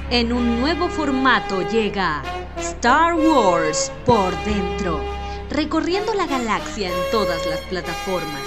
En un nuevo formato llega Star Wars por dentro, recorriendo la galaxia en todas las plataformas.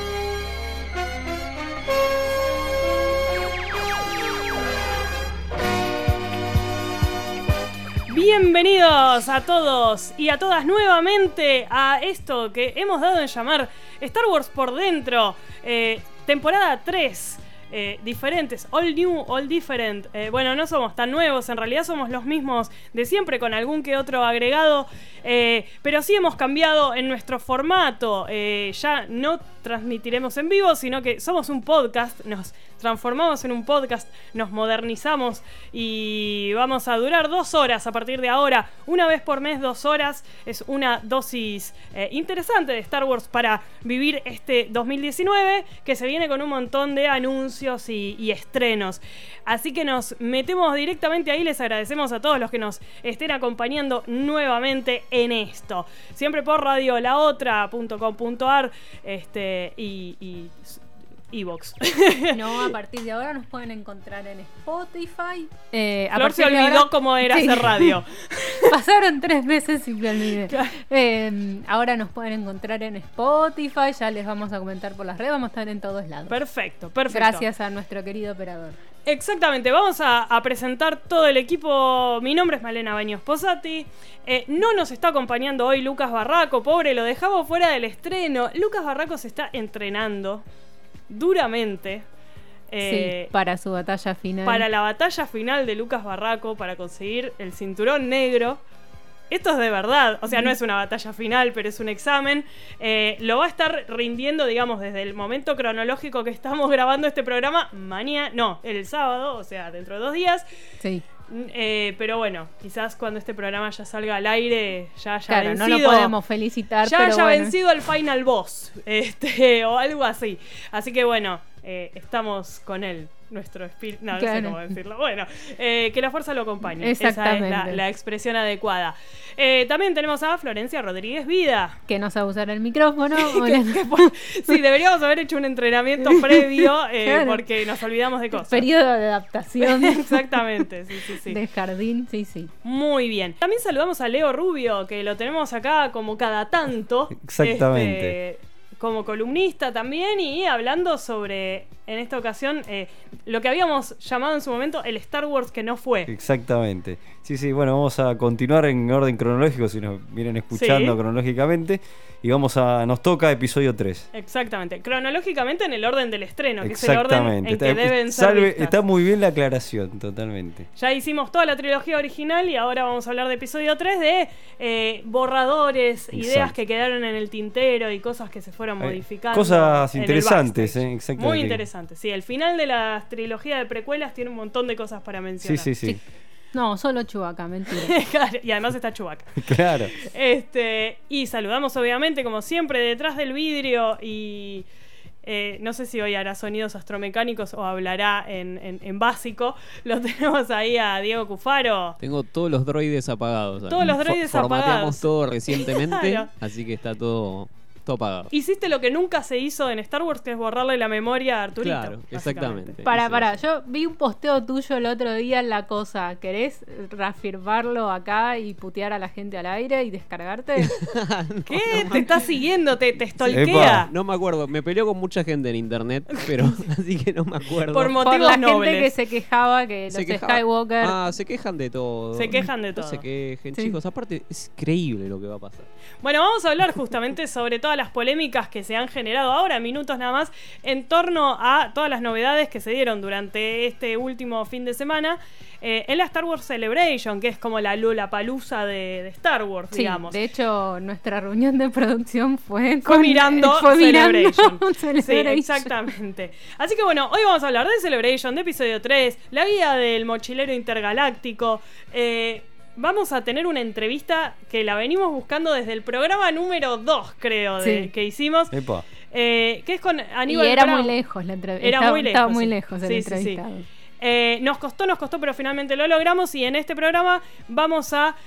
Bienvenidos a todos y a todas nuevamente a esto que hemos dado en llamar Star Wars por dentro, temporada 3. Diferentes, all new, all different. Bueno, no somos tan nuevos, en realidad somos los mismos de siempre con algún que otro agregado, pero sí hemos cambiado en nuestro formato. Ya no transmitiremos en vivo, sino que somos un podcast, nos transformamos en un podcast, nos modernizamos y vamos a durar 2 horas a partir de ahora, una vez por mes, 2 horas. Es una dosis interesante de Star Wars para vivir este 2019, que se viene con un montón de anuncios y estrenos. Así que nos metemos directamente ahí. Les agradecemos a todos los que nos estén acompañando nuevamente en esto. Siempre por radiolaotra.com.ar y iVoox. No, a partir de ahora nos pueden encontrar en Spotify. Flor se olvidó cómo era hacer radio. Pasaron 3 meses y me olvidé. Claro. Ahora nos pueden encontrar en Spotify. Ya les vamos a comentar por las redes. Vamos a estar en todos lados. Perfecto. Gracias a nuestro querido operador. Exactamente, vamos a presentar todo el equipo. Mi nombre es Malena Baños Posati. No nos está acompañando hoy Lucas Barraco, pobre, lo dejamos fuera del estreno. Lucas Barraco se está entrenando duramente. Sí, para su batalla final. Para la batalla final de Lucas Barraco, para conseguir el cinturón negro. Esto es de verdad, o sea, no es una batalla final, pero es un examen. Lo va a estar rindiendo, digamos, desde el momento cronológico que estamos grabando este programa, el sábado, o sea, dentro de 2 días. Sí. Pero bueno, quizás cuando este programa ya salga al aire, ya claro, vencido. No lo podemos felicitar, ya pero haya bueno. vencido el final boss, o algo así. Así que bueno, estamos con él. Nuestro espíritu, no sé cómo decirlo. Bueno, que la fuerza lo acompañe. Exactamente. Esa es la expresión adecuada. También tenemos a Florencia Rodríguez Vida, que no sabe usar el micrófono. Sí, deberíamos haber hecho un entrenamiento previo, claro, porque nos olvidamos de cosas. Periodo de adaptación. Exactamente, sí. De jardín, sí. Muy bien. También saludamos a Leo Rubio, que lo tenemos acá como cada tanto. Exactamente. Como columnista también, y hablando sobre, en esta ocasión, lo que habíamos llamado en su momento el Star Wars que no fue. Exactamente. Sí, bueno, vamos a continuar en orden cronológico, si nos vienen escuchando cronológicamente, y nos toca episodio 3. Exactamente, cronológicamente en el orden del estreno, que es el orden en que deben ser vistas. Está muy bien la aclaración, totalmente. Ya hicimos toda la trilogía original y ahora vamos a hablar de episodio 3 de borradores, exacto, ideas que quedaron en el tintero y cosas que se fueron modificando. Cosas interesantes, exactamente. Muy interesantes, sí. El final de la trilogía de precuelas tiene un montón de cosas para mencionar. Sí. No, solo Chewbacca, mentira. Claro, y además está Chewbacca. Claro. Y saludamos obviamente, como siempre, detrás del vidrio y... no sé si hoy hará sonidos astromecánicos o hablará en básico. Lo tenemos ahí a Diego Cufaro. Tengo todos los droides apagados. Todos los droides apagados. Formateamos todo recientemente, claro, así que está todo apagado. Hiciste lo que nunca se hizo en Star Wars, que es borrarle la memoria a Arturito. Claro, exactamente. Para, yo vi un posteo tuyo el otro día en La Cosa. ¿Querés reafirmarlo acá y putear a la gente al aire y descargarte? ¿Qué? Te está siguiendo, te stalkea. No me acuerdo, me peleó con mucha gente en internet, pero así que no me acuerdo. Por motivos la nobles. Gente que se quejaba que los Skywalker... se quejan de todo. Se quejan de todo. No se quejen, chicos. Aparte, es increíble lo que va a pasar. Bueno, vamos a hablar justamente sobre todas las polémicas que se han generado ahora, minutos nada más, en torno a todas las novedades que se dieron durante este último fin de semana en la Star Wars Celebration, que es como la Lollapalooza de Star Wars, digamos. De hecho, nuestra reunión de producción fue mirando Celebration. Celebration. Sí, exactamente. Así que bueno, hoy vamos a hablar de Celebration, de episodio 3, la vida del mochilero intergaláctico. Vamos a tener una entrevista que la venimos buscando desde el programa número 2, creo, que hicimos. Que es con Aníbal y era Brown. Muy lejos la entrevista. Estaba muy lejos el entrevistado. Nos costó, pero finalmente lo logramos. Y en este programa vamos a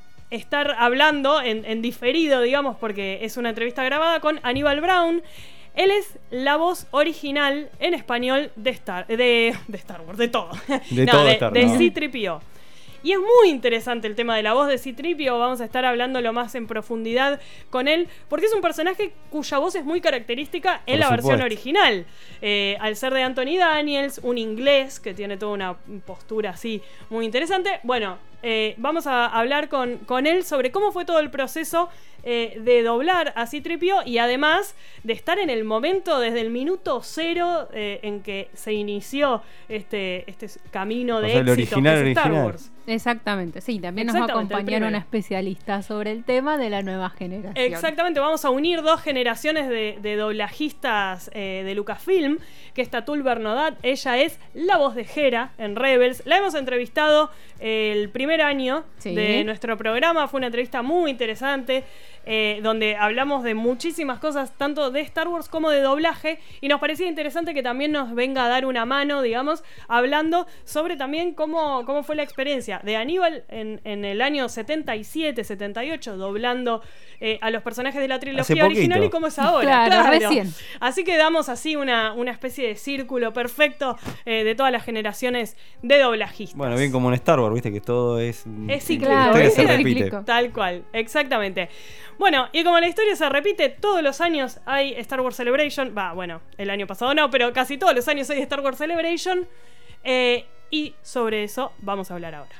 estar hablando en diferido, digamos, porque es una entrevista grabada con Aníbal Brown. Él es la voz original en español de Star Wars, de todo. De todo Star Wars. De C-3PO. Y es muy interesante el tema de la voz de C-3PO. Vamos a estar hablándolo más en profundidad con él, porque es un personaje cuya voz es muy característica en la versión original. Al ser de Anthony Daniels, un inglés que tiene toda una postura así muy interesante. Bueno, vamos a hablar con él sobre cómo fue todo el proceso de doblar a C-3PO y además de estar en el momento, desde el minuto cero en que se inició este camino de éxito que es Star Wars. Exactamente, sí, también nos va a acompañar una especialista sobre el tema de la nueva generación. Exactamente, vamos a unir dos generaciones de doblajistas de Lucasfilm, que es Tatul Bernodad, ella es la voz de Hera en Rebels, la hemos entrevistado el primer año de nuestro programa, fue una entrevista muy interesante, donde hablamos de muchísimas cosas, tanto de Star Wars como de doblaje, y nos parecía interesante que también nos venga a dar una mano, digamos, hablando sobre también cómo fue la experiencia de Aníbal en el año 77, 78, doblando a los personajes de la trilogía original y cómo es ahora. Claro, recién. Así que damos así una especie de círculo perfecto de todas las generaciones de doblajistas. Bueno, bien como en Star Wars, viste que todo es cíclico. Claro, se repite. Tal cual, exactamente. Bueno, y como la historia se repite, todos los años hay Star Wars Celebration. Bueno, el año pasado no, pero casi todos los años hay Star Wars Celebration. Y sobre eso vamos a hablar ahora.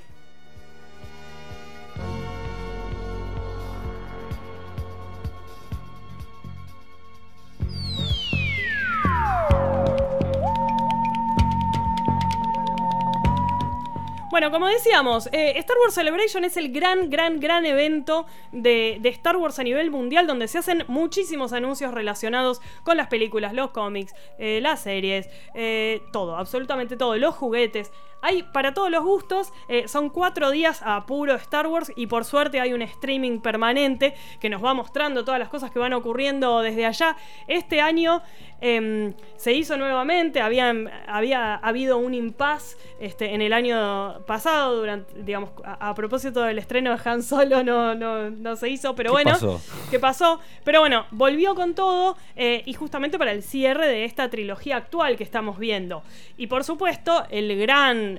Bueno, como decíamos, Star Wars Celebration es el gran evento de Star Wars a nivel mundial, donde se hacen muchísimos anuncios relacionados con las películas, los cómics, las series, todo, absolutamente todo, los juguetes. Hay para todos los gustos, son 4 días a puro Star Wars y por suerte hay un streaming permanente que nos va mostrando todas las cosas que van ocurriendo desde allá. Este año se hizo nuevamente, había habido un impasse en el año pasado, digamos, a propósito del estreno de Han Solo no se hizo, pero ¿Qué pasó? Pero bueno, volvió con todo y justamente para el cierre de esta trilogía actual que estamos viendo. Y por supuesto, el gran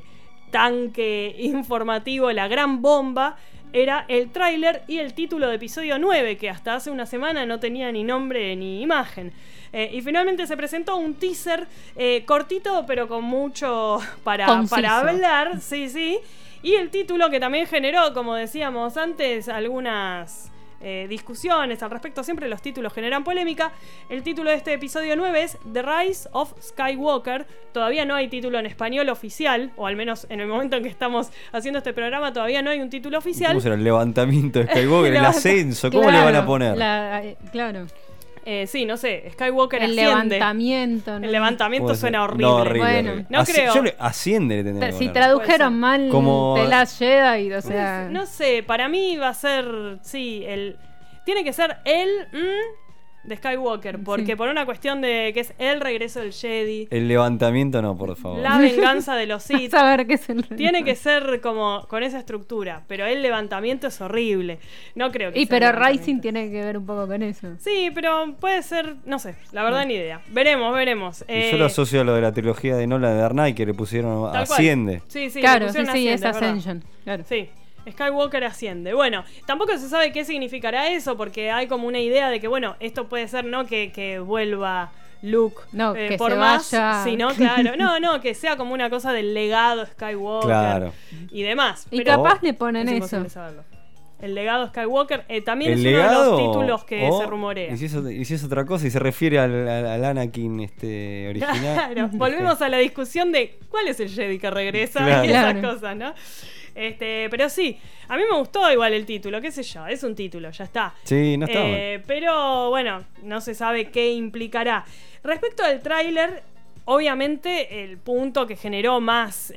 tanque informativo, la gran bomba, era el tráiler y el título de episodio 9, que hasta hace una semana no tenía ni nombre ni imagen. Y finalmente se presentó un teaser cortito, pero con mucho para hablar. Sí. Y el título que también generó, como decíamos antes, algunas discusiones al respecto. Siempre los títulos generan polémica. El título de este episodio 9 es The Rise of Skywalker. Todavía no hay título en español oficial, o al menos en el momento en que estamos haciendo este programa todavía no hay un título oficial. ¿Cómo será? El levantamiento de Skywalker, el ascenso, ¿cómo le van a poner? Claro. Sí, no sé, Skywalker el asciende. Levantamiento. ¿No? El levantamiento suena horrible. No, horrible. Bueno, no creo. Asciende le tendría que Si poner. tradujeron mal como The Last Jedi, o sea... No sé, para mí va a ser, tiene que ser de Skywalker, porque por una cuestión de que es el regreso del Jedi. El levantamiento no, por favor. La venganza de los Sith. Saber qué es Tiene que ser como con esa estructura, pero el levantamiento es horrible. No creo que sea. Pero Rising tiene que ver un poco con eso. Sí, pero puede ser, no sé, la verdad ni idea. Veremos. Y yo lo asocio a lo de la trilogía de Nolan de Dark Knight, que le pusieron Asciende. Sí, claro, Asciende, es Ascension. Claro. Sí. Skywalker asciende. Bueno, tampoco se sabe qué significará eso, porque hay como una idea de que, bueno, esto puede ser no que vuelva Luke que por se más, vaya. sino que sea como una cosa del legado Skywalker y demás. Y pero capaz le ponen eso. El legado Skywalker también es legado, uno de los títulos que se rumorea. Y si es otra cosa y se refiere al Anakin original. Claro, volvemos a la discusión de cuál es el Jedi que regresa y esas cosas, ¿no? Pero sí, a mí me gustó igual el título, qué sé yo, es un título, ya está. Sí, no está mal. Pero bueno, no se sabe qué implicará. Respecto al tráiler, obviamente el punto que generó más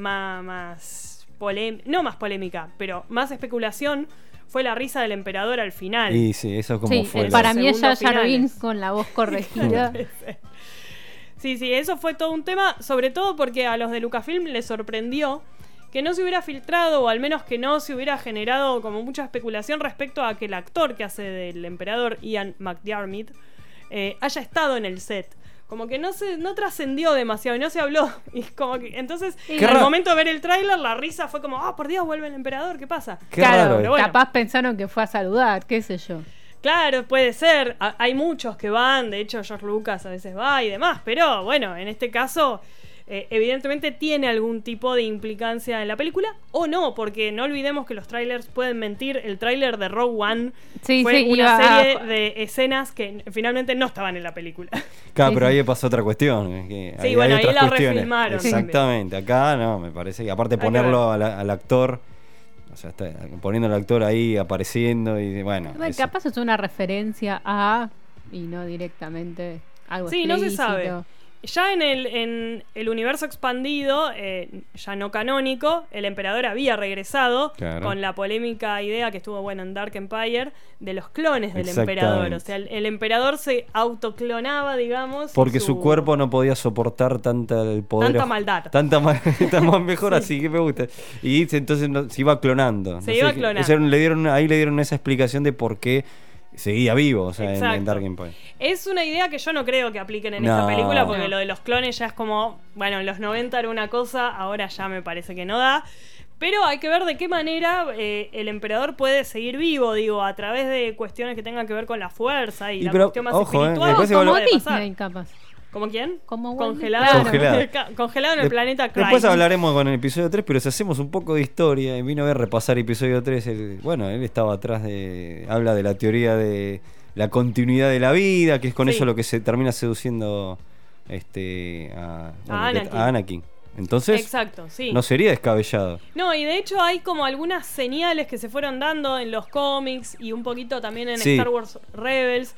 polémica, pero más especulación fue la risa del emperador al final. Y sí, eso como fue. Para mí es Jar Jar Binks con la voz corregida. Sí, eso fue todo un tema, sobre todo porque a los de Lucasfilm les sorprendió que no se hubiera filtrado, o al menos que no se hubiera generado como mucha especulación respecto a que el actor que hace del emperador, Ian McDiarmid, haya estado en el set. Como que no trascendió demasiado y no se habló. Y como que, entonces, al momento de ver el tráiler, la risa fue como, por Dios, vuelve el emperador, ¿qué pasa? Claro, pero bueno. Capaz pensaron que fue a saludar, qué sé yo. Claro, puede ser. Hay muchos que van, de hecho George Lucas a veces va y demás, pero bueno, en este caso evidentemente tiene algún tipo de implicancia en la película o no, porque no olvidemos que los trailers pueden mentir. El tráiler de Rogue One fue una serie de escenas que finalmente no estaban en la película. Claro, pero ahí pasó otra cuestión. Ahí la refilmaron. Exactamente, acá no, me parece que aparte ponerlo al actor... O sea, está poniendo al actor ahí, apareciendo y bueno. Capaz es una referencia a y no directamente algo explícito. No se sabe. Ya en el universo expandido, ya no canónico, el emperador había regresado con la polémica idea que estuvo en Dark Empire de los clones del emperador. O sea, el emperador se autoclonaba, digamos. Porque su cuerpo no podía soportar tanta maldad. Tanta mejor, así que me gusta. Y entonces se iba clonando. Iba clonando. Ahí le dieron esa explicación de por qué seguía vivo, o sea, en Dark Empire. Es una idea que yo no creo que apliquen en esta película, porque lo de los clones ya es como, en los 90 era una cosa, ahora ya me parece que no da. Pero hay que ver de qué manera el emperador puede seguir vivo, a través de cuestiones que tengan que ver con la fuerza y la cuestión más espiritual. Como Disney, capaz. ¿Como quién? Como congelado. Congelado en el planeta Cry. Después hablaremos con el episodio 3, pero si hacemos un poco de historia, y vino a ver repasar episodio 3, él estaba atrás habla de la teoría de la continuidad de la vida, que es con eso lo que se termina seduciendo a Anakin. Entonces, exacto, sí. No sería descabellado. No, y de hecho hay como algunas señales que se fueron dando en los cómics y un poquito también en Star Wars Rebels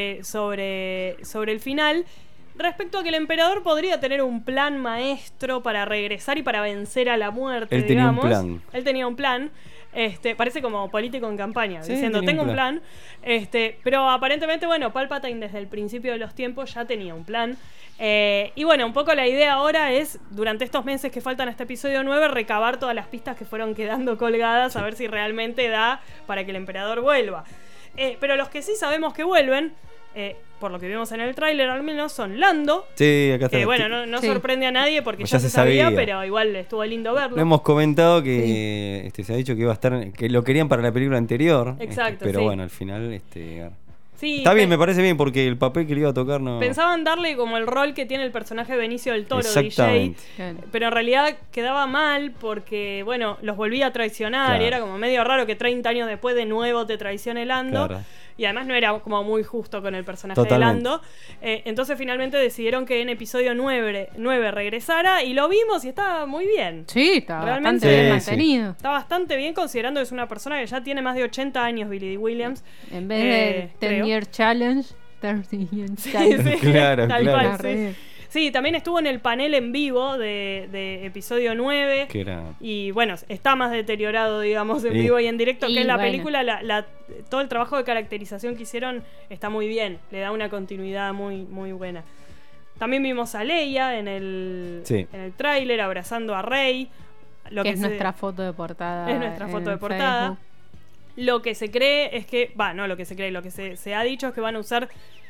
sobre el final. Respecto a que el emperador podría tener un plan maestro para regresar y para vencer a la muerte, Él tenía un plan. Él tenía un plan. Parece como político en campaña, diciendo, tengo un plan. Pero aparentemente, Palpatine desde el principio de los tiempos ya tenía un plan. Y un poco la idea ahora es, durante estos meses que faltan a este episodio 9, recabar todas las pistas que fueron quedando colgadas, a ver si realmente da para que el emperador vuelva. Pero los que sí sabemos que vuelven, por lo que vimos en el tráiler al menos, son Lando. Sí, acá está. Que no sorprende a nadie porque ya se sabía, pero igual estuvo lindo verlo. Lo hemos comentado que se ha dicho que iba a estar, que lo querían para la película anterior. Exacto, pero al final está bien, me parece bien, porque el papel que le iba a tocar no... Pensaban darle como el rol que tiene el personaje de Benicio del Toro, DJ, pero en realidad quedaba mal porque, los volvía a traicionar y era como medio raro que 30 años después de nuevo te traicione Lando. Claro. Y además no era como muy justo con el personaje de Lando. Entonces finalmente decidieron que en episodio 9 regresara y lo vimos y estaba muy bien. Sí, está realmente bastante bien mantenido. Está bastante bien considerando que es una persona que ya tiene más de 80 años, Billy Dee Williams. En vez de 10 Year Challenge, 30 Year Challenge. Claro. Sí, también estuvo en el panel en vivo de episodio 9. Que era... Y está más deteriorado, digamos, en vivo y en directo que en la película. Todo el trabajo de caracterización que hicieron está muy bien. Le da una continuidad muy, muy buena. También vimos a Leia en el tráiler abrazando a Rey. Que es nuestra foto de portada. Es nuestra foto de portada. Facebook. Lo que se cree es que... lo que se ha dicho es que van a usar...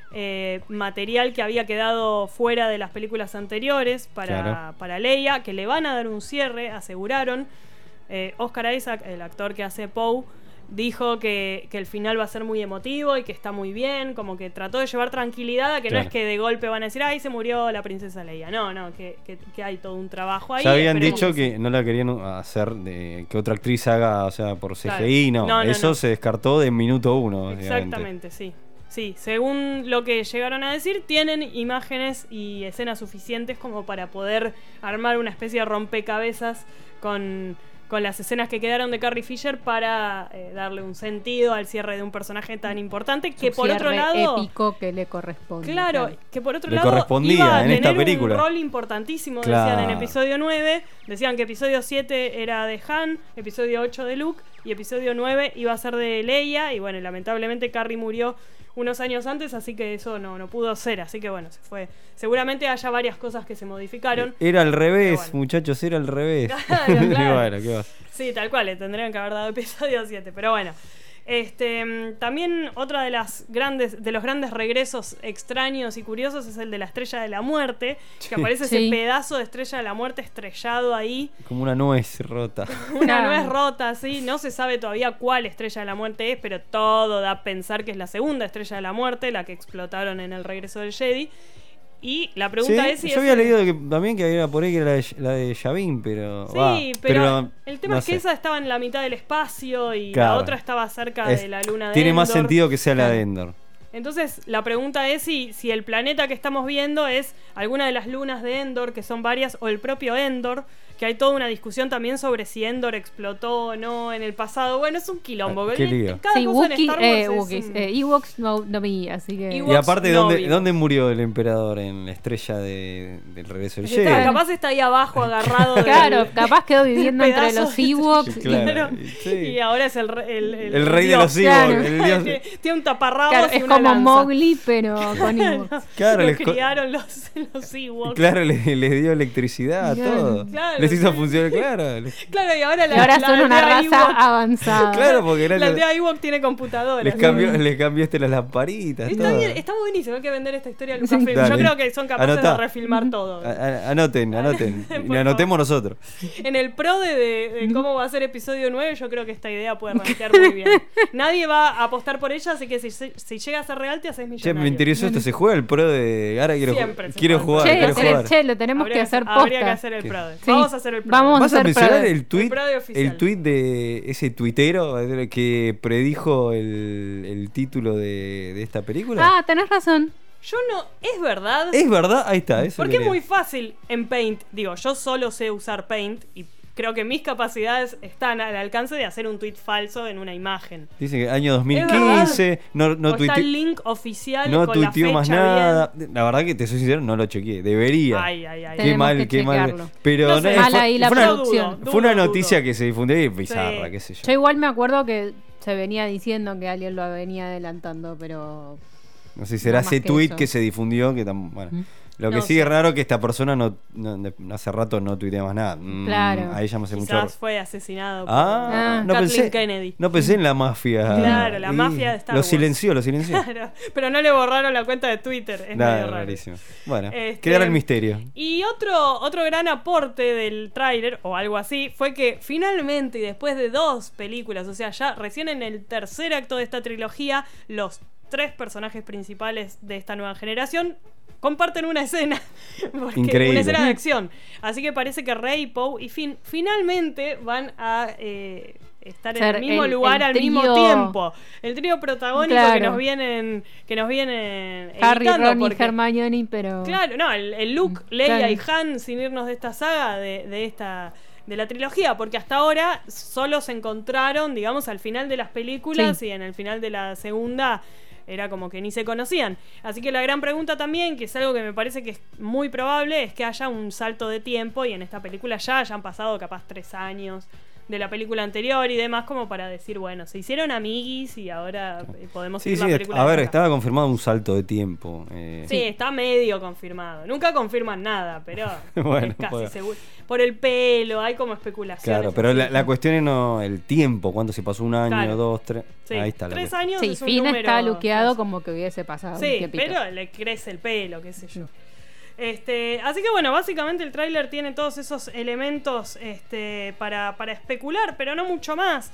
material que había quedado fuera de las películas anteriores para Leia, que le van a dar un cierre, aseguraron. Oscar Isaac, el actor que hace Poe, dijo que el final va a ser muy emotivo y que está muy bien, como que trató de llevar tranquilidad a que no es que de golpe van a decir, se murió la princesa Leia. No, que hay todo un trabajo ahí. Ya habían dicho que no la querían hacer que otra actriz haga, por CGI, eso se descartó de minuto 1. Exactamente, sí. Sí, según lo que llegaron a decir, tienen imágenes y escenas suficientes como para poder armar una especie de rompecabezas con las escenas que quedaron de Carrie Fisher para darle un sentido al cierre de un personaje tan importante que por otro lado épico que le corresponde. Claro, que por otro le lado correspondía iba a en esta tener película. Un rol importantísimo, decían en episodio 9, decían que episodio 7 era de Han, episodio 8 de Luke y episodio 9 iba a ser de Leia y lamentablemente Carrie murió unos años antes, así que eso no pudo ser, así que se fue. Seguramente haya varias cosas que se modificaron. Era al revés, muchachos, era al revés. Claro. ¿Qué va? Sí, tal cual, le tendrían que haber dado episodio 7, pero También otra de los grandes regresos extraños y curiosos es el de la Estrella de la Muerte, que aparece ese pedazo de Estrella de la Muerte estrellado ahí. Como una nuez rota. Una nuez rota, sí. No se sabe todavía cuál Estrella de la Muerte es, pero todo da a pensar que es la segunda Estrella de la Muerte, la que explotaron en el regreso del Jedi. Y la pregunta es si yo había leído también que había por ahí que era la de Yavin, pero... Sí, pero el tema es que esa estaba en la mitad del espacio y la otra estaba cerca de la luna de Endor. Tiene más sentido que sea la de Endor. Entonces, la pregunta es si el planeta que estamos viendo es alguna de las lunas de Endor, que son varias, o el propio Endor, que hay toda una discusión también sobre si Endor explotó o no en el pasado. Bueno, es un quilombo. Qué lío. Cada cosa en Star Wars Ewoks no vi, así que... Y aparte, ¿dónde murió el emperador? En la estrella del regreso del Jedi. Capaz está ahí abajo agarrado. Claro, capaz quedó viviendo entre los Ewoks. Claro, y ahora es el rey de los Ewoks. El dios. Tiene un taparrabos y una como lanza. Mowgli, pero con Ewoks. Claro, los criaron los Ewoks. Claro, les dio electricidad, todo. Claro, les hizo funcionar, claro. Claro, y ahora son una raza avanzada. Claro, porque la aldea Ewok tiene computadora. Les cambiaste las lamparitas. Está bien, está buenísimo. Hay que vender esta historia a Lucasfilm. Yo creo que son capaces de refilmar todo. Anoten. Y anotemos nosotros. En el pro de cómo va a ser episodio 9, yo creo que esta idea puede rankear muy bien. Nadie va a apostar por ella, así que si llega a ser real, te haces millonario. Me interesó esto. ¿Se juega el pro de...? Ahora quiero jugar. Che, lo tenemos que hacer posta. Habría que hacer el pro. Vamos a hacer el pro. ¿Vas a mencionar el tweet de ese tuitero que predijo el título de esta película? Ah, tenés razón. Yo no... ¿Es verdad? ¿Es verdad? Ahí está. Porque es muy fácil en Paint. Digo, yo solo sé usar Paint y creo que mis capacidades están al alcance de hacer un tweet falso en una imagen. Dice que año 2015 no está el link oficial no con la fecha más nada. Bien. La verdad que te soy sincero, no lo chequeé. Debería. Ay. Qué mal. Pero no sé, mal ahí la producción. Fue una noticia que se difundió y bizarra, qué sé yo. Yo igual me acuerdo que se venía diciendo que alguien lo venía adelantando, pero... No sé si será ese tweet que se difundió, que bueno... Lo que sí es raro que esta persona no hace rato no tuitea más nada. Claro. Ahí ya me hace mucho. Quizás fue asesinado por Kathleen Kennedy. No pensé en la mafia. Claro, la mafia de Star Wars. Lo silenció. Claro, pero no le borraron la cuenta de Twitter. Es medio raro. Rarísimo. Bueno, quedará el misterio. Y otro gran aporte del tráiler, o algo así, fue que finalmente, y después de 2 películas, o sea, ya recién en el tercer acto de esta trilogía, los 3 personajes principales de esta nueva generación comparten una escena. Increíble. Una escena de acción. Así que parece que Rey, Poe y Finn finalmente van a estar en el mismo lugar al mismo tiempo. El trío protagónico que nos vienen Harry, editando, Ron y Hermione, pero... Claro, no, el Luke, Leia y Han, sin irnos de esta saga, de la trilogía, porque hasta ahora solo se encontraron, digamos, al final de las películas y en el final de la segunda era como que ni se conocían. Así que la gran pregunta también, que es algo que me parece que es muy probable, es que haya un salto de tiempo y en esta película ya hayan pasado capaz 3 años de la película anterior y demás, como para decir, bueno, se hicieron amiguis y ahora podemos ir a la película. A ver, estaba confirmado un salto de tiempo. Sí, está medio confirmado. Nunca confirman nada, pero bueno, es casi seguro. Por el pelo, hay como especulaciones. Claro, pero la cuestión es no el tiempo, cuánto se pasó, 1 año, 2, 3. Sí, ahí está. 3 años es un Finn número. está luqueado como que hubiese pasado. Sí, pero le crece el pelo, qué sé yo. Así que bueno, básicamente el tráiler tiene todos esos elementos para especular, pero no mucho más.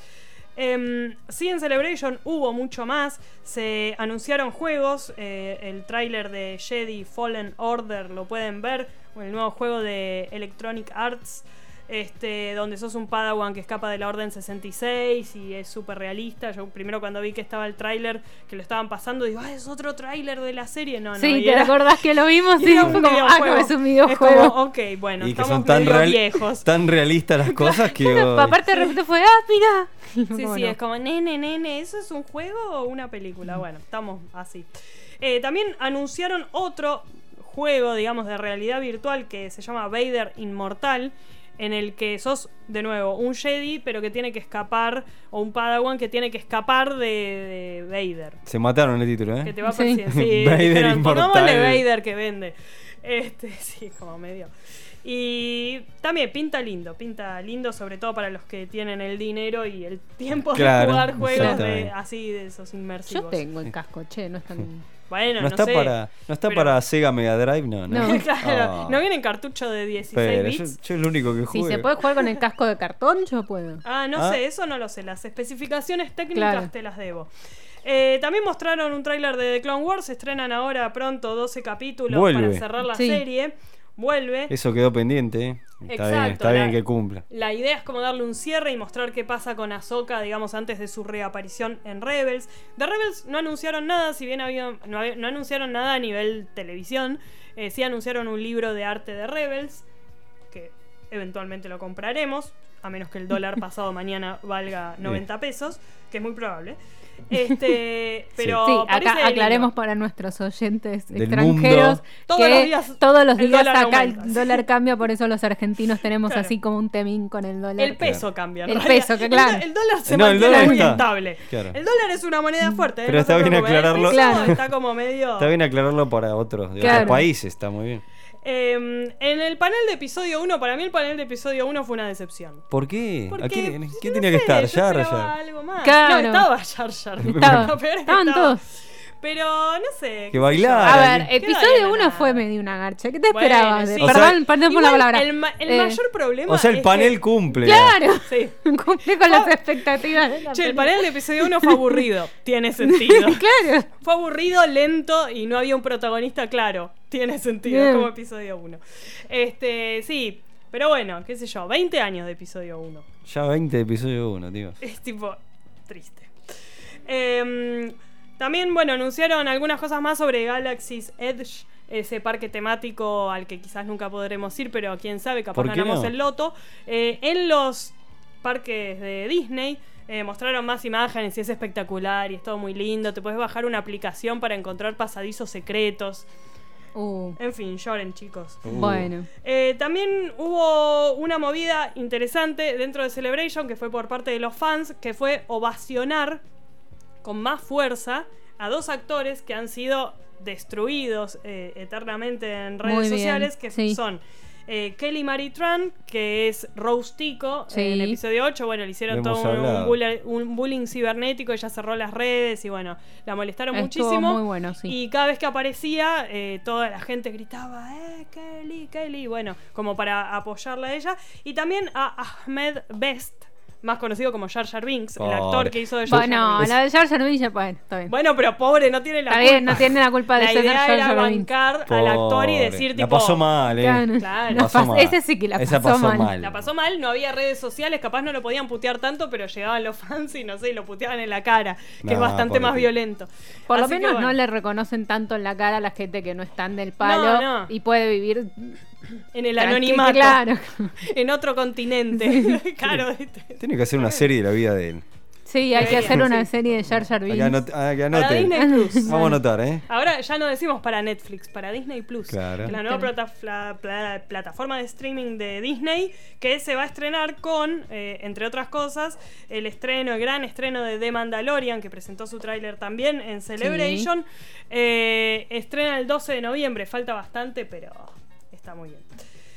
Sí, en Celebration hubo mucho más. Se anunciaron juegos. El tráiler de Jedi Fallen Order lo pueden ver, el nuevo juego de Electronic Arts, donde sos un Padawan que escapa de la Orden 66 y es súper realista. Yo primero cuando vi que estaba el tráiler, que lo estaban pasando, digo, es otro tráiler de la serie. No, sí, ¿te acordás que lo vimos? Sí, fue como, no, es un videojuego. Es como, ok, bueno, y que estamos son medio viejos. Tan realistas las cosas que... Aparte de repente fue, mira. Sí, es como, nene, ¿eso es un juego o una película? Bueno, estamos así. También anunciaron otro juego, digamos, de realidad virtual que se llama Vader Inmortal, en el que sos, de nuevo, un Jedi, pero que tiene que escapar, o un Padawan que tiene que escapar de Vader. Se mataron el título, ¿eh? Que te va a perseguir. Sí, Vader Inmortal. Pongámosle Vader que vende. Sí, como medio. Y también pinta lindo, sobre todo para los que tienen el dinero y el tiempo Claro, de jugar juegos exactamente. así de esos inmersivos. Yo tengo el casco, che, no es tan... Bueno, No no está, sé. pero, pero- para Sega Mega Drive, no. No. Claro, Ah. no vienen cartuchos de 16 Pero bits. yo es lo único que Si juego. se puede jugar con el casco de cartón, yo puedo. No Ah. sé, eso no lo sé. Las especificaciones técnicas Claro. te las debo. También mostraron un tráiler de The Clone Wars. Se estrenan ahora pronto 12 capítulos Vuelve. para cerrar la Sí. serie. Vuelve. Eso quedó pendiente, ¿eh? Exacto, Está bien la- que cumpla. La idea es como darle un cierre y mostrar qué pasa con Ahsoka, digamos, antes de su reaparición en Rebels. De Rebels no anunciaron nada, si bien no anunciaron nada a nivel televisión. Sí anunciaron un libro de arte de Rebels, que eventualmente lo compraremos, a menos que el dólar pasado mañana valga 90 pesos, que es muy probable. Pero Sí, parece acá aclaremos lindo. para nuestros oyentes Del extranjeros mundo. Todos que los días todos los el días dólar acá aumenta. el dólar cambia, por eso los argentinos tenemos Claro. así como un temín con el dólar. El peso cambia. en El realidad. peso, que claro. El dólar se No, el mantiene dólar muy está. estable. Claro. El dólar es una moneda fuerte. Pero no está se bien preocupen, aclararlo. el peso Claro. está como medio... Está bien aclararlo para otros, de Claro. otros países, está muy bien. En el panel de episodio 1, para mí el panel de episodio 1 fue una decepción. ¿Por qué? Porque, ¿A quién no tenía que sé, estar? yo Jar esperaba Jar. algo más. Claro. No, estaba Jar Jar. Estaba- Lo peor es que estaban estaba. todos. Pero no sé. Que qué sé bailara. yo. A ver, Queda episodio bien 1 nada. fue medio una garcha. ¿Qué te Bueno, esperabas? sí. O sea, Perdón por la Igual, palabra. el mayor problema O sea, el es panel que- cumple. Claro, Sí. cumplí con las expectativas de la Che, el película. panel de episodio 1 fue aburrido. Tiene sentido. Claro. Fue aburrido, lento y no había un protagonista claro. Tiene sentido, Bien. como episodio 1. Sí, pero bueno, qué sé yo, 20 años de episodio 1. Ya 20 de episodio 1, tío. Es tipo triste. También, bueno, anunciaron algunas cosas más sobre Galaxy's Edge, ese parque temático al que quizás nunca podremos ir, pero quién sabe, capaz ¿Por qué ganamos no? el loto. En los parques de Disney mostraron más imágenes y es espectacular y es todo muy lindo. Te puedes bajar una aplicación para encontrar pasadizos secretos. En fin, lloren, chicos. Bueno. También hubo una movida interesante dentro de Celebration que fue por parte de los fans, que fue ovacionar con más fuerza a dos actores que han sido destruidos eternamente en redes Muy bien, sociales, que sí. son Kelly Marie Tran, que es Rose Tico Sí. en el episodio 8. Bueno, le hicieron Lo todo hemos hablado. un bullying cibernético, ella cerró las redes y bueno, la molestaron Estuvo muchísimo. muy bueno, sí. Y cada vez que aparecía, toda la gente gritaba, Kelly, Kelly, bueno, como para apoyarla a ella. Y también a Ahmed Best, más conocido como Jar Jar Binks, el Pobre. actor que hizo de Jar Jar Bueno, Binks. la de Jar Jar Binks ya, bueno, está bien. Bueno, pero pobre, no tiene la Está culpa. bien, no tiene la culpa de La ser idea Jar era Jar Binks. bancar al actor y decir, La tipo... pasó mal, Claro. Claro. La Pasó mal. ese sí que la Esa pasó mal. La pasó mal, no había redes sociales, capaz no lo podían putear tanto, pero llegaban los fans y no sé, y lo puteaban en la cara, que es No, bastante más pobrecito. violento. Por lo Así que menos bueno, no le reconocen tanto en la cara a la gente que no están del palo No. y puede vivir en el tranqui- anonimato, Claro. en otro continente. Claro, Tiene que hacer una serie de la vida de él. Sí, hay que Debería, hacer una sí. serie de Jar Jar Binks. Que para anote. Disney Plus. Vamos a anotar, ¿eh? Ahora ya no decimos para Netflix, para Disney Plus. Claro. Que es la nueva plataforma de streaming de Disney, que se va a estrenar con, entre otras cosas, el gran estreno de The Mandalorian, que presentó su tráiler también en Celebration. Estrena el 12 de noviembre, falta bastante, pero está muy bien.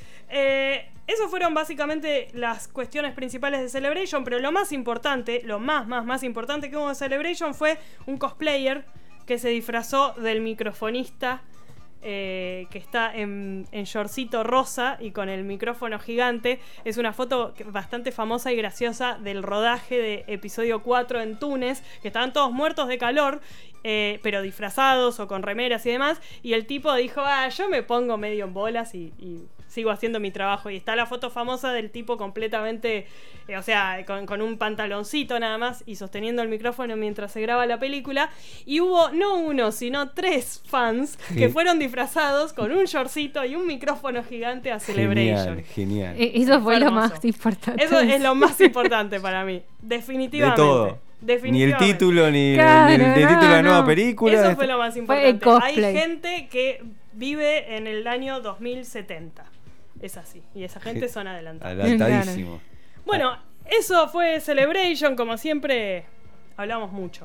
Esos fueron básicamente las cuestiones principales de Celebration, pero lo más importante, lo más importante que hubo de Celebration fue un cosplayer que se disfrazó del microfonista que está en shortcito rosa y con el micrófono gigante. Es una foto bastante famosa y graciosa del rodaje de episodio 4 en Túnez, que estaban todos muertos de calor, pero disfrazados o con remeras y demás, y el tipo dijo, yo me pongo medio en bolas y sigo haciendo mi trabajo. Y está la foto famosa del tipo completamente, o sea, con un pantaloncito nada más y sosteniendo el micrófono mientras se graba la película. Y hubo no uno, sino 3 fans que fueron disfrazados con un shortcito y un micrófono gigante a Celebration. Genial. Eso fue lo hermoso. más importante. Eso es lo más importante para mí, definitivamente. De todo. Ni el Definitivamente. título, ni Claro, el título de la nueva no. película. Eso fue lo más Fue importante. el cosplay. Hay gente que vive en el año 2070. Es así. Y esa gente son adelantados. Adelantadísimo. Bueno, eso fue Celebration. Como siempre, hablamos mucho.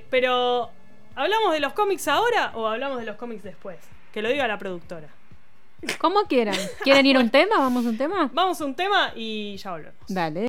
Pero, ¿hablamos de los cómics ahora o hablamos de los cómics después? Que lo diga la productora. Como quieran. ¿Quieren ir a un tema? ¿Vamos a un tema? Vamos a un tema y ya volvemos. Dale.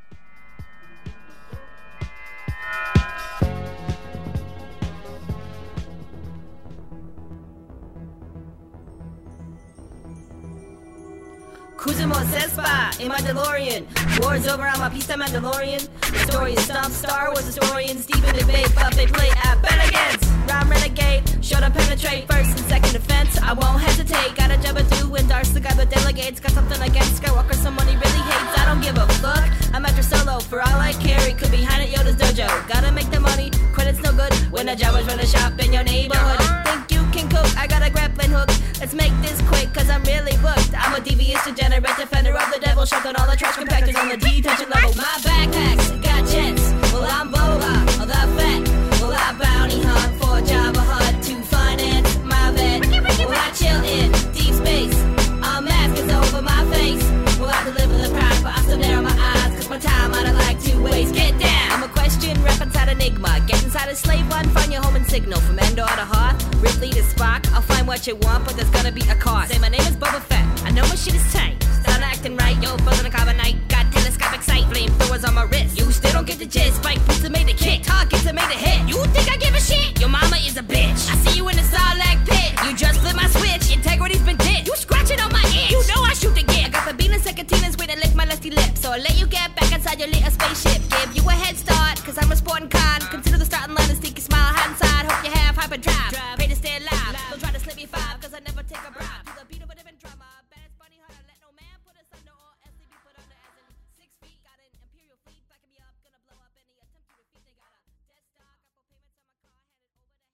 Cruising on Cespa in my DeLorean. War's over, I'm a piece of Mandalorian. The story is stumped, Star Wars historians. Deep in debate, but they play at Bennigan's. Round renegade, sure to penetrate. First and second defense, I won't hesitate. Got a job to do, endorse the guy with delegates. Got something against Skywalker, someone he really hates. I don't give a fuck, I'm after Solo. For all I carry, could be behind at Yoda's dojo. Gotta make the money, credit's no good. When the Jawas run a shop in your neighborhood. Think you can cook, I got a grappling hook. Let's make this quick, cause I'm really booked. I'm a devious degenerate defender of the devil. Shut down all the trash compactors on the detention level. My backpacks got jets. Well, I'm Boba, the fat. Well, I bounty hunt for Jabba Hutt to finance my vet. Well, I chill in deep space. A mask is over my face. Well, I deliver the prize, but I still narrow my eyes. Cause my time I don't like to waste. Get down! I'm a question, rep inside Enigma. Get inside a slave one, find your home and signal. From Endor to Hoth, Ripley to Spock. I'll find what you want, but there's gonna be a cost. Say my name is Boba Fett. I know my shit is tight. Start acting right, yo, frozen carbonite. Got telescopic sight, flamethrowers on my wrist. You still don't get the gist. Spike pizza made a kick, targets made a hit. You think I give a shit? Your mama is a bitch. I see you in the Sarlacc pit. You just flipped my switch. Integrity's been ditched. You scratching on my itch. You know I shoot the gift. I got the bean and secatinas way to lick my lusty lips. So I'll let you get back inside your little spaceship. Give you a head start, cause I'm a sporting con. Consider the starting line and stick your smile hindsight. Hope you have hyperdrive. Pray to stay alive. Don't try to slip me five, cause I never take a bribe. To the beat of a different drummer. Bad bunny hunter, let no man put us under or else they be put under as in 6 feet. Got an imperial fleet backing me up, gonna blow up any attempt to defeat. They got a death star, got full payments on my car, headed over to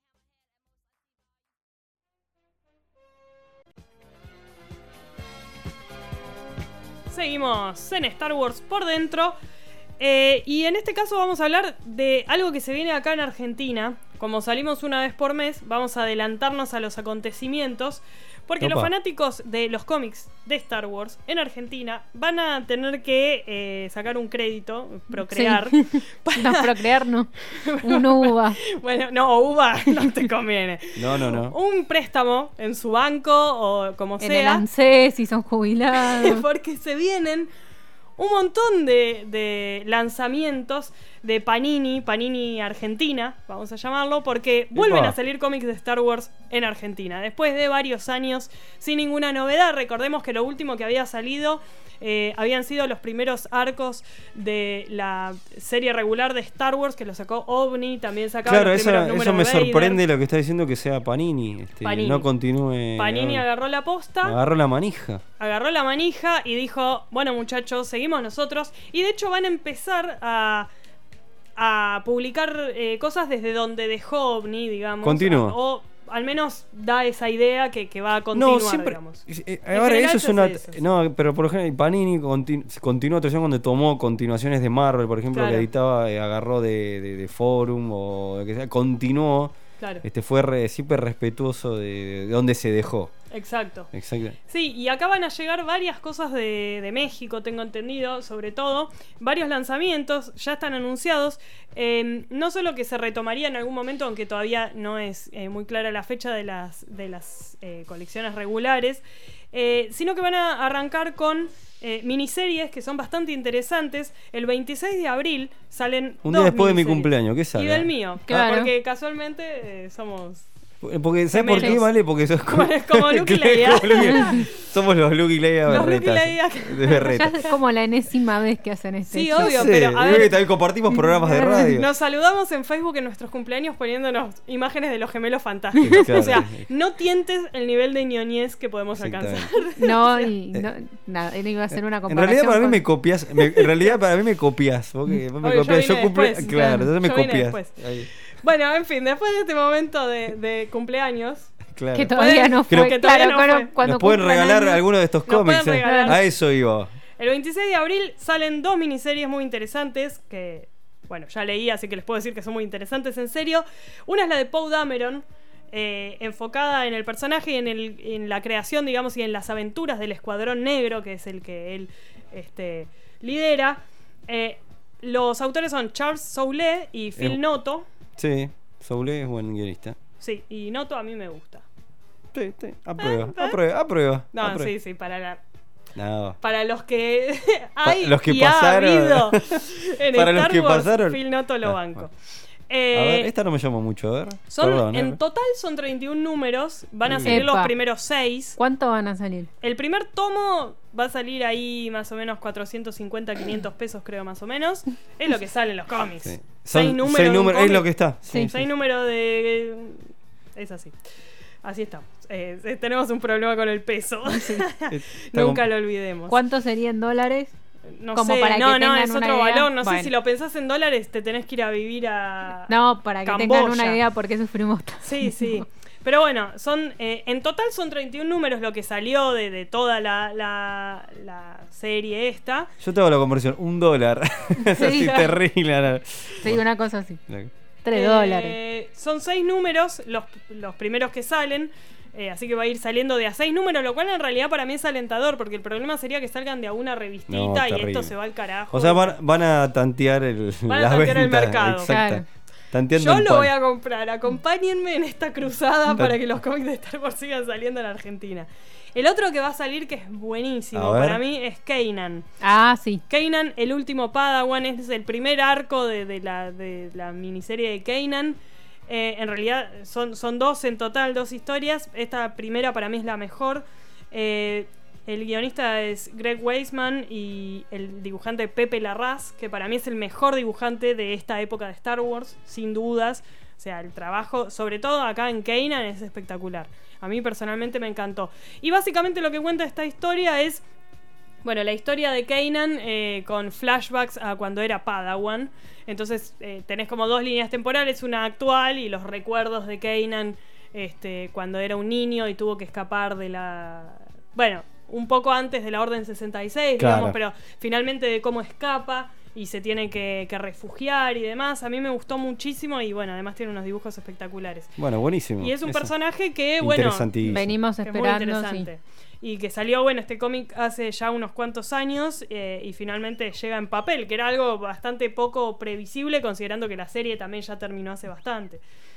Hammerhead. Seguimos en Star Wars por dentro. Y en este caso vamos a hablar de algo que se viene acá en Argentina. Como salimos una vez por mes, vamos a adelantarnos a los acontecimientos. Porque Opa. los fanáticos de los cómics de Star Wars en Argentina van a tener que sacar un crédito, procrear. Sí. No, procrear no. Una uva. Bueno, no, uva no te conviene. No. Un préstamo en su banco o como En sea. el ANSES, si son jubilados. Porque se vienen un montón de lanzamientos de Panini Argentina, vamos a llamarlo, porque vuelven a salir cómics de Star Wars en Argentina. Después de varios años sin ninguna novedad, recordemos que lo último que había salido habían sido los primeros arcos de la serie regular de Star Wars, que lo sacó OVNI, también sacaba Claro, los primeros eso números me de Vader. sorprende lo que está diciendo que sea Panini. Panini. No continúe. Panini agarró la posta. Agarró la manija. Agarró la manija y dijo, bueno muchachos, seguimos nosotros. Y de hecho van a empezar a publicar cosas desde donde dejó OVNI, digamos. Continúa. O al menos da esa idea que va a continuar, No, siempre. digamos. Ahora, general eso es se una. hace eso. No, pero por ejemplo, Panini continuó otra vez cuando tomó continuaciones de Marvel, por ejemplo, Claro. que editaba, agarró de Forum o lo que sea, continuó. Claro. Fue siempre respetuoso de donde se dejó. Exacto. Exacto. Sí, y acá van a llegar varias cosas de México, tengo entendido, sobre todo. Varios lanzamientos ya están anunciados. No solo que se retomaría en algún momento, aunque todavía no es muy clara la fecha de las colecciones regulares, sino que van a arrancar con miniseries que son bastante interesantes. El 26 de abril salen Un dos día después de mi miniseries. cumpleaños, ¿qué sale? Y del mío, Claro. porque casualmente somos... Porque, ¿sabes por qué, Gemelos. Vale? Porque sos Como Luke y Leia. como Luke. Somos los Luke y Leia Los Luke y berretas. Leia. Ya De berretas. es como la enésima vez que hacen este Sí, show. obvio, Sí, pero a creo que ver, también compartimos programas de radio. nos saludamos en Facebook en nuestros cumpleaños poniéndonos imágenes de los gemelos fantásticos. Claro. O sea, no tientes el nivel de ñoñez que podemos alcanzar. Exactamente. No, y no, nada, él iba a hacer una En comparación. realidad para mí con- me copias. En realidad para mí me copias. Vos me Obvio, copias. yo vine después. Claro, entonces me Yo vine copias. después. Ahí, Bueno, en fin, después de este momento de cumpleaños, claro. Que todavía no Creo fue. que todavía claro, no cuando, fue. cuando Nos pueden cumplan regalar años. alguno de estos Nos cómics. pueden regalar. A eso iba. el 26 de abril salen dos miniseries muy interesantes que, bueno, ya leí, así que les puedo decir que son muy interesantes en serio. Una es la de Poe Dameron, enfocada en el personaje y en la creación, digamos, y en las aventuras del Escuadrón Negro, que es el que él lidera. Los autores son Charles Soule y Phil Noto. Sí, Soule es buen guionista. Sí, y Noto a mí me gusta. Sí, aprueba. No, sí, para los que hay los que y pasaron. ha habido en Para los Star que Wars, pasaron. Phil Noto lo banco. A ver, esta no me llamó mucho, a ver. En total son 31 números, van a salir Epa. los primeros 6. ¿Cuánto van a salir? El primer tomo va a salir ahí más o menos 450, 500 pesos creo más o menos. Es lo que sale en los cómics. Sí. 6 números. Seis de un números, es cómic. lo que está. Sí. 6 números de... Es así. Así estamos. Tenemos un problema con el peso. Nunca lo olvidemos. ¿Cuánto serían dólares? No Como sé, para que no, tengan es una otro idea. valor. No sé Bueno. si lo pensás en dólares, te tenés que ir a vivir a. No, para que Camboya. tengan una idea por qué sufrimos tanto. Sí. Pero bueno, en total son 31 números lo que salió de toda la serie esta. Yo te hago la conversión, $1. Es Sí, así claro. terrible. Sí, una cosa así. $3. Son 6 números los primeros que salen. Así que va a ir saliendo de a 6 números, lo cual en realidad para mí es alentador, porque el problema sería que salgan de a una revistita No, y terrible. esto se va al carajo. O sea, van a tantear el Van a tantear el mercado. Exacto. Claro. Tanteando Yo el lo pan. voy a comprar, acompáñenme en esta cruzada para que los cómics de Star Wars sigan saliendo en Argentina. El otro que va a salir, que es buenísimo A ver. para mí, es Kanan. Ah, sí. Kanan, el último Padawan, es el primer arco de la miniserie de Kanan. En realidad son 2 en total, 2 historias. Esta primera para mí es la mejor. El guionista es Greg Weisman y el dibujante Pepe Larraz, que para mí es el mejor dibujante de esta época de Star Wars, sin dudas. O sea, el trabajo, sobre todo acá en Kanan, es espectacular. A mí personalmente me encantó. Y básicamente lo que cuenta esta historia es, bueno, la historia de Kanan con flashbacks a cuando era Padawan. Entonces tenés como 2 líneas temporales, una actual y los recuerdos de Kanan cuando era un niño y tuvo que escapar de la... Bueno, un poco antes de la Orden 66, Claro. digamos, pero finalmente de cómo escapa y se tiene que refugiar y demás. A mí me gustó muchísimo y bueno, además tiene unos dibujos espectaculares. Bueno, buenísimo. Y es un Eso. personaje que, bueno, Interesantísimo. Venimos es muy esperando. interesante. Y que salió, bueno, este cómic hace ya unos cuantos años y finalmente llega en papel, que era algo bastante poco previsible considerando que la serie también ya terminó hace bastante.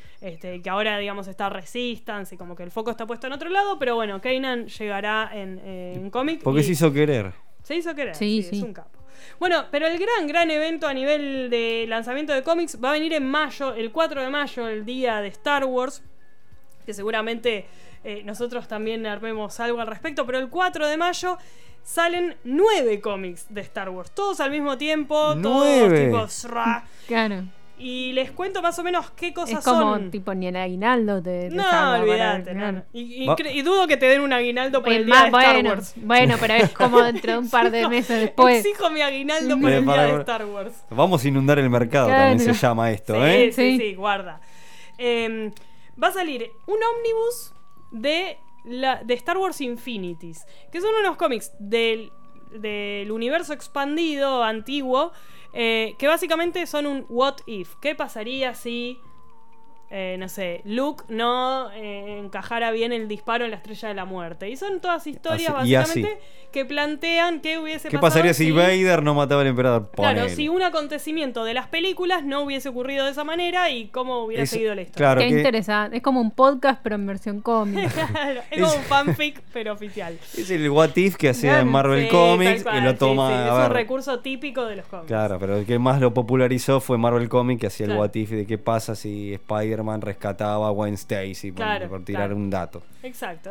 Que ahora, digamos, está Resistance y como que el foco está puesto en otro lado, pero bueno, Kanan llegará en un cómic. Porque y se hizo querer. se hizo querer, Sí, sí, sí. es un capo. Bueno, pero el gran evento a nivel de lanzamiento de cómics va a venir en mayo, el 4 de mayo, el día de Star Wars, que seguramente nosotros también armemos algo al respecto, pero el 4 de mayo salen 9 cómics de Star Wars, todos al mismo tiempo, todos 9. tipo zra. Claro. Y les cuento más o menos qué cosas Es como son. tipo ni el aguinaldo te No, salva olvídate, para- no. Y Va- dudo que te den un aguinaldo por el Es día más, de Star bueno, Wars. bueno, pero es como dentro de un par de meses después. Exijo mi aguinaldo por el día Para- de Star Wars. Vamos a inundar el mercado, Claro. también se llama esto, Sí, ¿eh? sí, Sí. guarda. Va a salir un ómnibus de Star Wars Infinities, que son unos cómics del universo expandido antiguo, que básicamente son un what if. ¿Qué pasaría si, no sé, Luke no encajara bien el disparo en la Estrella de la Muerte? Y son todas historias Así- y así. básicamente que plantean qué hubiese ¿Qué pasado pasaría si Vader no mataba al emperador? Claro, Ponele. si un acontecimiento de las películas no hubiese ocurrido de esa manera y cómo hubiera Eso- seguido la historia. Claro, Qué que interesante. Es como un podcast, pero en versión cómica. Claro, es como un fanfic, pero oficial. es el what if que hacía Claro. en Marvel Sí, Comics tal y cual, lo toma sí, a es ver. un recurso típico de los cómics. Claro, pero el que más lo popularizó fue Marvel Comics, que hacía Claro. el what if de qué pasa si Spider-Man rescataba a Gwen Stacy, Claro, por tirar claro. un dato. Exacto,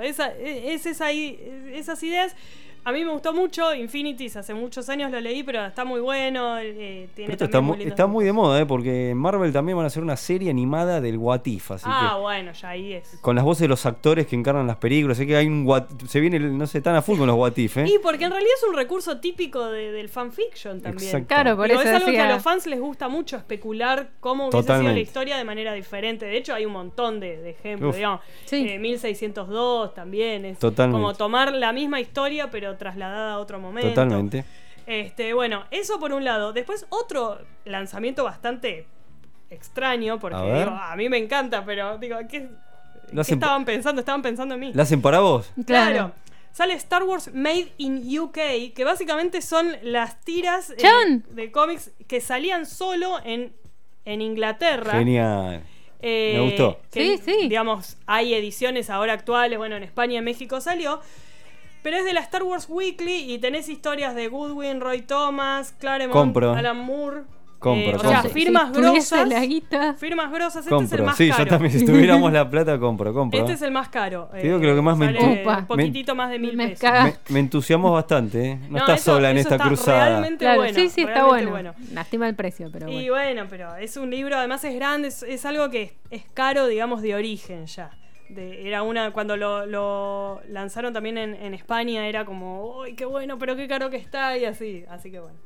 esas ideas. A mí me gustó mucho. Infinities, hace muchos años lo leí, pero está muy bueno. Tiene Pero esto también está, lindos está muy de dibujos. moda, porque en Marvel también van a hacer una serie animada del what if, así que Bueno, ya ahí es. con las voces de los actores que encarnan las películas, sé que hay un se viene, no sé, tan a full con los what if, ¿eh? Y porque en realidad es un recurso típico del fanfiction también. Exacto. Claro, por Digo, eso es algo que a decía. los fans les gusta mucho especular cómo hubiese sido la Totalmente. historia de manera diferente. De hecho, hay un montón de ejemplos, Uf. digamos. Sí. 1602 también es Totalmente. como tomar la misma historia pero trasladada a otro momento. Totalmente. Bueno, eso por un lado. Después otro lanzamiento bastante extraño, porque A ver. digo, a mí me encanta, pero digo, ¿qué Lo hacen estaban pensando? Estaban pensando en mí. ¿La hacen para vos? Claro. Sale Star Wars Made in UK, que básicamente son las tiras ¡Chan! de cómics que salían solo en Inglaterra. Genial. Me gustó. Sí, sí. Digamos, hay ediciones ahora actuales, bueno, en España y en México salió. Pero es de la Star Wars Weekly y tenés historias de Goodwin, Roy Thomas, Claremont, Compro. Alan Moore. Compro, O sea, compro. firmas Si tuviese grosas. la guita. Firmas grosas, este es el Compro. más Sí, caro. yo también. Si tuviéramos la plata, compro. Este es el más caro. Te digo que lo que más me sale entupa. un poquitito más de 1.000 Me pesos. caga. Me entusiasmó bastante, ¿eh? No estás eso- sola en eso esta está cruzada. Realmente Claro, bueno, sí, está realmente bueno. Lástima el precio, pero Y bueno. bueno, pero es un libro, además es grande, es algo que es caro, digamos, de origen ya. Era cuando lo lanzaron también en España, era como, ¡uy, qué bueno, pero qué caro que está! Y así que bueno.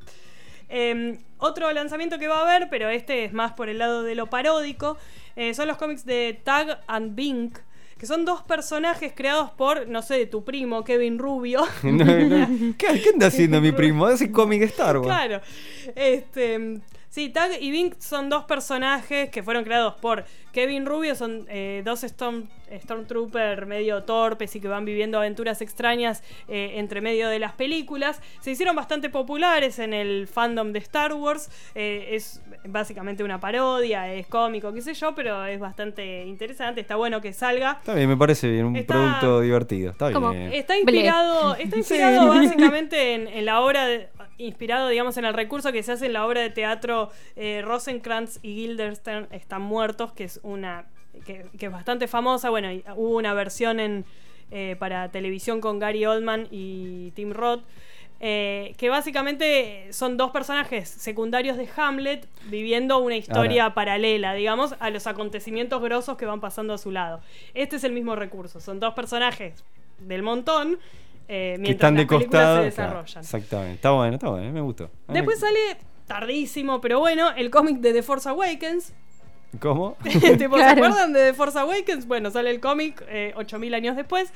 Otro lanzamiento que va a haber, pero este es más por el lado de lo paródico, son los cómics de Tag and Bink, que son dos personajes creados por, no sé, tu primo, Kevin Rubio. ¿Qué anda haciendo mi primo? Hace cómic de Star Wars. Claro. Sí, Tag y Bink son dos personajes que fueron creados por Kevin Rubio. Son dos Stormtrooper medio torpes y que van viviendo aventuras extrañas entre medio de las películas. Se hicieron bastante populares en el fandom de Star Wars. Es básicamente una parodia, es cómico, qué sé yo, pero es bastante interesante. Está bueno que salga. Está bien, me parece bien. Un producto divertido. Está Como- bien. Está inspirado básicamente en la obra inspirado, digamos, en el recurso que se hace en la obra de teatro Rosencrantz y Guildenstern están muertos, que es que es bastante famosa. Bueno, y hubo una versión para televisión con Gary Oldman y Tim Roth, que básicamente son dos personajes secundarios de Hamlet viviendo una historia paralela, digamos, a los acontecimientos grosos que van pasando a su lado. Este es el mismo recurso, son dos personajes del montón, Que mientras están de las películas costado. se desarrollan. Claro, exactamente. Está bueno, me gustó. Después sale, tardísimo, pero bueno, el cómic de The Force Awakens. ¿Cómo? Tipo, ¿se Claro. acuerdan de The Force Awakens? Bueno, sale el cómic 8000 años después,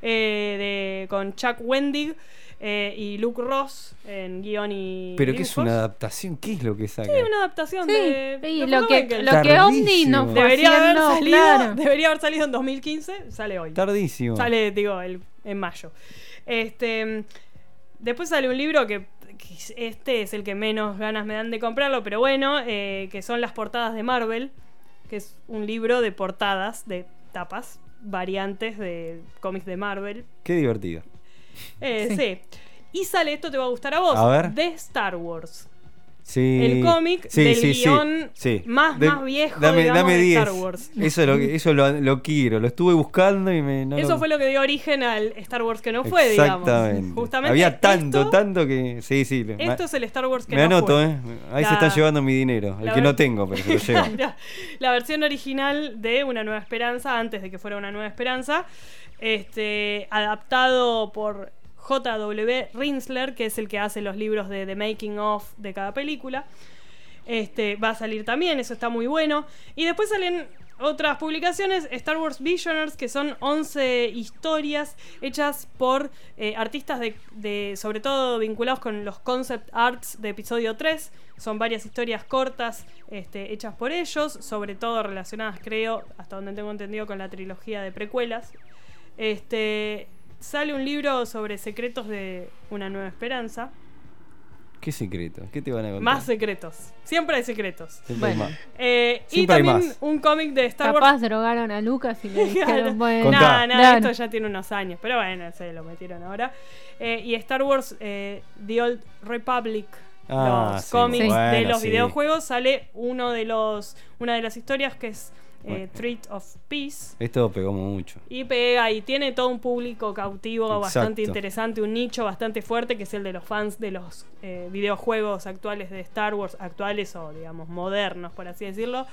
con Chuck Wendig y Luke Ross en guión y Pero que es dibujos. una adaptación. ¿Qué es lo que saca? Sí, una adaptación Sí, de sí, The lo Force que Awakens. Omni no fue Debería haber haciendo, salido, claro. debería haber salido en 2015, sale hoy. Tardísimo. Sale, digo, en mayo. Después sale un libro que este es el que menos ganas me dan de comprarlo, pero bueno, que son las portadas de Marvel, que es un libro de portadas, de tapas, variantes de cómics de Marvel. Qué divertido. Sí. Y sale, esto te va a gustar a vos, A ver. de Star Wars. Sí. El cómic del guión más viejo, digamos, dame de 10. Star Wars. Eso lo quiero. Lo estuve buscando y Eso fue lo que dio origen al Star Wars que no fue, digamos. Exactamente. Justamente Había tanto esto, que. Sí. Esto es el Star Wars que me no anoto, fue. Ahí La- se están llevando mi dinero. El la que ver- no tengo, pero se lo llevan. La versión original de Una Nueva Esperanza, antes de que fuera Una Nueva Esperanza, adaptado por J.W. Rinsler, que es el que hace los libros de The Making of de cada película. Va a salir también, eso está muy bueno. Y después salen otras publicaciones, Star Wars Visioners, que son 11 historias hechas por artistas sobre todo vinculados con los concept arts de episodio 3. Son varias historias cortas hechas por ellos, sobre todo relacionadas, creo, hasta donde tengo entendido, con la trilogía de precuelas. Sale un libro sobre secretos de Una Nueva Esperanza. ¿Qué secreto? ¿Qué te van a contar? Más secretos. Siempre hay secretos. Siempre hay Bueno. más. Y Siempre hay también más. un cómic de Star Capaz Wars. drogaron a Lucas y le Claro. dijeron, bueno, Contá. No, dale. esto ya tiene unos años, pero bueno, se lo metieron ahora. Y Star Wars, The Old Republic, los Sí, cómics de bueno, los sí. videojuegos, sale una de las historias que es Bueno. Treat of Peace. Esto pegó mucho. Y pega y tiene todo un público cautivo Exacto. bastante interesante, un nicho bastante fuerte, que es el de los fans de los videojuegos actuales de Star Wars, actuales o digamos modernos, por así decirlo.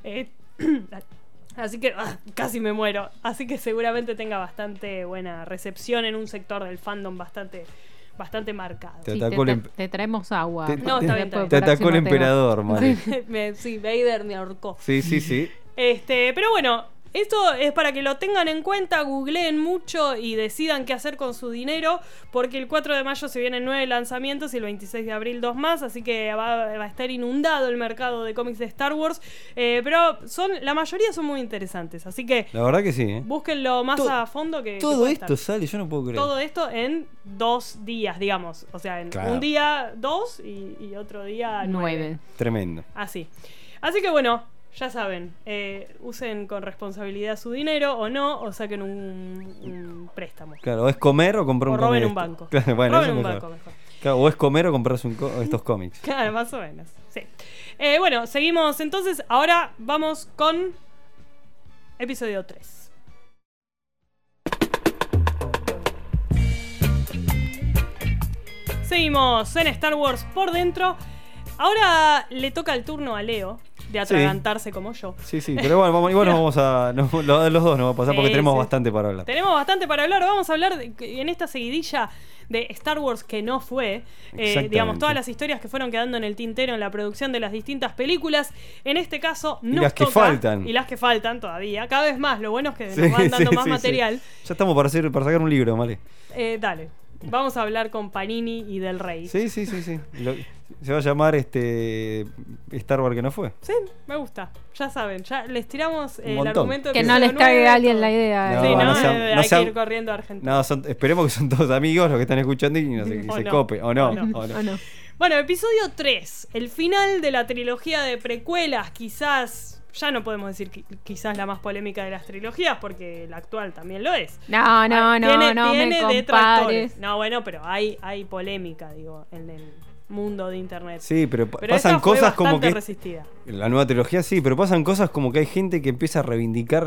Así que casi me muero. Así que seguramente tenga bastante buena recepción en un sector del fandom bastante marcado. Te Sí, atacó el te traemos agua. Te- No, está bien, está bien. Te atacó el Próximo tema. emperador, Mari. Sí, Vader me ahorcó. Sí. Pero bueno, esto es para que lo tengan en cuenta, googleen mucho y decidan qué hacer con su dinero, porque el 4 de mayo se vienen 9 lanzamientos y el 26 de abril 2 más, así que va a estar inundado el mercado de cómics de Star Wars, pero la mayoría son muy interesantes, así que La verdad que sí, búsquenlo más To- a fondo que Todo puede esto estar. sale, yo no puedo creer. Todo esto en 2 días, digamos, o sea, en Claro. un día 2 y otro día 9. 9. Tremendo. Así que bueno, ya saben, usen con responsabilidad su dinero o no, o saquen un préstamo. Claro, o es comer o comprar O un roben cómic. un banco. Claro, bueno, Roben eso un mejor. banco mejor. Claro, o es comer o comprarse estos cómics. Claro, más o menos. Sí. Bueno, seguimos entonces. Ahora vamos con episodio 3. Seguimos en Star Wars por dentro. Ahora le toca el turno a Leo de atragantarse como yo. Sí, pero bueno, igual nos vamos a. Los dos nos va a pasar porque tenemos bastante para hablar. Tenemos bastante para hablar. Vamos a hablar en esta seguidilla de Star Wars que no fue. Digamos, todas las historias que fueron quedando en el tintero en la producción de las distintas películas. En este caso, nos y las que toca, faltan. Y las que faltan todavía. Cada vez más. Lo bueno es que nos van dando más material. Ya estamos para sacar un libro, ¿vale? Dale. Vamos a hablar con Panini y Del Rey. Sí. Se va a llamar Star Wars que no fue. Sí, me gusta. Ya saben, ya les tiramos el montón. argumento. Que no les cague a alguien la idea. Sí, No, no, no sean- hay no que sean- ir corriendo a Argentina. No, esperemos que son todos amigos los que están escuchando y no sé, que O se no. cope. O no. O no. o no. ¿O no? Bueno, episodio 3. El final de la trilogía de precuelas, quizás. Ya no podemos decir quizás la más polémica de las trilogías, porque la actual también lo es. No, Tiene me compares. detractores. No, bueno, pero hay polémica, digo, en el mundo de internet. Sí, pero Pero pasan esta fue cosas como bastante que. resistida. La nueva trilogía sí, pero pasan cosas como que hay gente que empieza a reivindicar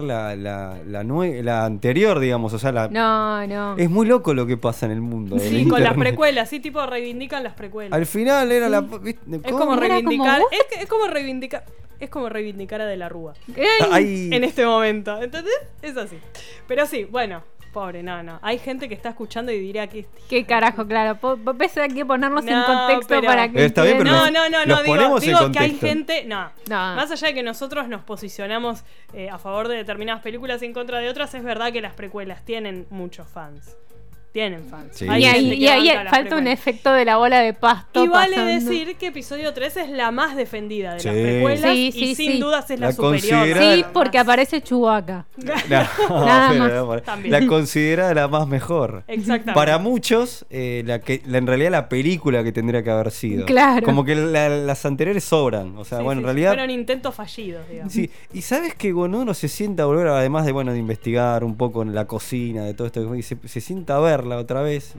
la anterior, digamos. O sea, No. es muy loco lo que pasa en el mundo. del Sí, con las internet. precuelas, sí, tipo reivindican las precuelas. Al final era la. Es como Era reivindicar. como Es como reivindicar. Es como reivindicar a De la Rúa. Hay- En este momento. ¿Entendés? Es así. Pero sí, bueno, pobre, no. Hay gente que está escuchando y dirá que. Qué carajo, claro. Ves hay que ponernos en No, contexto pero- para que. Está bien, pero No, los ponemos en digo que hay contexto. gente. No. No. Más allá de que nosotros nos posicionamos a favor de determinadas películas y en contra de otras, es verdad que las precuelas tienen muchos fans. Tienen fans. Sí. Hay Y gente ahí, que banca las falta un precuelas. efecto de la bola de pasto. Y vale pasando. decir que episodio 3 es la más defendida de Sí. las precuelas Sí, y sí, sin sí. dudas es la La superior. considera- Sí, porque aparece Chewbacca. No, Nada pero más. También. la considera la más mejor. Exactamente. Para muchos, en realidad la película que tendría que haber sido. Claro. Como que las anteriores sobran. O sea, Sí, bueno, sí, en realidad. fueron intentos fallidos, digamos. Sí, y sabes que cuando uno se sienta a volver, además de investigar un poco en la cocina, de todo esto, y se sienta a verla otra vez,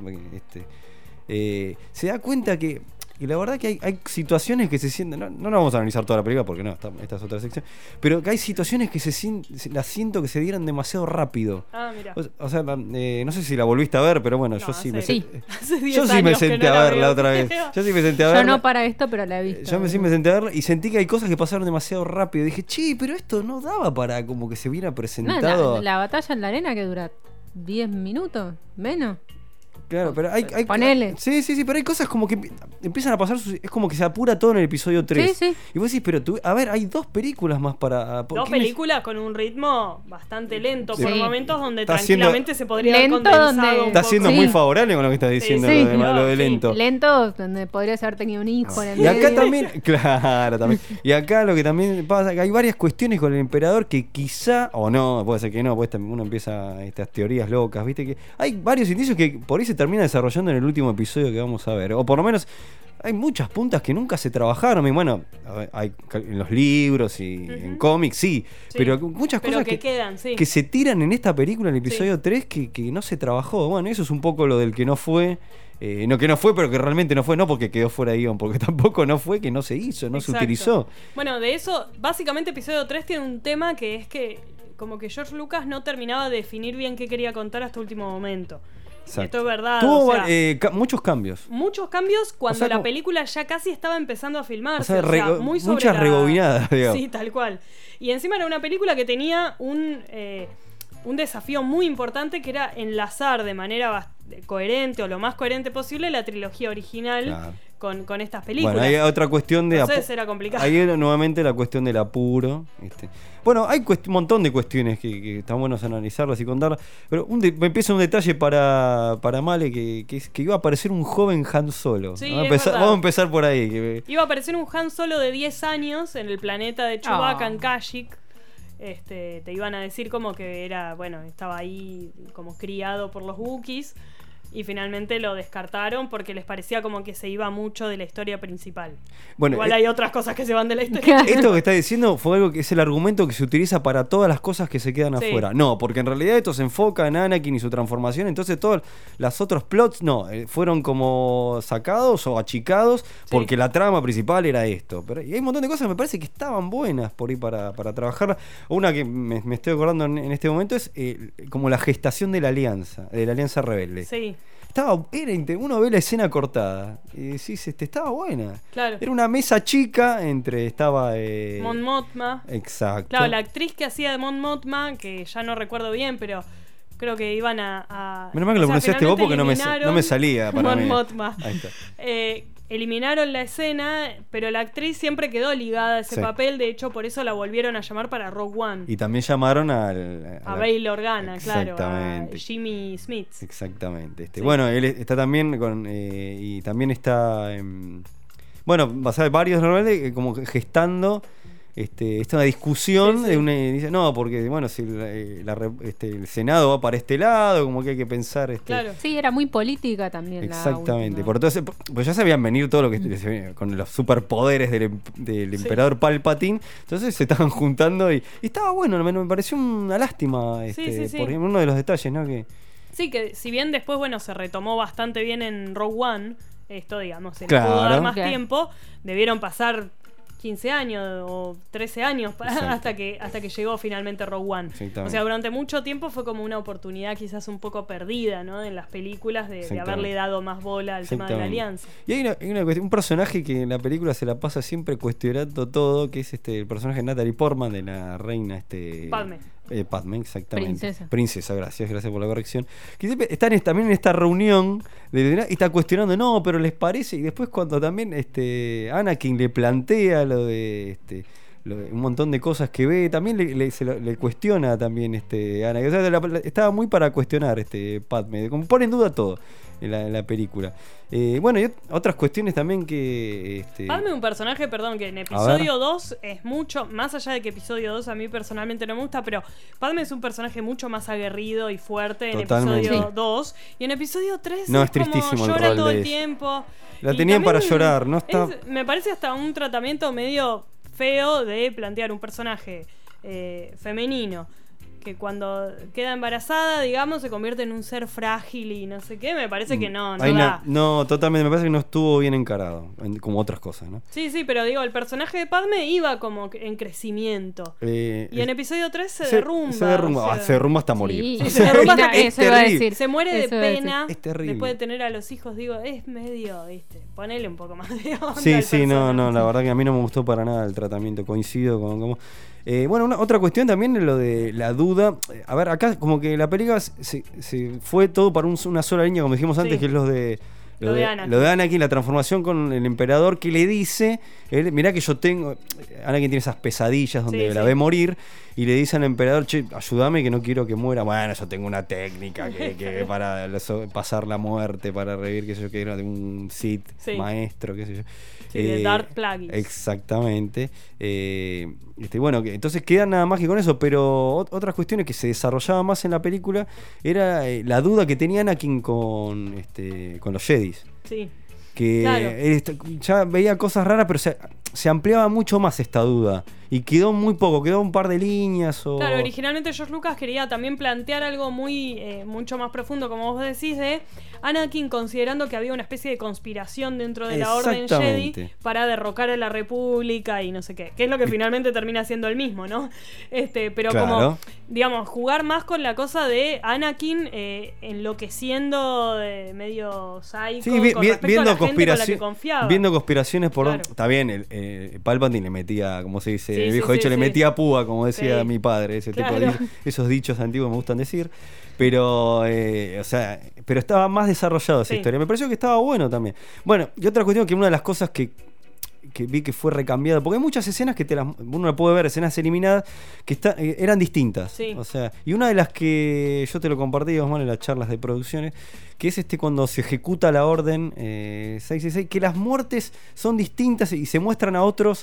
se da cuenta que la verdad que hay situaciones que se sienten, no nos vamos a analizar toda la película porque no, esta es otra sección, pero que hay situaciones que las siento que se dieron demasiado rápido. Ah, mira. O sea, no sé si la volviste a ver, pero bueno, No, yo sí hace- me hace 10 yo sí me años que senté no a la verla veo. otra vez. Yo sí me senté a Yo verla. no para esto, pero la he visto. Yo sí me senté a verla y sentí que hay cosas que pasaron demasiado rápido. Dije, che, pero esto no daba para como que se hubiera No, presentado. la batalla en la arena que dura 10 minutos, menos. Claro, pero hay Ponele. Sí, pero hay cosas como que empiezan a pasar. Es como que se apura todo en el episodio 3. Sí. Y vos decís, pero a ver, hay 2 películas más para. ¿por Dos qué películas con un ritmo bastante lento, Sí. por momentos donde Está tranquilamente se podría haber lento condensado donde- un Está poco. siendo Sí. muy favorable con lo que estás diciendo, Sí, lo de sí. lento. Lento, donde podrías haber tenido un hijo en el Y acá medio. también, claro, también. Y acá lo que también pasa, que hay varias cuestiones con el emperador que quizá, o no, puede ser que no, pues uno empieza estas teorías locas, viste que hay varios indicios que por ahí se termina desarrollando en el último episodio que vamos a ver. O por lo menos hay muchas puntas que nunca se trabajaron. Y bueno, hay en los libros y en cómics, sí, Sí, pero muchas pero cosas que quedan, sí. que se tiran en esta película, en el episodio 3, que no se trabajó. Bueno, eso es un poco lo del que no fue. No que no fue, pero que realmente no fue, no porque quedó fuera de guión, porque tampoco no fue, que no se hizo, no se Exacto. utilizó. Bueno, de eso, básicamente episodio 3 tiene un tema que es que como que George Lucas no terminaba de definir bien qué quería contar hasta último momento. Exacto. Esto es verdad. Tuvo o sea, muchos cambios. muchos cambios cuando O sea, la como- película ya casi estaba empezando a filmarse. O sea, muy sobre muchas rebobinadas, digamos. Sí, tal cual. Y encima era una película que tenía un desafío muy importante que era enlazar de manera coherente o lo más coherente posible la trilogía original Claro. con estas películas. Bueno, hay otra cuestión de Entonces era complicado. Ahí era nuevamente la cuestión del apuro. Bueno, hay un montón de cuestiones que están buenos analizarlas y contarlas. Pero me empieza un detalle para Male que iba a aparecer un joven Han Solo. Sí, vamos, es verdad. vamos a empezar por ahí. Iba a aparecer un Han Solo de 10 años en el planeta de Chewbacca Oh. en Kashyyyk. Te iban a decir como que era, bueno, estaba ahí como criado por los Wookiees. y finalmente lo descartaron porque les parecía como que se iba mucho de la historia principal. Bueno, Igual hay otras cosas que se van de la historia. Esto que está diciendo fue algo que es el argumento que se utiliza para todas las cosas que se quedan Sí. afuera. No, porque en realidad esto se enfoca en Anakin y su transformación, entonces todos los otros plots fueron como sacados o achicados porque la trama principal era esto. Pero y hay un montón de cosas que me parece que estaban buenas por ahí para trabajar. Una que me estoy acordando en este momento es como la gestación de la Alianza Rebelde. Sí, Uno ve la escena cortada y decís, estaba buena. claro. Era una mesa chica estaba Mon Mothma. exacto. Claro, la actriz que hacía de Mon Mothma, que ya no recuerdo bien, pero creo que iban a Menos mal que lo pronunciaste vos porque no me eliminaron salía para Mon mí. Mothma. Ahí está. Eliminaron la escena, pero la actriz siempre quedó ligada a ese Sí. papel, de hecho por eso la volvieron a llamar para Rogue One. Y también llamaron a Bail Organa, claro, a Exactamente. Jimmy Smith. Exactamente. Sí. Bueno, él está también y también está bueno, basado en varios rebeldes como gestando esta discusión Sí, sí. dice, no, porque bueno, si el Senado va para este lado, como que hay que pensar Claro. Sí, era muy política también. Exactamente, La por entonces, pues ya se veían venir todo lo que se venía con los superpoderes del emperador Palpatine, entonces se estaban juntando y estaba bueno, me pareció una lástima, Sí. por ejemplo, uno de los detalles, ¿no? Que Sí, que si bien después, bueno, se retomó bastante bien en Rogue One, esto, digamos, se le Claro. pudo dar más Claro. tiempo, debieron pasar 15 años o 13 años Exacto. hasta que llegó finalmente Rogue One. Exactamente. O sea, durante mucho tiempo fue como una oportunidad quizás un poco perdida, ¿no? En las películas de Exactamente. haberle dado más bola al tema de la Exactamente. alianza. Y hay una cuestión, un personaje que en la película se la pasa siempre cuestionando todo, que es el personaje de Natalie Portman, de la reina Padme. Padme, exactamente. Princesa. Gracias por la corrección. Que siempre está también en esta reunión y está cuestionando, no, pero les parece, y después cuando también Anakin le plantea lo de un montón de cosas que ve, también le cuestiona también Anakin. O sea, estaba muy para cuestionar Padme, como pone en duda todo en la película. Bueno, y otras cuestiones también que Padme es un personaje, perdón, que en episodio 2 es mucho, más allá de que episodio 2 a mí personalmente no me gusta, pero Padme es un personaje mucho más aguerrido y fuerte en Totalmente. episodio Sí. 2. Y en episodio 3 No, es como tristísimo el llora rol todo de el ella. tiempo. La Y tenían para también llorar, no está. me parece hasta un tratamiento medio feo de plantear un personaje femenino que cuando queda embarazada, digamos, se convierte en un ser frágil y no sé qué. Me parece que no Ahí da. no, totalmente, me parece que no estuvo bien encarado, como otras cosas, ¿no? Sí, pero digo, el personaje de Padme iba como en crecimiento. Y en episodio 3 se derrumba. Se derrumba, o sea, se derrumba hasta morir. Sí, Sí, se derrumba hasta que- eso iba a terrible. decir. se muere de Eso iba a decir. pena Es terrible. después de tener a los hijos. Digo, es medio, ¿viste? Ponele un poco más de onda Sí, al sí, no, personaje. la verdad que a mí no me gustó para nada el tratamiento, coincido con como... bueno, otra cuestión también es lo de la duda. A ver, acá como que la película se fue todo para una sola línea, como dijimos antes, Sí. que es lo de Anakin. lo de Anakin, la transformación con el emperador que le dice, mirá que yo tengo, Anakin tiene esas pesadillas donde Sí, la sí. ve morir y le dice al emperador, che, ayúdame que no quiero que muera. Bueno, yo tengo una técnica que para pasar la muerte, para revivir, qué sé yo, que era de un Sith Sí. maestro, qué sé yo. Sí, de Darth Plagueis. Exactamente. Bueno, entonces queda nada más que con eso, pero otras cuestiones que se desarrollaban más en la película era la duda que tenía Anakin con los Jedis. Sí. Que Claro. ya veía cosas raras, pero se ampliaba mucho más esta duda. Y quedó muy poco, quedó un par de líneas. Claro, originalmente George Lucas quería también plantear algo mucho más profundo, como vos decís, de Anakin considerando que había una especie de conspiración dentro de la Orden Jedi Exactamente. para derrocar a la República y no sé qué. Que es lo que finalmente termina siendo el mismo, ¿no? Pero Claro. como, digamos, jugar más con la cosa de Anakin enloqueciendo medio psycho Sí, con respecto a la gente con la que confiaba. viendo conspiraciones por Claro. está bien, Palpatine le metía, como se dice, Sí, el sí, viejo sí, dicho, le sí. metía púa, como decía Sí. mi padre, ese tipo Claro. esos dichos antiguos me gustan decir, pero o sea, pero estaba más desarrollado esa Sí. historia. Me pareció que estaba bueno también. Bueno, y otra cuestión, que una de las cosas que vi que fue recambiada, porque hay muchas escenas que uno la puede ver, escenas eliminadas que eran distintas. Sí. O sea, y una de las que yo te lo compartí, Osman, en las charlas de producciones, que es cuando se ejecuta la orden 666, que las muertes son distintas y se muestran a otros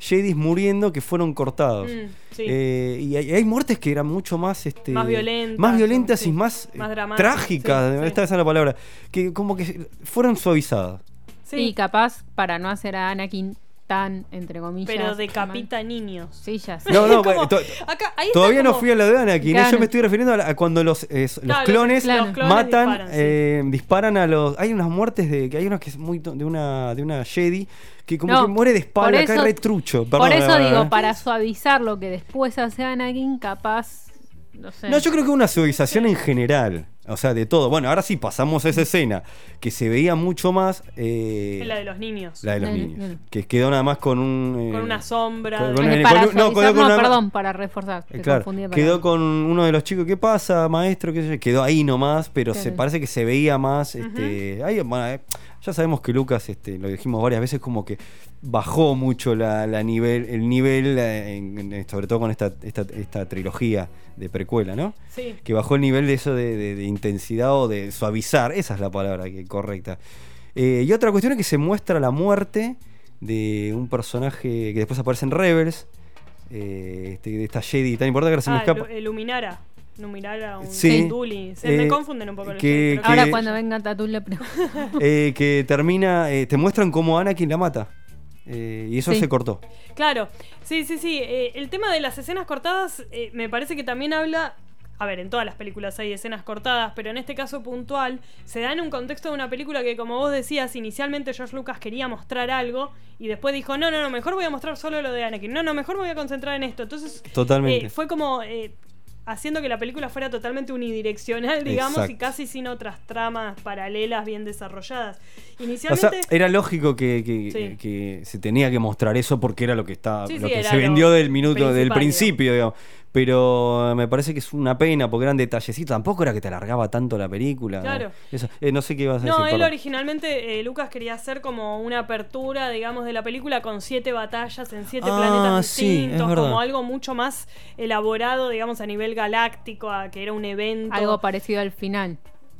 Jedis muriendo que fueron cortados. Sí. Y hay muertes que eran mucho más más violentas. más violentas sí. y más dramáticas. Trágicas, Sí, esta es la palabra, que como que fueron suavizadas. Sí. Y capaz para no hacer a Anakin tan, entre comillas. Pero decapita niños. Sí, ya sé. No, Como- bueno, acá- ahí está todavía no como- fui a la de Anakin. Claro. Yo me estoy refiriendo a cuando los Claro, clones los clones matan, disparan, disparan a los. Hay unas muertes que hay una que es muy de una Jedi que como No, que muere de espalda, por cae eso- re trucho. Por Perdón, eso digo, ¿eh? para suavizar lo que después hace Anakin, capaz. No sé. No, yo creo que una suavización en general. O sea, de todo. Bueno, ahora sí pasamos a esa escena que se veía mucho más. Es la de los niños. La de los La de- niños. claro. Que quedó nada más con un. Con una sombra. con- Para con- suavizar, no, quedó con una- perdón, para reforzar. te Claro, confundí de quedó palabra. con uno de los chicos. ¿Qué pasa, maestro? ¿Qué sé yo? Quedó ahí nomás, pero Claro. parece que se veía más. Ahí, bueno, ya sabemos que Lucas, lo dijimos varias veces, como que bajó mucho el nivel, sobre todo con esta trilogía de precuela, ¿no? Sí. Que bajó el nivel de eso de intensidad o de suavizar, esa es la palabra correcta. Y otra cuestión es que se muestra la muerte de un personaje que después aparece en Rebels, de esta Jedi tan importante que ahora se me escapa. Luminara. Luminara, un Sí. Duli. Me confunden un poco los que- Jedi, pero- Ahora que- cuando venga Tatooine le pregunto. Que termina, te muestran cómo Anakin la mata. Y eso Sí. se cortó. Claro, sí. El tema de las escenas cortadas me parece que también habla. A ver, en todas las películas hay escenas cortadas, pero en este caso puntual se da en un contexto de una película que, como vos decías, inicialmente George Lucas quería mostrar algo y después dijo, no, mejor voy a mostrar solo lo de Anakin. No, mejor me voy a concentrar en esto. Entonces, Totalmente. fue como haciendo que la película fuera totalmente unidireccional, digamos, Exacto. y casi sin otras tramas paralelas bien desarrolladas. O Inicialmente... sea, era lógico que Sí. que se tenía que mostrar eso porque era lo que estaba, Sí, lo sí, que era se lo vendió del minuto, del principal, principio, digamos. Pero me parece que es una pena porque eran detallecitos. Tampoco era que te alargaba tanto la película. Claro. ¿No? Eso, no sé qué ibas a No, decir. él perdón. originalmente, Lucas quería hacer como una apertura, digamos, de la película con 7 batallas en 7 Ah, planetas sí, distintos, es verdad. como algo mucho más elaborado, digamos, a nivel galáctico, a que era un evento. Algo parecido al final.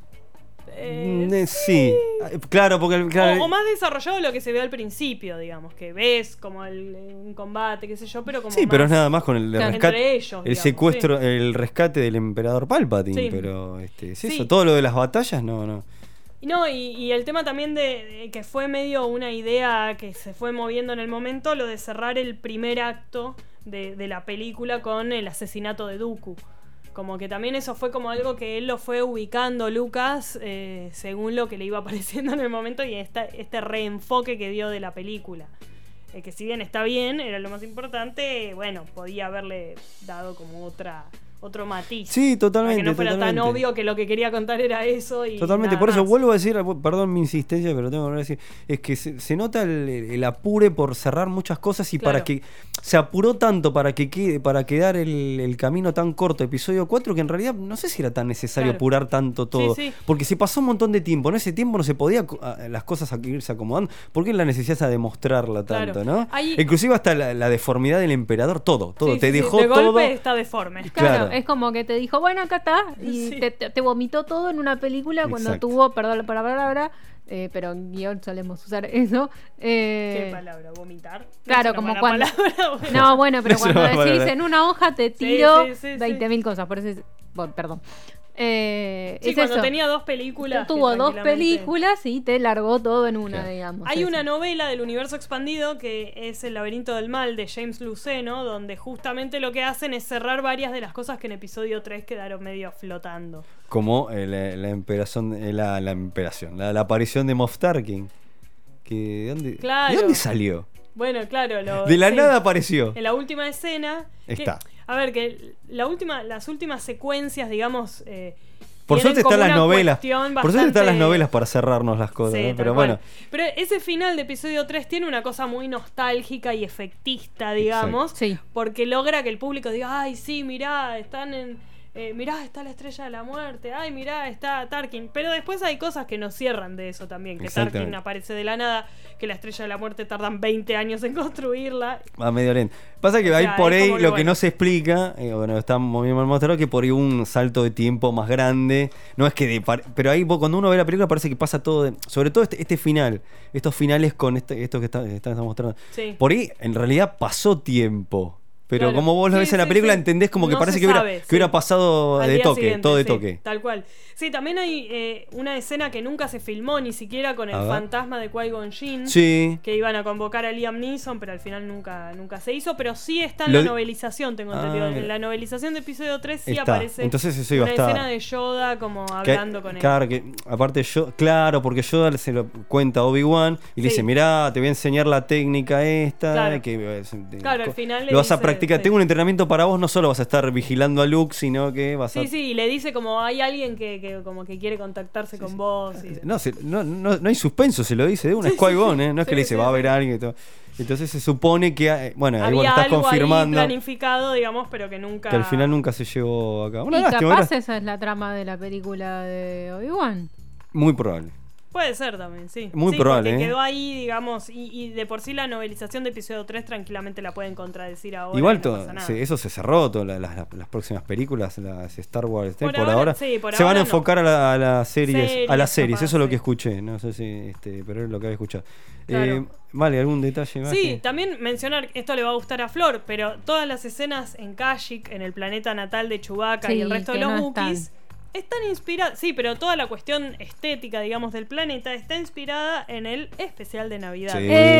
Sí. Claro, porque. Claro, O más desarrollado de lo que se ve al principio, digamos, que ves como un combate, qué sé yo, pero como sí, más pero es nada más con el Claro. rescate. entre ellos, El digamos, secuestro, el rescate del emperador Palpatine. Sí. Pero es Sí. eso. Todo lo de las batallas, no. No, y el tema también de que fue medio una idea que se fue moviendo en el momento, lo de cerrar el primer acto de la película con el asesinato de Dooku. Como que también eso fue como algo que él lo fue ubicando, Lucas, según lo que le iba apareciendo en el momento y este reenfoque que dio de la película. Que si bien está bien, era lo más importante, bueno, podía haberle dado como otro matiz. Sí, totalmente. Para que no fuera totalmente. tan obvio que lo que quería contar era eso. Y Totalmente, nada por eso más. vuelvo a decir, perdón mi insistencia, pero tengo que volver a decir, es que se nota el apure por cerrar muchas cosas y Claro. para que se apuró tanto para quedar el camino tan corto, episodio 4, que en realidad no sé si era tan necesario Claro. apurar tanto todo, Sí, sí. porque se pasó un montón de tiempo, en ese tiempo no se podía las cosas irse acomodando, porque la necesidad de mostrarla tanto, Claro. ¿no? Ahí- Inclusive hasta la deformidad del emperador, todo, Sí, te sí, sí, dejó de todo. golpe está deforme. Claro, Claro. es como que te dijo, bueno, acá está, y Sí. te vomitó todo en una película cuando Exacto. tuvo, perdón por la palabra, pero en guión solemos usar eso. ¿Qué palabra? ¿Vomitar? Claro, Es una como mala cuando- palabra, bueno. No, bueno, pero Es cuando una decís palabra. en una hoja te tiro sí, sí, sí. 20.000 cosas, por eso es, bueno, perdón. Sí, Es cuando eso. tenía 2 películas. que Tuvo 2 tranquilamente- películas y te largó todo en una, Claro. digamos. Hay eso. una novela del universo expandido que es El laberinto del mal de James Luceno, donde justamente lo que hacen es cerrar varias de las cosas que en episodio 3 quedaron medio flotando. Como la aparición de Moff Tarkin. Claro. ¿De dónde salió? Bueno, claro. De la sí. nada apareció. En la última escena. Está. A ver, que las últimas secuencias, digamos. Por tienen suerte están como las una novelas. cuestión Por suerte están las bastante- novelas para cerrarnos las cosas. Sí, ¿no? tal Pero cual. bueno. Pero ese final de episodio 3 tiene una cosa muy nostálgica y efectista, digamos. Sí. Porque logra que el público diga, ay, sí, mirá, están mirá, está la Estrella de la Muerte, ay, mirá, está Tarkin. Pero después hay cosas que nos cierran de eso también, que Tarkin aparece de la nada, que la Estrella de la Muerte tardan 20 años en construirla. Va medio lento. Pasa que hay por ahí lo que no se explica, bueno, está muy mal mostrado, que por ahí un salto de tiempo más grande. No es que pero ahí cuando uno ve la película parece que pasa todo, sobre todo este final, estos finales con esto que está mostrando. Sí. Por ahí en realidad pasó tiempo. Pero claro, como vos lo ves en la película, entendés como que no parece que hubiera pasado al de día toque, siguiente, todo de sí, toque. Tal cual. Sí, también hay una escena que nunca se filmó, ni siquiera con el fantasma de Qui-Gon Jinn. Sí. Que iban a convocar a Liam Neeson, pero al final nunca se hizo. Pero sí está en la novelización, tengo entendido. En la novelización de episodio 3 sí aparece. Entonces eso iba una a estar. escena de Yoda como hablando con él. Claro, que aparte porque Yoda se lo cuenta a Obi-Wan y le dice, mirá, te voy a enseñar la técnica esta. Claro, que, al final lo vas a practicar. Tengo un entrenamiento para vos, no solo vas a estar vigilando a Luke, sino que vas a... Sí, y le dice como hay alguien que como que quiere contactarse con vos. Y... No hay suspenso, se lo dice de una. Es Qui-Gon, ¿eh? No es que le dice, va a haber alguien y todo. Entonces se supone que, bueno, ahí vos estás confirmando. Ahí planificado, digamos, pero que nunca... Que al final nunca se llevó a cabo. Y capaz esa es la trama de la película de Obi-Wan. Muy probable. Puede ser también, sí. Muy probable. Porque quedó ahí, digamos, y de por sí la novelización de episodio 3 tranquilamente la pueden contradecir ahora. Igual eso se cerró, las próximas películas, las Star Wars, por ahora se van a enfocar a las series. A las series, capaz, eso es lo que escuché. No sé si, pero es lo que había escuchado. Claro. Vale, ¿algún detalle más? Sí, también mencionar, esto le va a gustar a Flor, pero todas las escenas en Kashyyyk, en el planeta natal de Chewbacca y el resto de los Wookiees, están inspiradas, sí, pero toda la cuestión estética, digamos, del planeta está inspirada en el especial de Navidad.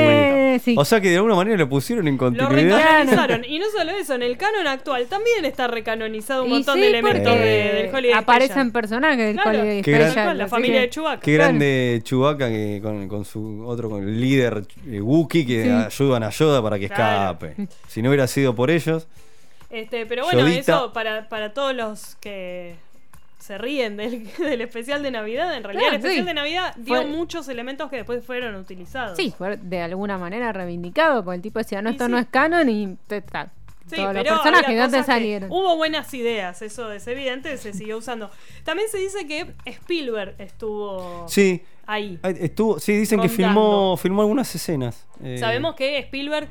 Sí. O sea que de alguna manera lo pusieron en continuidad. Lo recanonizaron. Y no solo eso, en el canon actual también está recanonizado un montón de elementos del Holiday aparecen personajes del Holiday Special. La familia de Chewbacca. Qué grande Chewbacca que con su con el líder Wookiee que ayudan a Yoda para que escape. Si no hubiera sido por ellos. Pero bueno, Yodita. Eso para todos los que se ríen del especial de Navidad. En realidad el especial de Navidad dio muchos elementos que después fueron utilizados. Sí, fue de alguna manera reivindicado, porque el tipo decía, no, esto no es canon y todos los personajes, ¿dónde salieron? Hubo buenas ideas, eso es evidente, se siguió usando. También se dice que Spielberg estuvo ahí. Dicen que filmó algunas escenas. Sabemos que Spielberg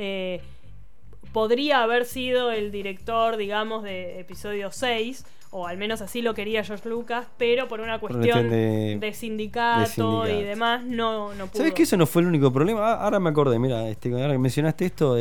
podría haber sido el director, digamos, de episodio 6, o al menos así lo quería George Lucas, pero por una cuestión de sindicato y demás no pudo. ¿Sabes que eso no fue el único problema? Ahora me acordé, mira, ahora que mencionaste esto,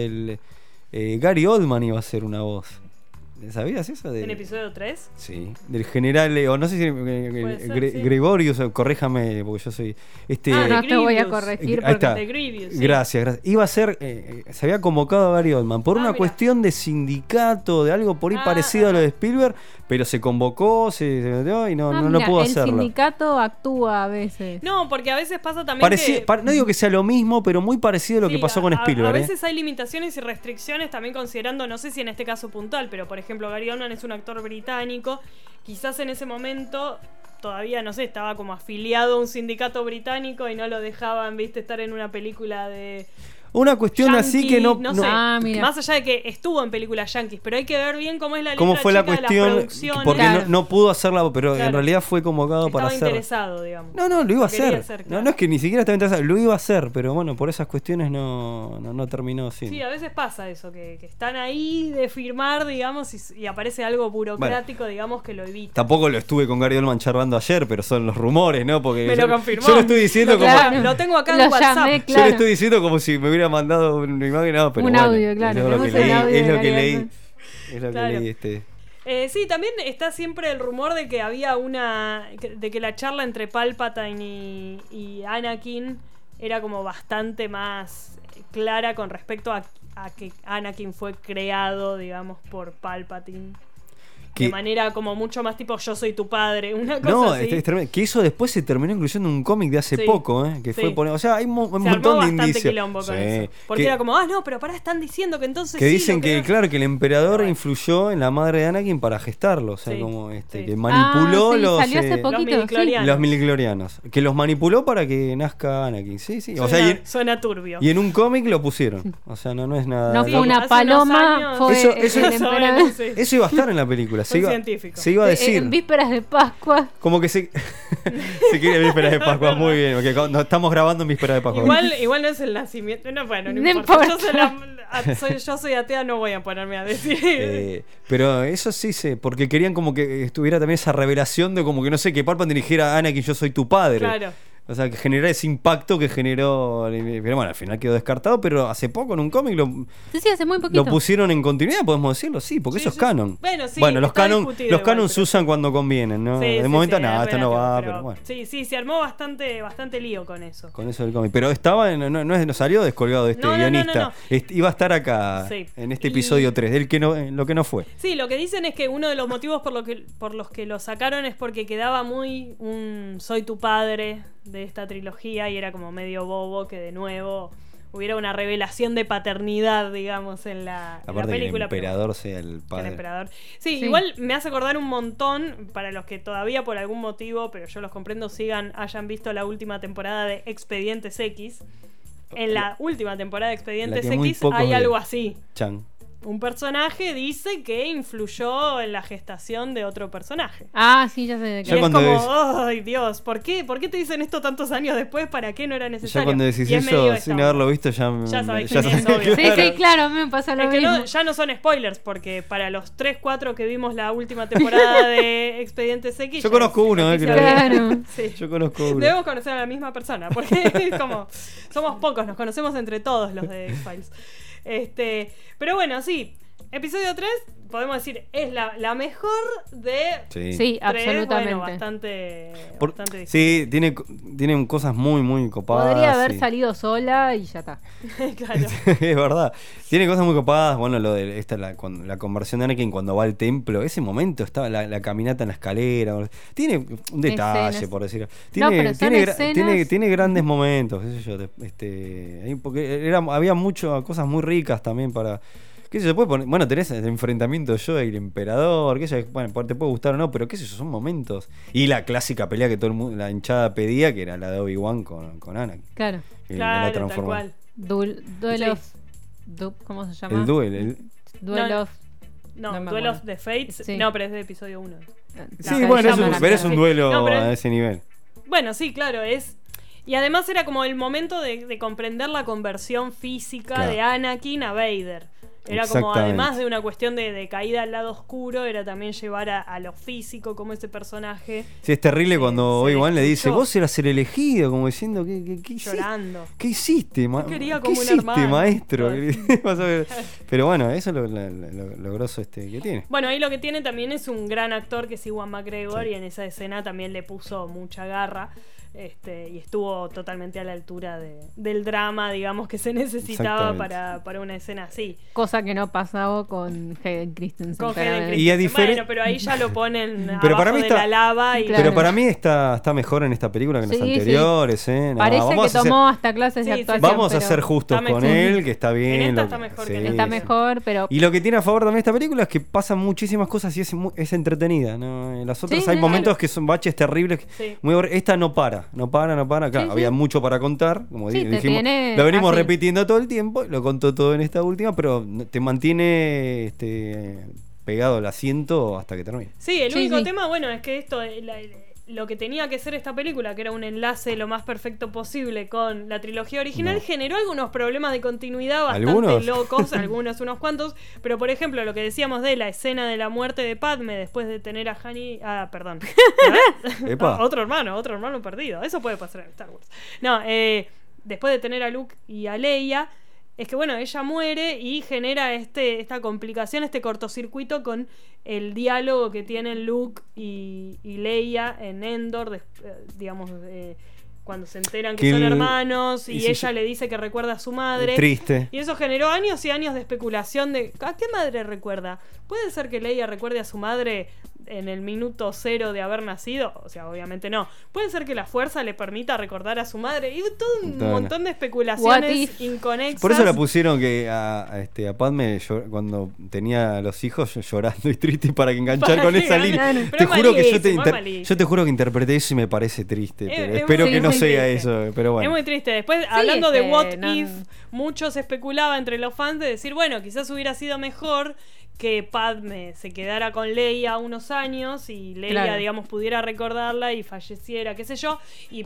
Gary Oldman iba a ser una voz. ¿Sabías eso? ¿En episodio 3? Sí, del general, o no sé si Gregorius, corréjame, porque yo soy... no te voy a corregir porque de Grievous, Gracias. Iba a ser, se había convocado a Gary Oldman por una cuestión de sindicato, de algo por ahí parecido a lo de Spielberg, pero se convocó, se metió y no pudo hacerlo. El sindicato actúa a veces. No, porque a veces pasa también no digo que sea lo mismo, pero muy parecido a lo que pasó con Spielberg. A veces hay limitaciones y restricciones también considerando, no sé si en este caso puntual, pero por ejemplo Gary Oldman es un actor británico, quizás en ese momento todavía, no sé, estaba como afiliado a un sindicato británico y no lo dejaban, estar en una película de... Una cuestión yankee, así que no sé, más allá de que estuvo en películas yankees, pero hay que ver bien cómo es la letra cómo fue la cuestión, porque no pudo hacerla, pero en realidad fue convocado para hacer. Estaba interesado, digamos. No, lo iba a hacer. No es que ni siquiera estaba interesado, lo iba a hacer, pero bueno, por esas cuestiones no terminó así. Sí, a veces pasa eso, que están ahí de firmar, digamos, y aparece algo burocrático, digamos, que lo evita. Tampoco lo estuve con Gary Oldman charlando ayer, pero son los rumores, ¿no? Porque me lo confirmó. Yo lo estoy diciendo lo tengo acá en WhatsApp. Llamé, yo lo estoy diciendo como si me hubiera mandado una imagen, pero un audio, claro. Es lo que leí. Es lo que leí. Sí, también está siempre el rumor de que había de que la charla entre Palpatine y Anakin era como bastante más clara con respecto a que Anakin fue creado, digamos, por Palpatine. De manera como mucho más tipo yo soy tu padre, una cosa así. Es tremendo. Que eso después se terminó incluyendo en un cómic de hace poco, que fue o sea, hay un montón de indicios. Quilombo con eso. Porque era como, no, pero están diciendo que entonces que dicen que claro, que el emperador influyó en la madre de Anakin para gestarlo, o sea, como que manipuló los midichlorianos, que los manipuló para que nazca Anakin. Sí. O sea, suena turbio. Y en un cómic lo pusieron. O sea, no es nada. No fue una paloma, fue eso iba a estar en la película. película. Un científico. Se iba a decir. En vísperas de Pascua. Como que se quiere en vísperas de Pascua, muy bien. Porque no, estamos grabando en vísperas de Pascua. Igual no es el nacimiento. No, bueno, no No importa. importa. Yo soy atea, no voy a ponerme a decir. Pero eso sí porque querían como que estuviera también esa revelación de como que no sé, que Palpatine dijera, Anakin, yo soy tu padre. Claro. O sea, que generara ese impacto que generó. Pero bueno, al final quedó descartado, pero hace poco en un cómic Sí, hace muy poquito. lo pusieron en continuidad, podemos decirlo, sí, porque Sí, eso es canon. Bueno, los está canon, discutido los igual, canons se pero- usan cuando convienen, ¿no? Sí, de sí, momento, sí, nada, es esto no relativo, va, pero bueno. Sí, se armó bastante lío con eso. Con eso del cómic. Pero estaba, no salió descolgado de este No, guionista. no. Iba a estar acá Sí. en este Y- episodio 3, lo que no fue. Sí, lo que dicen es que uno de los motivos por los que lo sacaron es porque quedaba muy un soy tu padre de esta trilogía y era como medio bobo que de nuevo hubiera una revelación de paternidad, digamos, en la Aparte película. que el emperador sea el Que el padre. emperador. Sí, Sí. igual me hace acordar un montón para los que todavía por algún motivo, pero yo los comprendo, hayan visto la última temporada de Expedientes X. En la última temporada de Expedientes La que muy X pocos hay vieron. algo así. Chan. Un personaje dice que influyó en la gestación de otro personaje. Ah, sí, ya sé de Y qué. Ya es cuando como, ay Dios, ¿por qué te dicen esto tantos años después? ¿Para qué no era necesario? Ya cuando decís Y es medio eso esta sin onda. haberlo visto, ya sabés ya quién es, sabés, obvio. Sí, sí, claro, a mí me pasa lo Es que mismo. ya no son spoilers, porque para los 3-4 que vimos la última temporada de Expedientes X. Yo ya conozco es uno, noticia que lo- de- Claro. Sí. Yo conozco uno. Debemos conocer a la misma persona, porque es como somos pocos, nos conocemos entre todos los de X-Files. Pero bueno, sí. Episodio 3, podemos decir, es la mejor de Sí. Sí, 3, absolutamente. bueno, bastante difícil. Sí, tiene cosas muy, muy copadas. Podría haber sí. salido sola y ya está. Claro. Es verdad. Tiene cosas muy copadas. Bueno, lo de la conversión de Anakin cuando va al templo. Ese momento estaba la caminata en la escalera. Tiene un detalle, Escenas. por decirlo. No, pero son escenas- Tiene grandes momentos. Qué sé yo. Porque había cosas muy ricas también para. ¿Qué sé yo? Puede poner, bueno, tenés el enfrentamiento de Yoda y el emperador. Qué sé yo, bueno, te puede gustar o no, pero qué sé yo, son momentos. Y la clásica pelea que todo el mundo, la hinchada pedía, que era la de Obi-Wan con Anakin. Claro. Que la Claro, tal transformó. cual. Duelos. ¿Cómo se llama? El duel. Duelos. No, No me Duelos acuerdo. de Fates. Sí. No, pero es de episodio 1. Sí, se bueno, llama la pero es un mierda. duelo No, pero- a ese nivel. Bueno, sí, claro, es. Y además era como el momento de comprender la conversión física Claro. de Anakin a Vader. Era como, Exactamente. además de una cuestión de caída al lado oscuro, era también llevar a lo físico, como ese personaje Sí, es terrible cuando se Obi-Wan le dice, destruyó. vos eras el elegido, como diciendo, ¿qué hiciste? llorando. ¿Qué hiciste, Yo quería ¿Qué como un hiciste, hermano. maestro? Claro. Vas a ver. Pero bueno, eso es lo grosso que tiene. Bueno, ahí lo que tiene también es un gran actor que es Ewan McGregor, Sí. y en esa escena también le puso mucha garra. Y estuvo totalmente a la altura del drama, digamos, que se necesitaba Exactamente. para una escena así. Cosa que no pasaba con Hayden Christensen. Con claramente. Hayden Y a Christensen. diferen- Bueno, pero ahí ya lo ponen Pero abajo para mí de está- la lava y Claro. Pero para mí está mejor en esta película que en las Sí, sí. anteriores. No, Parece que vamos a ser- tomó hasta clases de Sí, sí, actuación. Vamos a pero ser justos está con mejor. él, que está bien. En esta lo está que- mejor que sí, en Está sí. mejor, pero. Y lo que tiene a favor también esta película es que pasan muchísimas cosas y es entretenida. ¿no? En las otras Sí, hay sí, momentos claro. que son baches terribles. Sí. Esta no para. Claro, Sí, sí. había mucho para contar. Como Sí, te dijimos, tiene lo venimos así. repitiendo todo el tiempo. Lo contó todo en esta última, pero te mantiene pegado al asiento hasta que termine. Sí, el Sí, único sí. tema, bueno, es que esto, lo que tenía que ser esta película, que era un enlace lo más perfecto posible con la trilogía original, No. generó algunos problemas de continuidad bastante ¿Algunos? locos, algunos unos cuantos, pero por ejemplo, lo que decíamos de la escena de la muerte de Padme después de tener a Hani... Ah, perdón. Epa. Otro hermano perdido. Eso puede pasar en Star Wars. No, después de tener a Luke y a Leia, es que bueno, ella muere y genera esta complicación, este cortocircuito con el diálogo que tienen Luke y Leia en Endor, digamos, cuando se enteran que Que son el- hermanos y y si ella yo- le dice que recuerda a su madre. Triste. Y eso generó años y años de especulación de ¿a qué madre recuerda? ¿Puede ser que Leia recuerde a su madre en el minuto 0 de haber nacido? O sea, obviamente no. ¿Puede ser que la fuerza le permita recordar a su madre? Y todo un No, no. montón de What especulaciones if? inconexas. Por eso la pusieron que a Padme cuando tenía a los hijos llorando y triste para que enganchar Para con que esa gane. línea. Pero Te es juro que malísimo, es malísimo. yo te juro que interpreté eso y me parece triste. Pero Es espero muy- que no muy sea triste. eso. Pero bueno. Es muy triste. Después, hablando es de que What no- If, mucho se especulaba entre los fans de decir, bueno, quizás hubiera sido mejor que Padme se quedara con Leia unos años y Leia, Claro. digamos, pudiera recordarla y falleciera, qué sé yo, y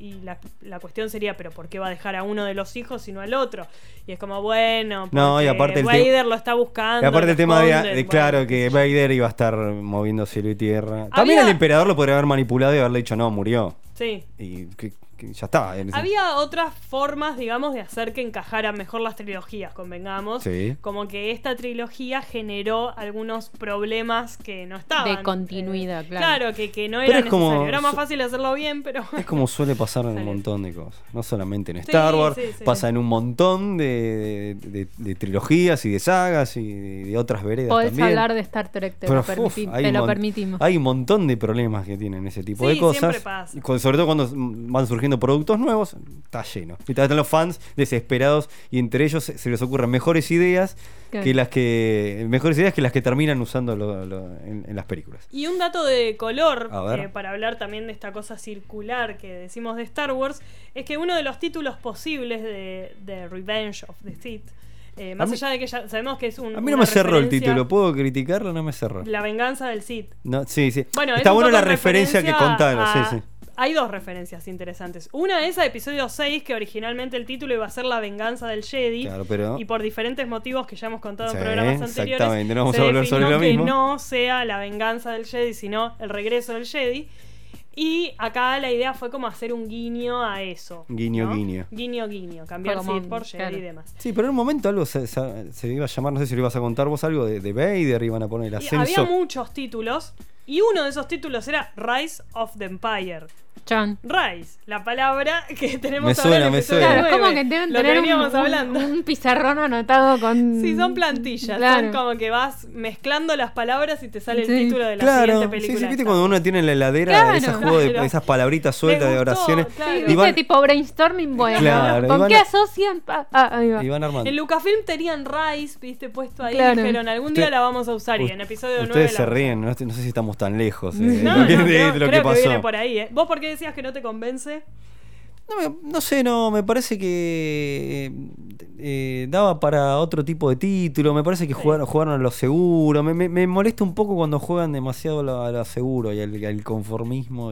la cuestión sería, pero ¿por qué va a dejar a uno de los hijos y no al otro? Y es como, bueno, No, y porque aparte el Vader lo está buscando. Y aparte lo el tema de esconden, claro, bueno, que qué sé yo. Vader iba a estar moviendo cielo y tierra. También el emperador lo podría haber manipulado y haberle dicho, no, murió. Sí. Y que ya está. Había otras formas, digamos, de hacer que encajaran mejor las trilogías, convengamos. Sí. Como que esta trilogía generó algunos problemas que no estaban. De continuidad, claro. Claro, que no Pero era es como- necesario. Era más fácil hacerlo bien, pero... Es como suele pasar en un Sale. montón de cosas. No solamente en Sí, Star Wars, sí, sí. pasa en un montón de trilogías y de sagas y de otras veredas Podés también. hablar de Star Trek, te Pero, lo, uf, te lo permitimos. Hay un montón de problemas que tienen ese tipo Sí, de cosas. siempre pasa. Y sobre todo cuando van surgiendo productos nuevos, está lleno. Y están los fans desesperados y entre ellos se les ocurren mejores ideas Claro. que las que terminan usando en las películas. Y un dato de color, A ver. para hablar también de esta cosa circular que decimos de Star Wars, es que uno de los títulos posibles de Revenge of the Sith, más A mí- allá de que ya sabemos que es un... A mí no una me cerró el referencia- título, ¿puedo criticarlo? No me cerró. La venganza del Sith. No, sí, sí. Bueno, Está es un bueno poco la referencia que contaron, a- sí, sí. Hay dos referencias interesantes. Una es a episodio 6, que originalmente el título iba a ser La venganza del Jedi. Claro, pero... Y por diferentes motivos que ya hemos contado Sí, en programas anteriores, exactamente, no vamos se a hablar sobre definió lo que mismo. no sea la venganza del Jedi, sino el regreso del Jedi. Y acá la idea fue como hacer un guiño a eso. Guiño, ¿no? guiño. Guiño, guiño. Cambiar Fue como Sith por Jedi claro. y demás. Sí, pero en un momento algo se iba a llamar, no sé si lo ibas a contar vos, algo de Vader, iban a poner el Y ascenso. había muchos títulos. Y uno de esos títulos era Rise of the Empire. Chan. Rise, la palabra que tenemos Me ahora suena, en el me episodio suena. Claro, es como 9, que deben lo que tener veníamos hablando. un pizarrón anotado con... Sí, son plantillas, Claro. son como que vas mezclando las palabras y te sale el Sí. título de la Claro, siguiente sí, película. sí, viste Está. cuando uno tiene en la heladera Claro, esas juegos de claro. esas palabritas sueltas Les de gustó, oraciones. claro. ¿Viste? Y van, Tipo brainstorming, bueno. Claro, ¿Con y van qué a- asocian? Ahí va. y van armando. En Lucasfilm tenían Rise, viste, puesto ahí. Claro. Dijeron, algún día Usted- la vamos a usar. Y en episodio 9 Ustedes la se vamos a ríen, no sé si estamos tan lejos No, de no, lo que, creo, de lo que creo que pasó. viene por ahí, ¿eh? ¿Vos por qué decías que no te convence? No sé, me parece que daba para otro tipo de título, me parece que jugaron a lo seguro, me molesta un poco cuando juegan demasiado a lo seguro y al conformismo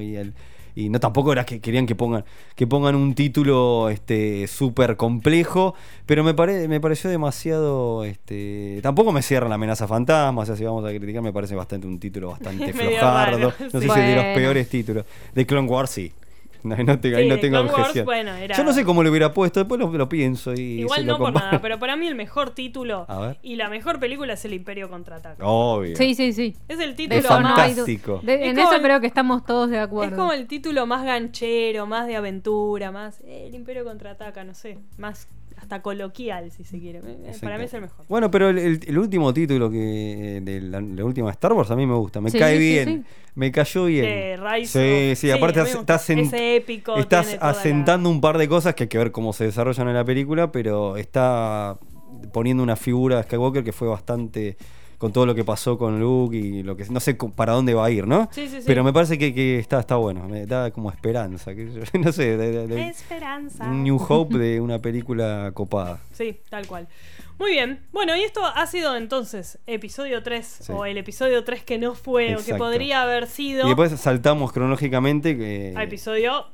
y no tampoco era que querían que pongan un título súper complejo, pero me pareció demasiado tampoco me cierran La amenaza fantasma, o sea, si vamos a criticar me parece un título bastante Medio flojardo, raro, no sí. sé si es de los Bueno. peores títulos. De Clone Wars sí. No, ahí no tengo Sí, de Clone Wars, objeción. bueno, era- Yo no sé cómo lo hubiera puesto, después lo pienso y Igual se lo no por comparo. nada, pero para mí el mejor título A ver. y la mejor película es El Imperio Contraataca. Obvio. Sí, sí, sí. Es el De título eso no hay fantástico. du- de- Es en como eso el- creo que estamos todos de acuerdo. Es como el título más ganchero, más de aventura, más El Imperio Contraataca, no sé, más hasta coloquial si se quiere. Para mí es el mejor. Bueno, pero el último título de la última Star Wars a mí me gusta, me Sí, cae sí, sí, bien, sí. me cayó bien. Rise Sí, of- aparte a mí me gusta. Es épico, estás tiene toda la- asentando un par de cosas que hay que ver cómo se desarrollan en la película, pero está poniendo una figura de Skywalker que fue bastante con todo lo que pasó con Luke y lo que no sé para dónde va a ir, ¿no? Sí, sí, sí. Pero me parece que está bueno, me da como esperanza, que no sé, Esperanza. un New Hope de una película copada. Sí, tal cual. Muy bien. Bueno, y esto ha sido entonces episodio 3, Sí. o el episodio 3 que no fue, o que Exacto. podría haber sido Y después saltamos cronológicamente a episodio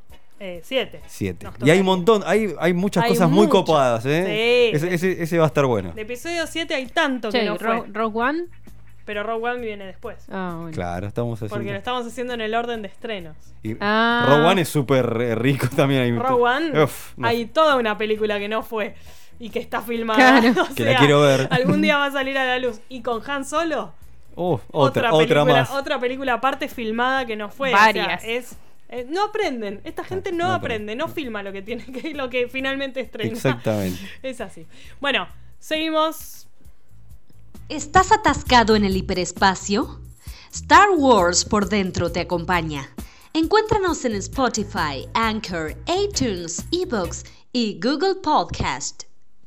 7. 7. Nos Y hay toca. un montón, hay muchas Hay cosas muy muchas. copadas, ¿eh? Sí. Ese va a estar bueno. De episodio 7 hay tanto Che, que no fue. Rogue One. Pero Rogue One viene después. Ah, bueno. Claro, estamos haciendo. Porque lo estamos haciendo en el orden de estrenos. Y Ah. Rogue One es súper rico también. Hay, Rogue One, Uf, no. hay toda una película que no fue y que está filmada. Claro. O Que la sea, quiero ver. Algún día va a salir a la luz. Y con Han Solo, Otra película, más. otra película aparte filmada que no fue. Varias. O sea, no aprenden. Esta gente no no aprende, no filma lo que tiene que lo que finalmente estrena. Exactamente. Es así. Bueno, seguimos. ¿Estás atascado en el hiperespacio? Star Wars por dentro te acompaña. Encuéntranos en Spotify, Anchor, iTunes, eBooks y Google Podcast.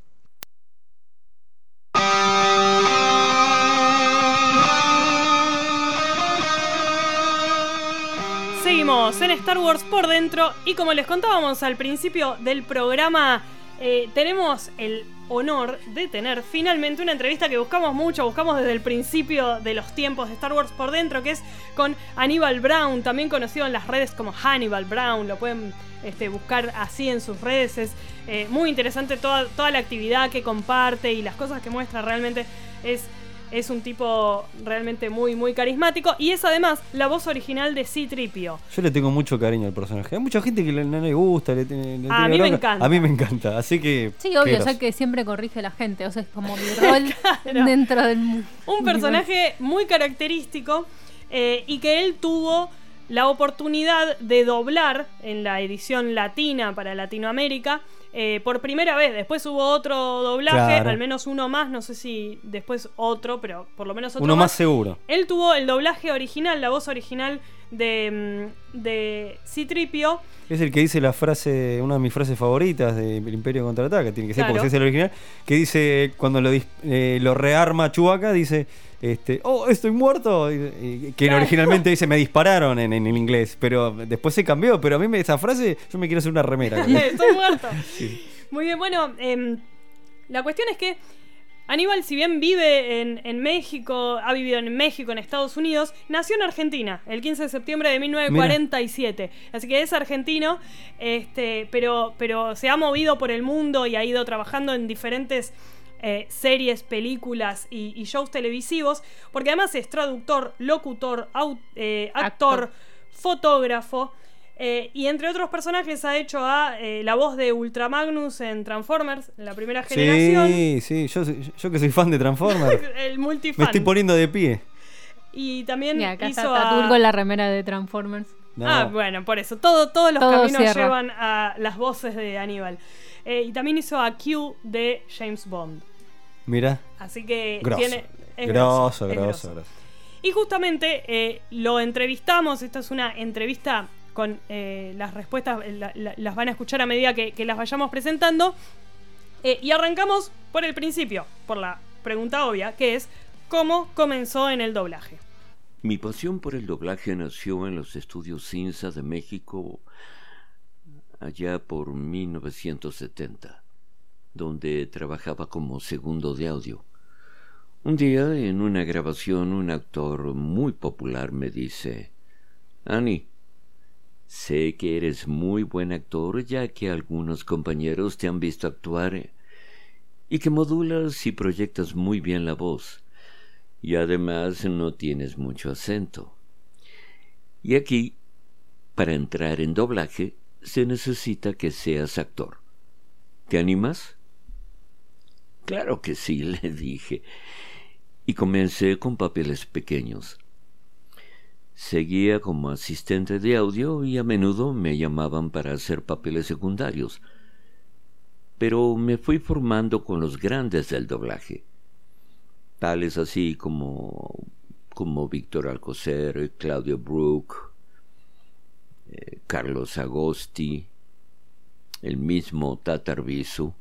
Seguimos en Star Wars por dentro y como les contábamos al principio del programa, tenemos honor de tener finalmente una entrevista que buscamos mucho, buscamos desde el principio de los tiempos de Star Wars por dentro, que es con Aníbal Brown, también conocido en las redes como Hannibal Brown. Lo pueden buscar así en sus redes. Es muy interesante toda la actividad que comparte y las cosas que muestra. Realmente es un tipo realmente muy, muy carismático. Y es además la voz original de C-3PO. Yo le tengo mucho cariño al personaje. Hay mucha gente que no le gusta. Le tiene a mí me encanta. A mí me encanta. Así que. Sí, obvio, ya que siempre corrige a la gente. O sea, es como mi rol claro. Dentro del. Un personaje muy característico y que él tuvo la oportunidad de doblar en la edición latina para Latinoamérica. Por primera vez, después hubo otro doblaje, claro. Al menos uno más, no sé si después otro, pero por lo menos otro uno más seguro. Él tuvo el doblaje original, la voz original de C-3PO. Es el que dice la frase, una de mis frases favoritas de El Imperio Contraataca, tiene que ser, claro. Porque es el original, que dice, cuando lo rearma Chewbacca, dice, estoy muerto, que claro. Originalmente dice, me dispararon en inglés, pero después se cambió, pero a mí esa frase, yo me quiero hacer una remera. Estoy muerto. Sí. Muy bien, bueno, la cuestión es que Aníbal, si bien vive en México, ha vivido en México, en Estados Unidos, nació en Argentina el 15 de septiembre de 1947. Mira. Así que es argentino, pero se ha movido por el mundo y ha ido trabajando en diferentes series, películas y shows televisivos, porque además es traductor, locutor, actor, fotógrafo. Y entre otros personajes ha hecho la voz de Ultra Magnus en Transformers, en la primera generación. Sí, yo que soy fan de Transformers. El multifan. Me estoy poniendo de pie. Y también acá hizo está Tatul con la remera de Transformers. No. Bueno, por eso. Todos los Todo caminos cierra. llevan a las voces de Aníbal. Y también hizo a Q de James Bond. Mirá. Así que Grosso. es Grosso. Y justamente lo entrevistamos. Esta es una entrevista con las respuestas, las van a escuchar a medida que las vayamos presentando. Y arrancamos por el principio, por la pregunta obvia, que es ¿cómo comenzó en el doblaje? Mi pasión por el doblaje nació en los estudios Cinza de México allá por 1970, donde trabajaba como segundo de audio. Un día, en una grabación, un actor muy popular me dice: Ani, sé que eres muy buen actor, ya que algunos compañeros te han visto actuar y que modulas y proyectas muy bien la voz, y además no tienes mucho acento. Y aquí, para entrar en doblaje, se necesita que seas actor. ¿Te animas? Claro que sí, le dije, y comencé con papeles pequeños. Seguía como asistente de audio y a menudo me llamaban para hacer papeles secundarios, pero me fui formando con los grandes del doblaje, tales así como Víctor Alcocer, Claudio Brook, Carlos Agosti, el mismo Tata Arbizu,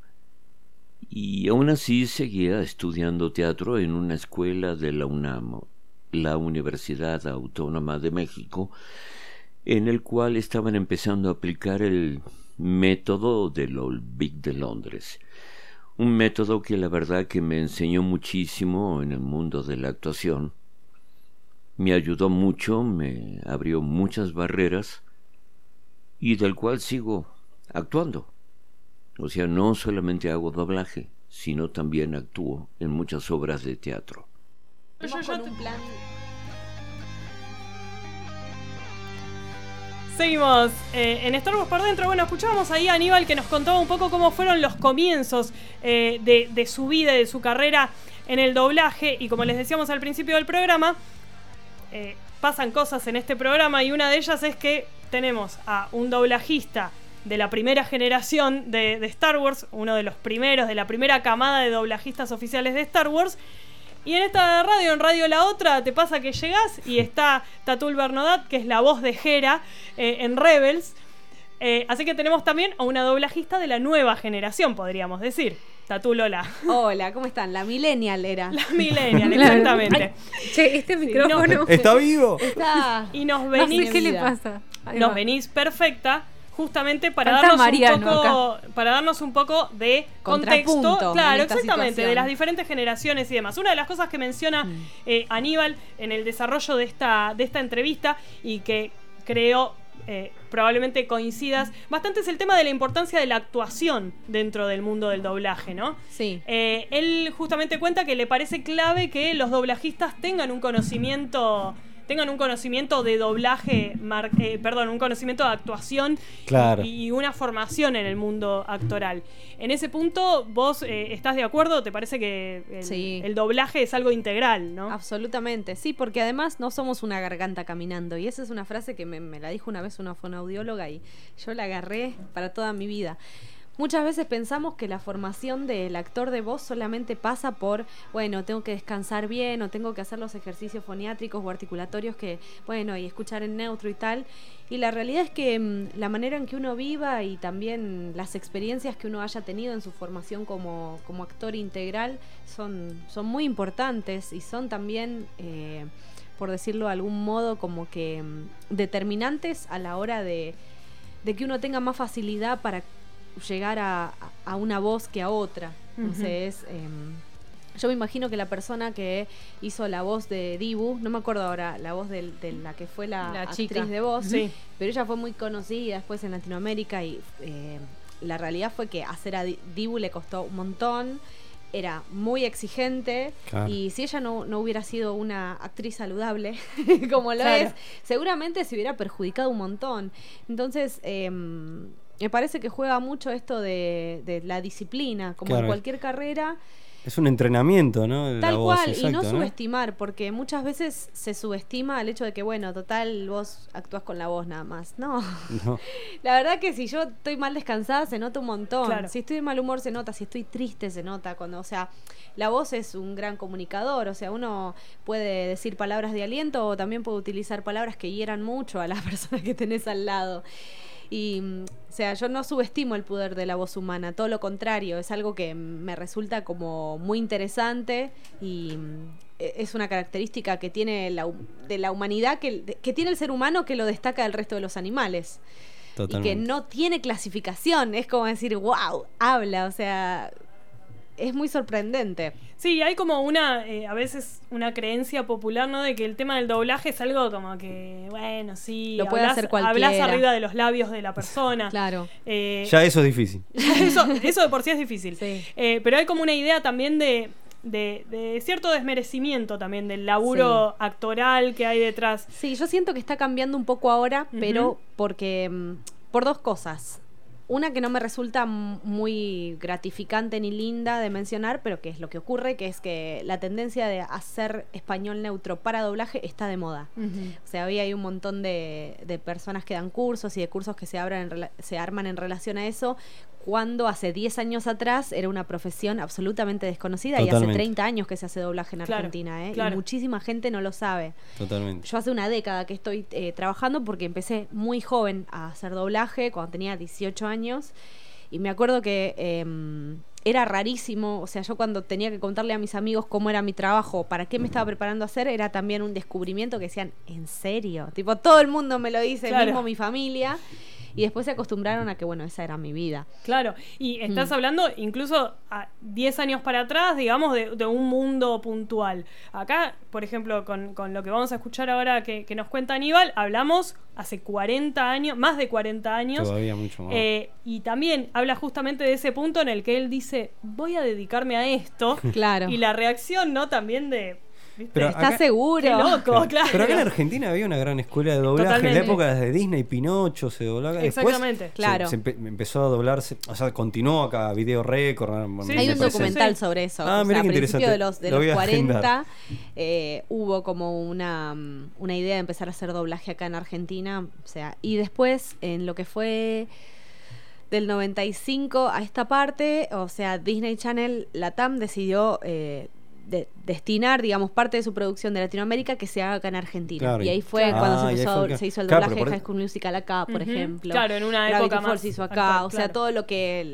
y aún así seguía estudiando teatro en una escuela de la UNAM, la Universidad Autónoma de México, en el cual estaban empezando a aplicar el método del Old Vic de Londres, un método que la verdad que me enseñó muchísimo en el mundo de la actuación, me ayudó mucho, me abrió muchas barreras y del cual sigo actuando. O sea, no solamente hago doblaje, sino también actúo en muchas obras de teatro. Seguimos en Star Wars por dentro. Bueno, escuchábamos ahí a Aníbal que nos contaba un poco cómo fueron los comienzos de su vida, de su carrera en el doblaje. Y como les decíamos al principio del programa, pasan cosas en este programa y una de ellas es que tenemos a un doblajista de la primera generación de Star Wars, uno de los primeros, de la primera camada de doblajistas oficiales de Star Wars. Y en esta radio, en Radio La Otra, te pasa que llegás y está Tatul Bernodat, que es la voz de Hera en Rebels. Así que tenemos también a una doblajista de la nueva generación, podríamos decir. Tatul, hola. Hola, ¿cómo están? La Millennial era. La Millennial, exactamente. Ay, che, este micrófono. ¿Está vivo? Está... Y nos No venís... sé qué le pasa. Ahí Nos va. venís perfecta justamente para Falta darnos Mariano para darnos un poco de contexto, Contrapunto claro, en esta exactamente, situación. de las diferentes generaciones y demás. Una de las cosas que menciona Aníbal en el desarrollo de esta entrevista y que creo probablemente coincidas bastante es el tema de la importancia de la actuación dentro del mundo del doblaje, ¿no? Sí. Él justamente cuenta que le parece clave que los doblajistas tengan un conocimiento de doblaje, un conocimiento de actuación Claro. y una formación en el mundo actoral. En ese punto, ¿vos estás de acuerdo? ¿Te parece que Sí. el doblaje es algo integral, no? Absolutamente, sí, porque además no somos una garganta caminando. Y esa es una frase que me la dijo una vez una fonoaudióloga y yo la agarré para toda mi vida. Muchas veces pensamos que la formación del actor de voz solamente pasa por, bueno, tengo que descansar bien o tengo que hacer los ejercicios foniátricos o articulatorios y escuchar en neutro y tal. Y la realidad es que la manera en que uno viva y también las experiencias que uno haya tenido en su formación como actor integral son muy importantes y son también, por decirlo de algún modo, como que determinantes a la hora de que uno tenga más facilidad para llegar a una voz que a otra. Entonces, yo me imagino que la persona que hizo la voz de Dibu, no me acuerdo ahora la voz de la que fue la actriz chica de voz, Sí. pero ella fue muy conocida después en Latinoamérica y la realidad fue que hacer a Dibu le costó un montón. Era muy exigente. Claro. Y si ella no hubiera sido una actriz saludable como lo Claro. es, seguramente se hubiera perjudicado un montón. Entonces, me parece que juega mucho esto de la disciplina, como Claro. en cualquier carrera. Es un entrenamiento, ¿no? Tal La voz, cual, y exacto, no subestimar, porque muchas veces se subestima el hecho de que, bueno, total, vos actúas con la voz nada más. No, No. la verdad que si yo estoy mal descansada se nota un montón. Claro. Si estoy de mal humor se nota, si estoy triste se nota. O sea, la voz es un gran comunicador, o sea, uno puede decir palabras de aliento o también puede utilizar palabras que hieran mucho a la persona que tenés al lado. Y, o sea, yo no subestimo el poder de la voz humana, todo lo contrario, es algo que me resulta como muy interesante y es una característica que tiene de la humanidad, que tiene el ser humano que lo destaca del resto de los animales. Totalmente. Y que no tiene clasificación, es como decir, wow, habla, o sea, es muy sorprendente. Sí, hay como a veces una creencia popular, ¿no? De que el tema del doblaje es algo como que, bueno, sí, Lo puede hacer cualquiera. Hablas arriba de los labios de la persona. Claro. Ya eso es difícil. Eso de por sí es difícil. Sí. Pero hay como una idea también de cierto desmerecimiento también del laburo actoral que hay detrás. Sí, yo siento que está cambiando un poco ahora, pero porque por dos cosas. Una que no me resulta muy gratificante ni linda de mencionar, pero que es lo que ocurre, que es que la tendencia de hacer español neutro para doblaje está de moda. O sea, hoy hay un montón de personas que dan cursos y de cursos que se arman en relación a eso, cuando hace 10 años atrás era una profesión absolutamente desconocida. Totalmente. Y hace 30 años que se hace doblaje en Claro, Argentina, ¿eh? claro. Y muchísima gente no lo sabe. Totalmente. Yo hace una década que estoy trabajando porque empecé muy joven a hacer doblaje, cuando tenía 18 años, y me acuerdo que era rarísimo, o sea, yo cuando tenía que contarle a mis amigos cómo era mi trabajo, para qué me estaba preparando a hacer, era también un descubrimiento que decían, ¿en serio? Tipo, todo el mundo me lo dice, Claro. mismo mi familia, y después se acostumbraron a que, bueno, esa era mi vida. Claro, y estás hablando incluso a 10 años para atrás, digamos, de un mundo puntual. Acá, por ejemplo, con lo que vamos a escuchar ahora que nos cuenta Aníbal, hablamos hace 40 años, más de 40 años. Todavía mucho más. Y también habla justamente de ese punto en el que él dice, voy a dedicarme a esto. Claro. Y la reacción, ¿no? También de... ¿viste? Pero ¿Estás acá- seguro? Qué loco, claro. Pero acá en Argentina había una gran escuela de doblaje. En Totalmente. la época de Disney, Pinocho se doblaba. Después Exactamente. Claro. empezó a doblarse. O sea, continuó acá Video Récord. Sí, Hay me un parece. documental Sí. sobre eso. Ah, O mirá sea, qué a principios interesante. de Lo los voy a 40 hubo como una idea de empezar a hacer doblaje acá en Argentina. O sea, y después en lo que fue del 95 a esta parte, o sea, Disney Channel Latam decidió destinar, digamos, parte de su producción de Latinoamérica que se haga acá en Argentina. Claro. Y ahí fue Claro. cuando Ah, y ahí fue que- se hizo el Claro, doblaje pero por de High School Musical acá, por Ujú. ejemplo. Claro, en una Gravity época Falls más se hizo acá, actual, o sea, claro. todo lo que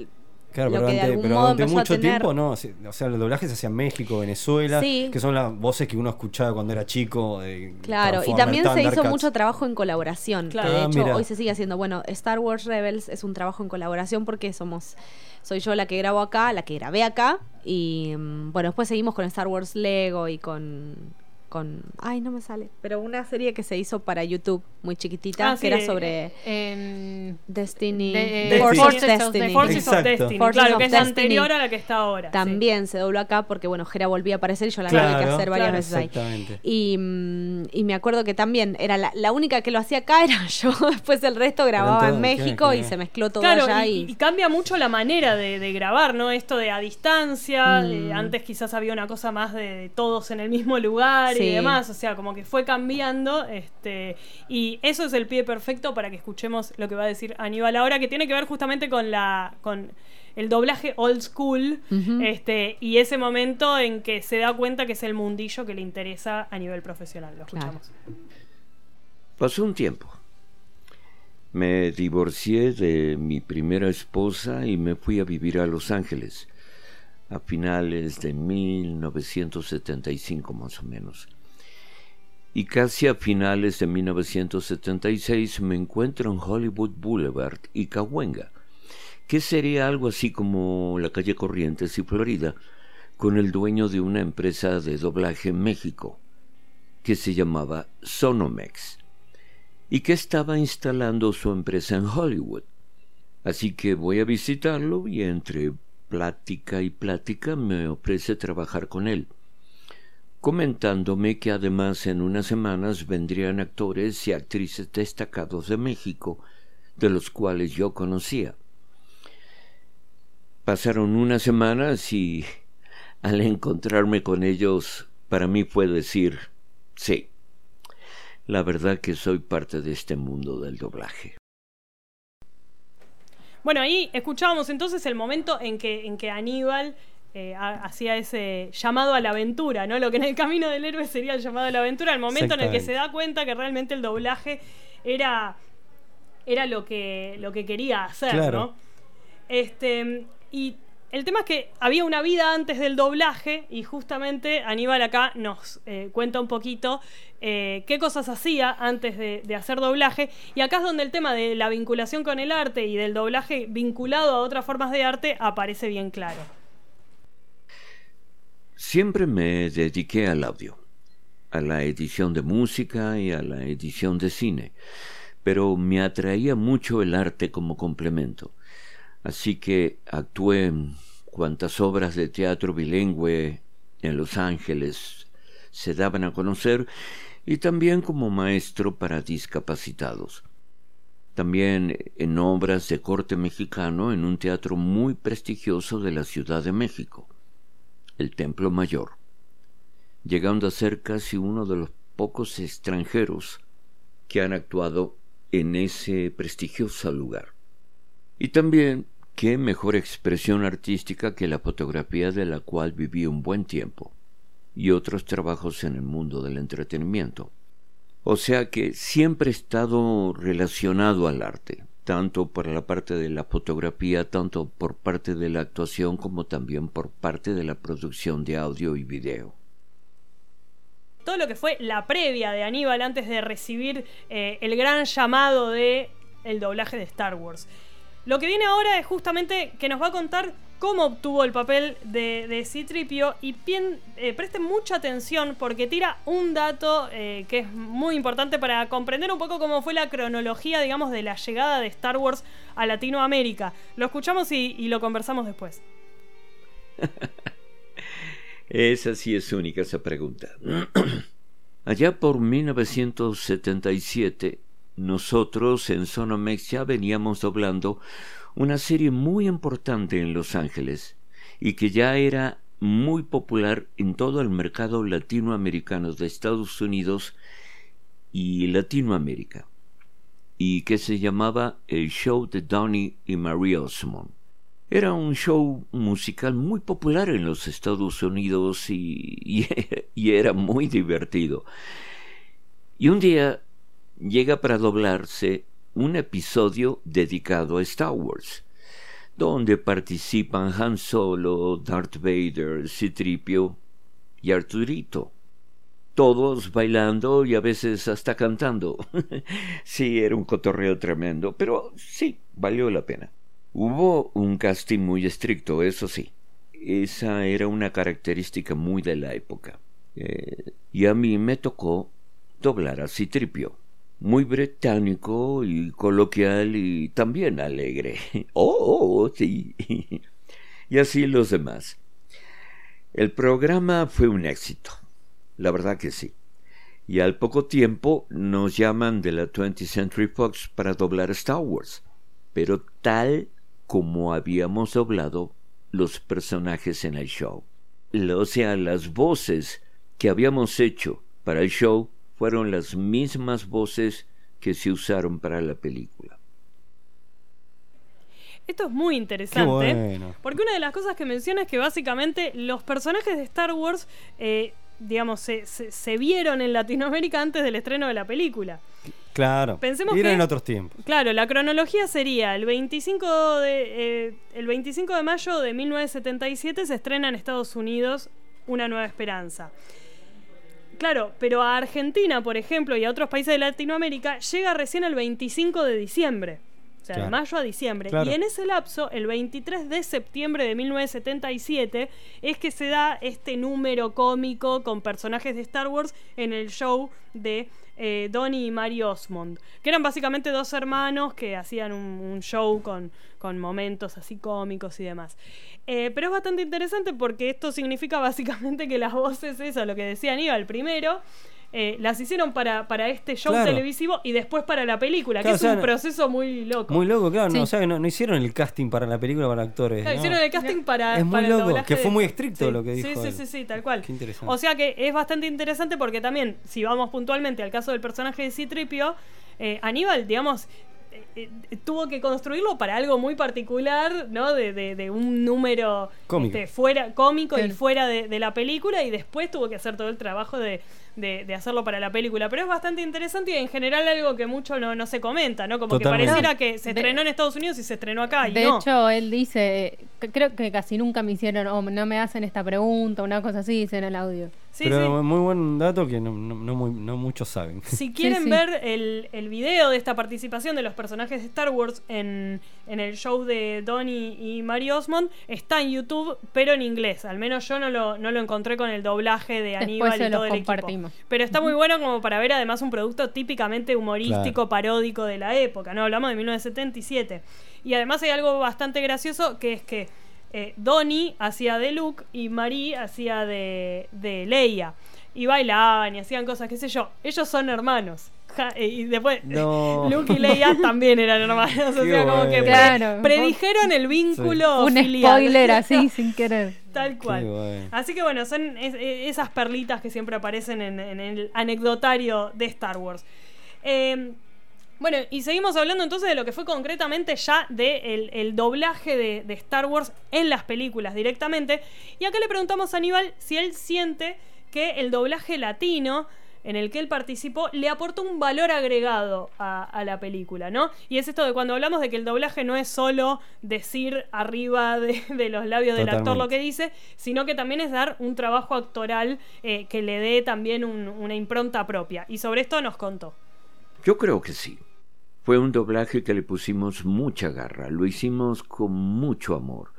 Claro, lo pero que de algún pero modo durante empezó a mucho tener... tiempo no, o sea, los doblajes se hacían en México, Venezuela, Sí. que son las voces que uno escuchaba cuando era chico. Claro, y Transformers, también se hizo Thundercats. mucho trabajo en colaboración, Claro. que de Ah, hecho mira. hoy se sigue haciendo. Bueno, Star Wars Rebels es un trabajo en colaboración porque soy yo la que grabo acá, la que grabé acá, y bueno, después seguimos con Star Wars Lego y con ay, no me sale, pero una serie que se hizo para YouTube muy chiquitita, Ah, sí, que era sobre Destiny, Forces Destiny. The Forces of Exacto. Destiny. Forces Claro, of que es Destiny. anterior a la que está ahora. También se dobló acá porque, bueno, Hera volvía a aparecer y yo la tuve que hacer varias veces ahí. Exactamente. Y me acuerdo que también era la única que lo hacía acá era yo. Después el resto grababa Eran en todos, México claro, y claro. se mezcló todo Claro, allá. y cambia mucho la manera de grabar, ¿no? Esto de a distancia, antes quizás había una cosa más de todos en el mismo lugar Sí. y demás, o sea, como que fue cambiando, y eso es el pie perfecto para que escuchemos lo que va a decir Aníbal ahora, que tiene que ver justamente con el doblaje old school, y ese momento en que se da cuenta que es el mundillo que le interesa a nivel profesional. Lo escuchamos. Pasó un tiempo. Me divorcié de mi primera esposa y me fui a vivir a Los Ángeles a finales de 1975 más o menos. Y casi a finales de 1976 me encuentro en Hollywood Boulevard y Cahuenga, que sería algo así como la calle Corrientes y Florida, con el dueño de una empresa de doblaje en México, que se llamaba Sonomex, y que estaba instalando su empresa en Hollywood. Así que voy a visitarlo y entre plática y plática me ofrece trabajar con él, comentándome que además en unas semanas vendrían actores y actrices destacados de México, de los cuales yo conocía. Pasaron unas semanas y al encontrarme con ellos, para mí fue decir, sí, la verdad que soy parte de este mundo del doblaje. Bueno, ahí escuchábamos entonces el momento en que Aníbal hacía ese llamado a la aventura, ¿no? Lo que en el camino del héroe sería el llamado a la aventura, el momento en el que se da cuenta que realmente el doblaje era lo que quería hacer, Claro. ¿no? Y el tema es que había una vida antes del doblaje y justamente Aníbal acá nos cuenta un poquito qué cosas hacía antes de hacer doblaje, y acá es donde el tema de la vinculación con el arte y del doblaje vinculado a otras formas de arte aparece bien claro. Siempre me dediqué al audio, a la edición de música y a la edición de cine, pero me atraía mucho el arte como complemento. Así que actué en cuantas obras de teatro bilingüe en Los Ángeles se daban a conocer, y también como maestro para discapacitados. También en obras de corte mexicano en un teatro muy prestigioso de la Ciudad de México, el Templo Mayor, llegando a ser casi uno de los pocos extranjeros que han actuado en ese prestigioso lugar. Y también, qué mejor expresión artística que la fotografía, de la cual viví un buen tiempo, y otros trabajos en el mundo del entretenimiento. O sea que siempre he estado relacionado al arte, tanto por la parte de la fotografía, tanto por parte de la actuación, como también por parte de la producción de audio y video. Todo lo que fue la previa de Aníbal antes de recibir el gran llamado de el doblaje de Star Wars. Lo que viene ahora es justamente que nos va a contar cómo obtuvo el papel de C-3PO, y presten mucha atención porque tira un dato que es muy importante para comprender un poco cómo fue la cronología, digamos, de la llegada de Star Wars a Latinoamérica. Lo escuchamos y lo conversamos después. Esa sí es única, esa pregunta. Allá por 1977, nosotros en Sonomex ya veníamos doblando una serie muy importante en Los Ángeles y que ya era muy popular en todo el mercado latinoamericano de Estados Unidos y Latinoamérica, y que se llamaba El Show de Donnie y Marie Osmond. Era un show musical muy popular en los Estados Unidos y era muy divertido. Y un día llega para doblarse un episodio dedicado a Star Wars, donde participan Han Solo, Darth Vader, C-3PO y Arturito. Todos bailando y a veces hasta cantando. Sí, era un cotorreo tremendo, pero sí, valió la pena. Hubo un casting muy estricto, eso sí. Esa era una característica muy de la época. Y a mí me tocó doblar a C-3PO. Muy británico y coloquial y también alegre. Oh, sí. Y así los demás. El programa fue un éxito. La verdad que sí. Y al poco tiempo nos llaman de la 20th Century Fox para doblar Star Wars. Pero tal como habíamos doblado los personajes en el show. O sea, las voces que habíamos hecho para el show fueron las mismas voces que se usaron para la película. Esto es muy interesante, bueno. Porque una de las cosas que menciona es que básicamente los personajes de Star Wars, digamos, se vieron en Latinoamérica antes del estreno de la película. Claro, Pensemos eran que, en otros tiempos. Claro, la cronología sería el 25 de mayo de 1977 se estrena en Estados Unidos Una Nueva Esperanza. Claro, pero a Argentina, por ejemplo, y a otros países de Latinoamérica llega recién el 25 de diciembre. O sea, de mayo a diciembre. Claro. Y en ese lapso, el 23 de septiembre de 1977, es que se da este número cómico con personajes de Star Wars en el show de Donnie y Mary Osmond, que eran básicamente dos hermanos que hacían un show con momentos así cómicos y demás. Pero es bastante interesante porque esto significa básicamente que las voces, eso, lo que decía Aníbal primero, las hicieron para este show televisivo y después para la película, Claro, que es un proceso muy loco. Muy loco, claro. Sí. No, o sea, no hicieron el casting para la película para actores. Claro, ¿no? hicieron el casting para Es muy para el loco, doblaje que fue muy de- estricto sí, lo que dijo él. Sí, tal cual. Qué interesante. O sea que es bastante interesante porque también, si vamos puntualmente al caso del personaje de C-3PO, Aníbal, digamos, tuvo que construirlo para algo muy particular, ¿no? De un número Cómico. fuera cómico y Claro. fuera de la película, y después tuvo que hacer todo el trabajo de hacerlo para la película. Pero es bastante interesante y en general algo que mucho no se comenta, ¿no? Como Totalmente. que pareciera que se De- estrenó en Estados Unidos y se estrenó acá, y De no. hecho, él dice, creo que casi nunca me hicieron, no me hacen esta pregunta, una cosa así, dice en el audio. Sí, Pero sí. muy buen dato que no muchos saben. Si quieren sí. ver el video de esta participación de los personajes de Star Wars en el show de Donnie y Mary Osmond, está en YouTube, pero en inglés. Al menos yo no lo encontré con el doblaje de Aníbal Después se y todo los el compartimos. equipo. Pero está muy bueno como para ver además un producto típicamente humorístico, Claro. paródico de la época, ¿no? Hablamos de 1977. Y además hay algo bastante gracioso, que es que Donnie hacía de Luke y Marie hacía de Leia. Y bailaban y hacían cosas, qué sé yo. Ellos son hermanos. Y después No. Luke y Leia también eran hermanos. O Qué sea, como que bueno. Claro. predijeron el vínculo Un filial. spoiler así, sin querer. Tal cual. Qué bueno. Así que bueno, son esas perlitas que siempre aparecen en el anecdotario de Star Wars. Bueno, y seguimos hablando entonces de lo que fue concretamente ya el doblaje de Star Wars en las películas directamente. Y acá le preguntamos a Aníbal si él siente que el doblaje latino en el que él participó le aportó un valor agregado a la película, ¿no? Y es esto de cuando hablamos de que el doblaje no es solo decir arriba de los labios del actor Totalmente. lo que dice, sino que también es dar un trabajo actoral que le dé también una impronta propia. Y sobre esto nos contó. Yo creo que sí. Fue un doblaje que le pusimos mucha garra, lo hicimos con mucho amor.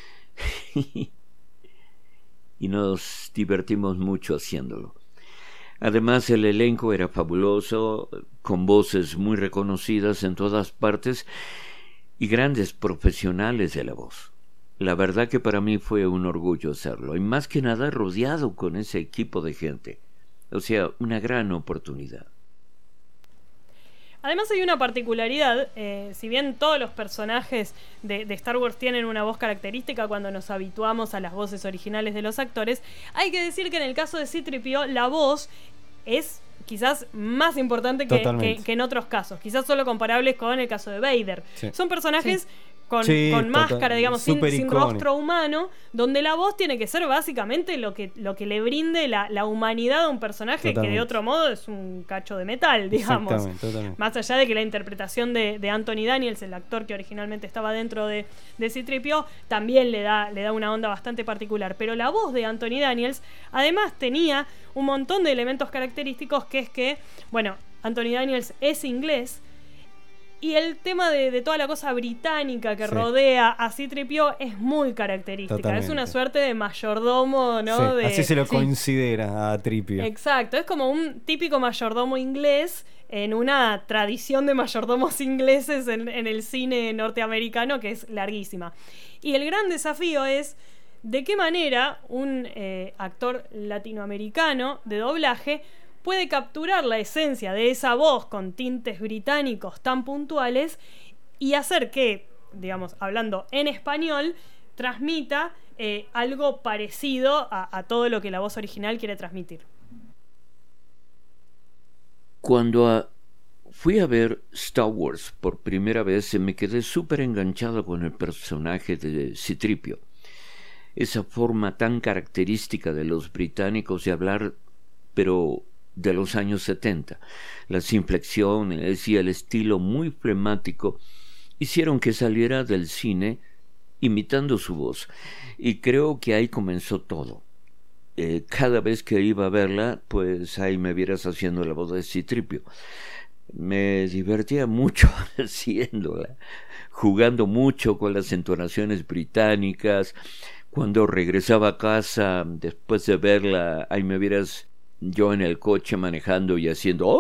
Y nos divertimos mucho haciéndolo. Además, el elenco era fabuloso, con voces muy reconocidas en todas partes y grandes profesionales de la voz. La verdad que para mí fue un orgullo hacerlo, y más que nada rodeado con ese equipo de gente. O sea, una gran oportunidad. Además hay una particularidad, si bien todos los personajes de Star Wars tienen una voz característica cuando nos habituamos a las voces originales de los actores, hay que decir que en el caso de C-3PO la voz es quizás más importante que en otros casos, quizás solo comparables con el caso de Vader. Sí. Son personajes Sí, con máscara, digamos, sin icónico. rostro humano, donde la voz tiene que ser básicamente lo que le brinde la humanidad a un personaje que de otro modo es un cacho de metal, digamos. Totalmente. Más allá de que la interpretación de Anthony Daniels, el actor que originalmente estaba dentro de C-3PO, también le da una onda bastante particular. Pero la voz de Anthony Daniels, además, tenía un montón de elementos característicos, que es que, bueno, Anthony Daniels es inglés, y el tema de toda la cosa británica que rodea a C-3PO es muy característica. Totalmente. Es una suerte de mayordomo, ¿no? Sí, así se lo considera a Tripio. Exacto, es como un típico mayordomo inglés en una tradición de mayordomos ingleses en el cine norteamericano, que es larguísima. Y el gran desafío es de qué manera un actor latinoamericano de doblaje puede capturar la esencia de esa voz con tintes británicos tan puntuales y hacer que, digamos, hablando en español, transmita algo parecido a todo lo que la voz original quiere transmitir. Cuando fui a ver Star Wars por primera vez, me quedé súper enganchado con el personaje de C-3PO. Esa forma tan característica de los británicos de hablar, pero de los años 70. Las inflexiones y el estilo muy flemático hicieron que saliera del cine imitando su voz. Y creo que ahí comenzó todo. Cada vez que iba a verla, pues ahí me vieras haciendo la voz de C-3PO. Me divertía mucho haciéndola, jugando mucho con las entonaciones británicas. Cuando regresaba a casa, después de verla, ahí me vieras yo en el coche manejando y haciendo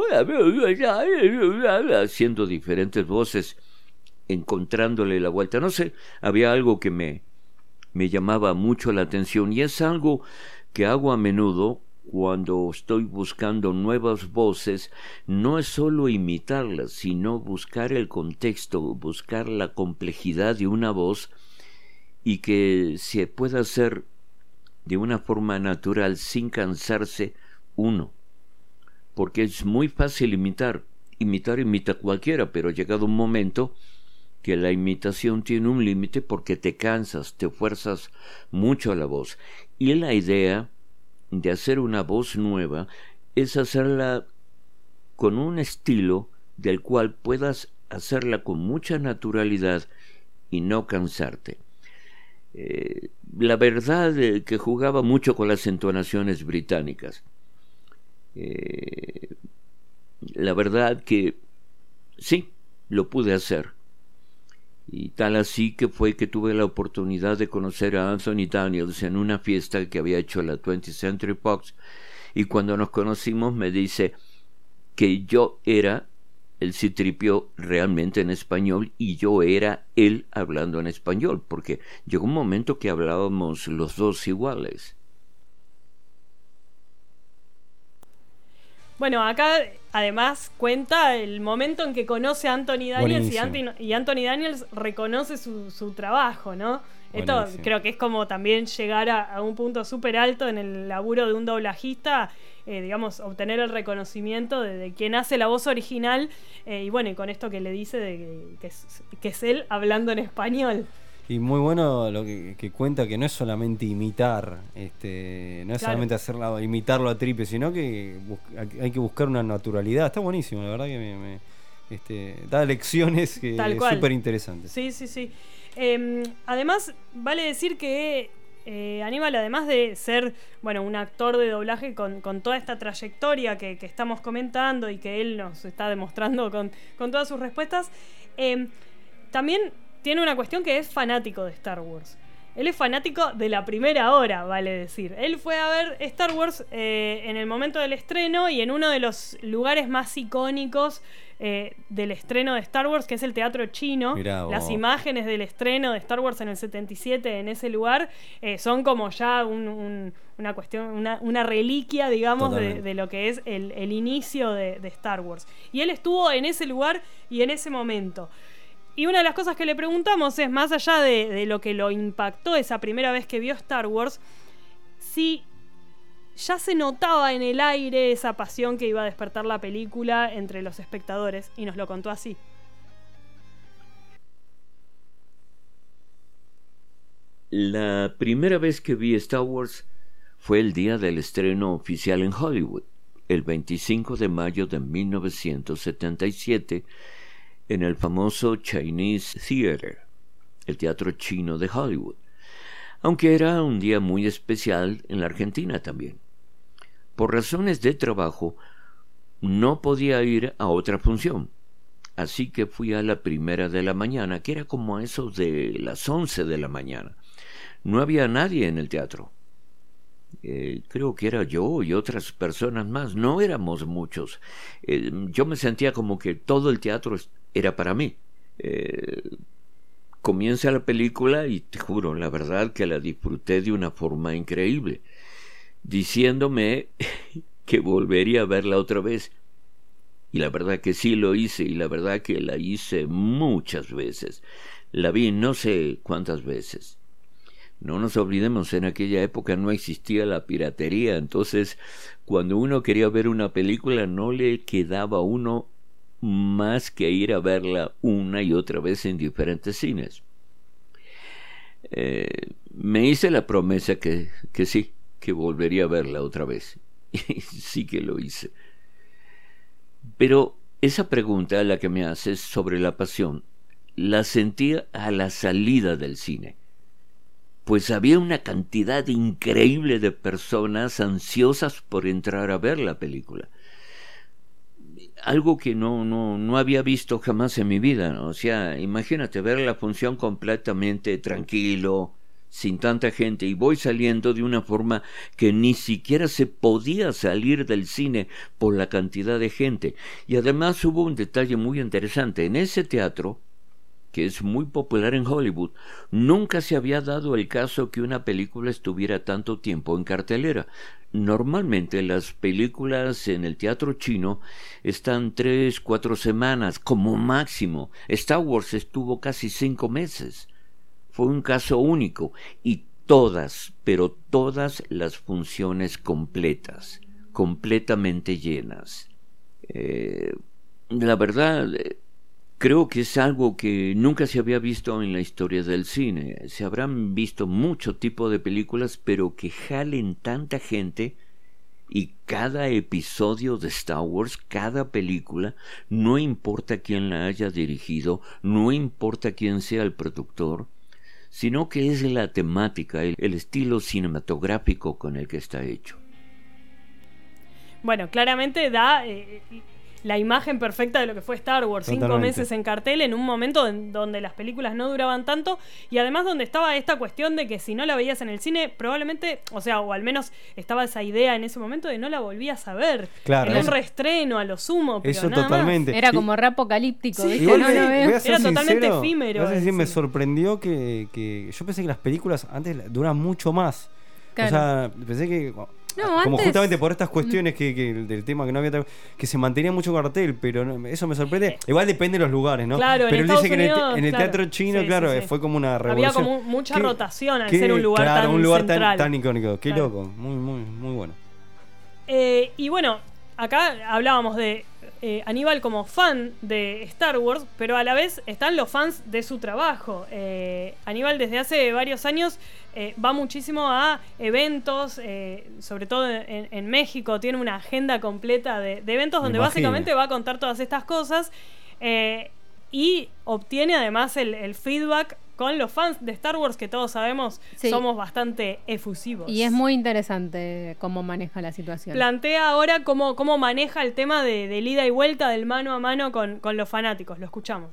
diferentes voces, encontrándole la vuelta. No sé, había algo que me llamaba mucho la atención, y es algo que hago a menudo cuando estoy buscando nuevas voces. No es solo imitarlas, sino buscar el contexto, buscar la complejidad de una voz y que se pueda hacer de una forma natural sin cansarse uno, porque es muy fácil imita cualquiera, pero llegado un momento que la imitación tiene un límite porque te cansas, te fuerzas mucho a la voz. Y la idea de hacer una voz nueva es hacerla con un estilo del cual puedas hacerla con mucha naturalidad y no cansarte. La verdad que jugaba mucho con las entonaciones británicas. La verdad que sí, lo pude hacer. Y tal así que fue que tuve la oportunidad de conocer a Anthony Daniels en una fiesta que había hecho la 20th Century Fox, y cuando nos conocimos me dice que yo era el C-3PO realmente en español y yo era él hablando en español, porque llegó un momento que hablábamos los dos iguales. Bueno, acá además cuenta el momento en que conoce a Anthony Daniels y Anthony Daniels reconoce su trabajo, ¿no? Esto creo que es como también llegar a un punto súper alto en el laburo de un doblajista, digamos, obtener el reconocimiento de quien hace la voz original, y bueno, y con esto que le dice de que es él hablando en español. Y muy bueno lo que cuenta, que no es solamente imitar, no es solamente imitarlo a Tripio, sino que hay que buscar una naturalidad. Está buenísimo, la verdad que me da lecciones que es súper interesante. Sí. Además, vale decir que Aníbal, además de ser, bueno, un actor de doblaje con toda esta trayectoria que estamos comentando y que él nos está demostrando con todas sus respuestas, también tiene una cuestión que es fanático de Star Wars. Él es fanático de la primera hora, vale decir. Él fue a ver Star Wars en el momento del estreno y en uno de los lugares más icónicos del estreno de Star Wars, que es el Teatro Chino. Las imágenes del estreno de Star Wars en el 77 en ese lugar son como ya una cuestión, una reliquia, digamos, de lo que es el inicio de Star Wars. Y él estuvo en ese lugar y en ese momento. Y una de las cosas que le preguntamos es, más allá de lo que lo impactó esa primera vez que vio Star Wars, si ya se notaba en el aire esa pasión que iba a despertar la película entre los espectadores, y nos lo contó así. La primera vez que vi Star Wars fue el día del estreno oficial en Hollywood, el 25 de mayo de 1977, en el famoso Chinese Theater, el teatro chino de Hollywood, aunque era un día muy especial en la Argentina también. Por razones de trabajo, no podía ir a otra función, así que fui a la primera de la mañana, que era como a eso de las 11 de la mañana. No había nadie en el teatro. Creo que era yo y otras personas más, no éramos muchos. Yo me sentía como que todo el teatro era para mí. Comienza la película y te juro, la verdad que la disfruté de una forma increíble, diciéndome que volvería a verla otra vez. Y la verdad que sí lo hice, y la verdad que la hice muchas veces. La vi no sé cuántas veces. No nos olvidemos, en aquella época no existía la piratería, entonces cuando uno quería ver una película no le quedaba a uno más que ir a verla una y otra vez en diferentes cines. Me hice la promesa que sí, que volvería a verla otra vez. Y sí que lo hice. Pero esa pregunta, la que me haces sobre la pasión, la sentía a la salida del cine. Pues había una cantidad increíble de personas ansiosas por entrar a ver la película. Algo que no había visto jamás en mi vida, ¿no? O sea, imagínate ver la función completamente tranquilo, sin tanta gente, y voy saliendo de una forma que ni siquiera se podía salir del cine por la cantidad de gente. Y además hubo un detalle muy interesante. En ese teatro, que es muy popular en Hollywood, nunca se había dado el caso que una película estuviera tanto tiempo en cartelera. Normalmente las películas en el teatro chino están 3-4 semanas como máximo. Star Wars estuvo casi 5 meses. Fue un caso único, y todas, pero todas las funciones completas, completamente llenas. La verdad, creo que es algo que nunca se había visto en la historia del cine. Se habrán visto mucho tipo de películas, pero que jalen tanta gente, y cada episodio de Star Wars, cada película, no importa quién la haya dirigido, no importa quién sea el productor, sino que es la temática, el estilo cinematográfico con el que está hecho. Bueno, claramente da la imagen perfecta de lo que fue Star Wars. Totalmente. 5 meses en cartel, en un momento donde las películas no duraban tanto, y además donde estaba esta cuestión de que si no la veías en el cine, probablemente, o al menos estaba esa idea en ese momento de no la volvías a ver. Claro, en un reestreno a lo sumo, pero eso nada totalmente. más. Era como re apocalíptico, Sí. ¿viste? Igual No voy lo a veo. ser Era totalmente sincero, efímero voy a el decir, me cine. sorprendió que yo pensé que las películas antes duran mucho más. Claro. O sea, pensé que como antes- justamente por estas cuestiones que del tema que no había que se mantenía mucho cartel, pero eso me sorprende. Igual depende de los lugares, ¿no? Claro, en pero él dice Estados que Unidos, en el claro. teatro chino, Sí, claro, sí, sí. fue como una Había revolución. como mucha Qué- rotación al qué- ser un lugar claro, tan un lugar central. tan icónico. Qué Claro. loco, muy bueno. Y bueno, acá hablábamos de Aníbal como fan de Star Wars, pero a la vez están los fans de su trabajo. Aníbal desde hace varios años va muchísimo a eventos, sobre todo en México, tiene una agenda completa de eventos donde imagino. básicamente va a contar todas estas cosas, y obtiene además el feedback con los fans de Star Wars, que todos sabemos Sí. somos bastante efusivos. Y es muy interesante cómo maneja la situación. Plantea ahora cómo maneja el tema del ida y vuelta, del mano a mano con los fanáticos. Lo escuchamos.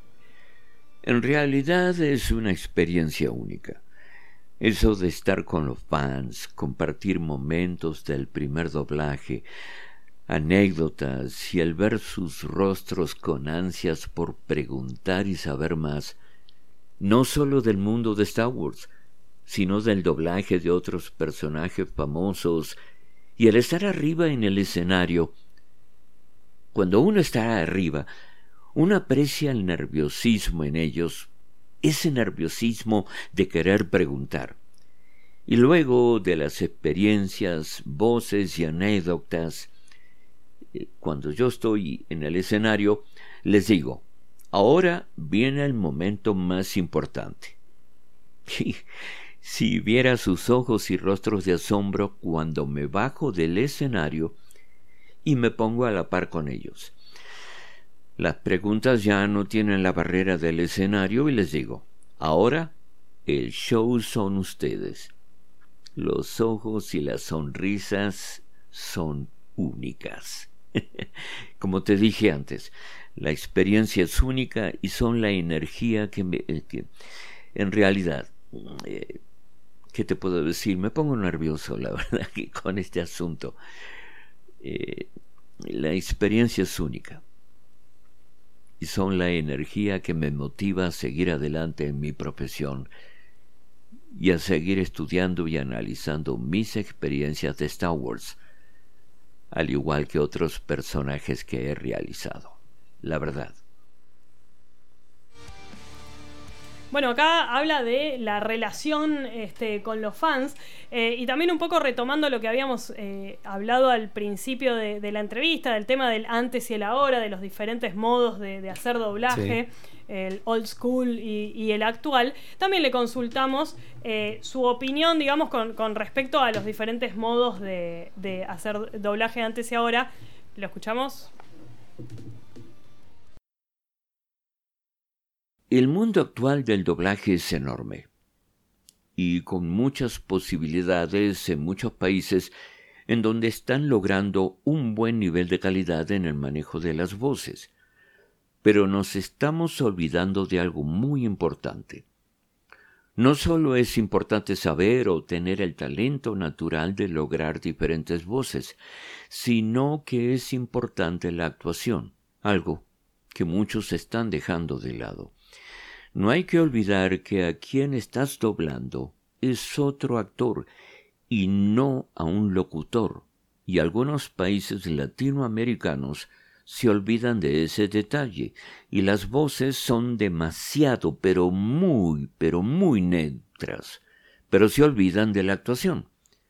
En realidad es una experiencia única. Eso de estar con los fans, compartir momentos del primer doblaje, anécdotas y el ver sus rostros con ansias por preguntar y saber más, no solo del mundo de Star Wars, sino del doblaje de otros personajes famosos, y el estar arriba en el escenario. Cuando uno está arriba, uno aprecia el nerviosismo en ellos, ese nerviosismo de querer preguntar. Y luego de las experiencias, voces y anécdotas, cuando yo estoy en el escenario, les digo, ahora viene el momento más importante. Si viera sus ojos y rostros de asombro cuando me bajo del escenario y me pongo a la par con ellos. Las preguntas ya no tienen la barrera del escenario y les digo, ahora el show son ustedes. Los ojos y las sonrisas son únicas. Como te dije antes, la experiencia es única y son la energía que en realidad, ¿qué te puedo decir? Me pongo nervioso, la verdad, que con este asunto. La experiencia es única y son la energía que me motiva a seguir adelante en mi profesión y a seguir estudiando y analizando mis experiencias de Star Wars, al igual que otros personajes que he realizado. La verdad. Bueno, acá habla de la relación con los fans y también un poco retomando lo que habíamos hablado al principio de la entrevista, del tema del antes y el ahora, de los diferentes modos de hacer doblaje, sí. El old school y el actual. También le consultamos su opinión, digamos, con respecto a los diferentes modos de hacer doblaje antes y ahora. ¿Lo escuchamos? El mundo actual del doblaje es enorme y con muchas posibilidades en muchos países en donde están logrando un buen nivel de calidad en el manejo de las voces. Pero nos estamos olvidando de algo muy importante. No solo es importante saber o tener el talento natural de lograr diferentes voces, sino que es importante la actuación, algo que muchos están dejando de lado. No hay que olvidar que a quien estás doblando es otro actor y no a un locutor, y algunos países latinoamericanos se olvidan de ese detalle, y las voces son demasiado, pero muy neutras, pero se olvidan de la actuación,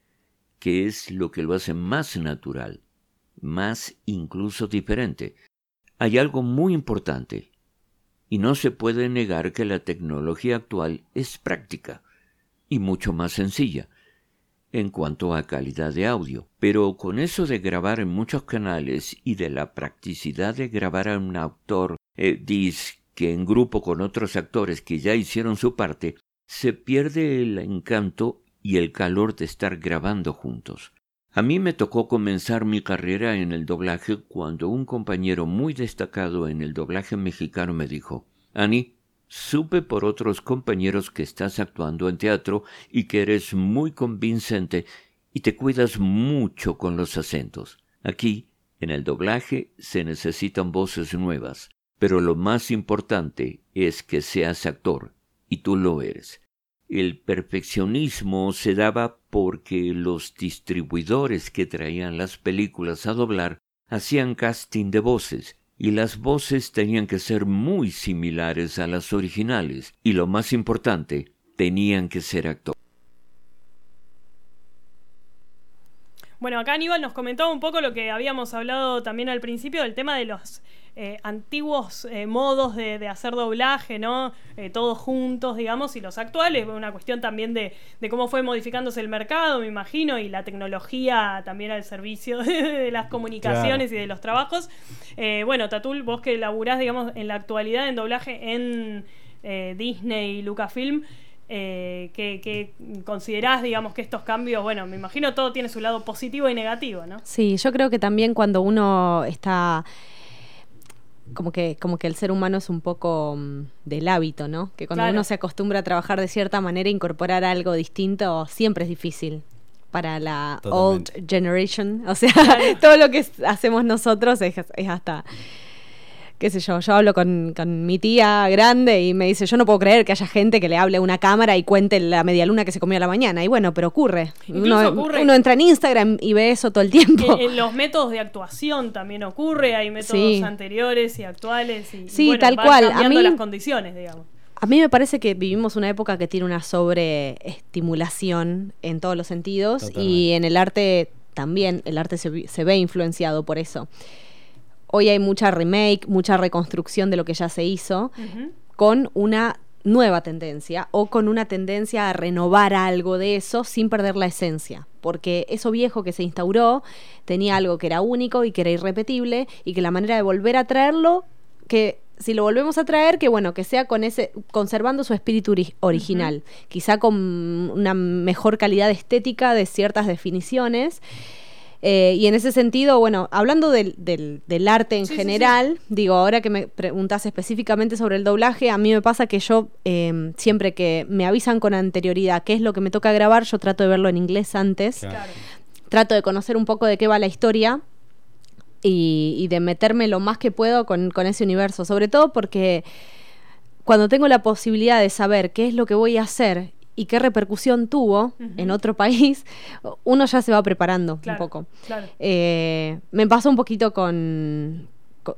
que es lo que lo hace más natural, más incluso diferente. Hay algo muy importante, y no se puede negar que la tecnología actual es práctica y mucho más sencilla en cuanto a calidad de audio. Pero con eso de grabar en muchos canales y de la practicidad de grabar a un actor que en grupo con otros actores que ya hicieron su parte, se pierde el encanto y el calor de estar grabando juntos. A mí me tocó comenzar mi carrera en el doblaje cuando un compañero muy destacado en el doblaje mexicano me dijo: Ani, supe por otros compañeros que estás actuando en teatro y que eres muy convincente y te cuidas mucho con los acentos. Aquí, en el doblaje, se necesitan voces nuevas, pero lo más importante es que seas actor, y tú lo eres. El perfeccionismo se daba porque los distribuidores que traían las películas a doblar hacían casting de voces, y las voces tenían que ser muy similares a las originales, y lo más importante, tenían que ser actores. Bueno, acá Aníbal nos comentaba un poco lo que habíamos hablado también al principio del tema de los antiguos modos de hacer doblaje, ¿no? Todos juntos, digamos, y los actuales, una cuestión también de cómo fue modificándose el mercado, me imagino, y la tecnología también al servicio de las comunicaciones, claro, y de los trabajos. Bueno, Tatul, vos que laburás, digamos, en la actualidad en doblaje en Disney y Lucasfilm, que considerás, digamos, que estos cambios, bueno, me imagino todo tiene su lado positivo y negativo, ¿no? Sí, yo creo que también cuando uno está como que el ser humano es un poco del hábito, ¿no? Que cuando uno se acostumbra a trabajar de cierta manera, incorporar algo distinto siempre es difícil para la old generation. O sea, todo lo que hacemos nosotros es hasta... qué sé yo hablo con mi tía grande y me dice, yo no puedo creer que haya gente que le hable a una cámara y cuente la medialuna que se comió a la mañana. Y bueno, pero ocurre. Uno entra en Instagram y ve eso todo el tiempo. En los métodos de actuación también ocurre, hay métodos anteriores y actuales. Y bueno, tal cual. Cambiando las condiciones, digamos. A mí me parece que vivimos una época que tiene una sobreestimulación en todos los sentidos. Totalmente. Y en el arte también, el arte se ve influenciado por eso. Hoy hay mucha remake, mucha reconstrucción de lo que ya se hizo, con una nueva tendencia o con una tendencia a renovar algo de eso sin perder la esencia, porque eso viejo que se instauró tenía algo que era único y que era irrepetible, y que la manera de volver a traerlo, que si lo volvemos a traer, que bueno, que sea con ese, conservando su espíritu original, quizá con una mejor calidad estética de ciertas definiciones. Y en ese sentido, bueno, hablando del arte en general, digo, ahora que me preguntas específicamente sobre el doblaje, a mí me pasa que yo, siempre que me avisan con anterioridad qué es lo que me toca grabar, yo trato de verlo en inglés antes. Claro. Trato de conocer un poco de qué va la historia y de meterme lo más que puedo con ese universo, sobre todo porque cuando tengo la posibilidad de saber qué es lo que voy a hacer y qué repercusión tuvo en otro país, uno ya se va preparando un poco. Claro. Me pasó un poquito con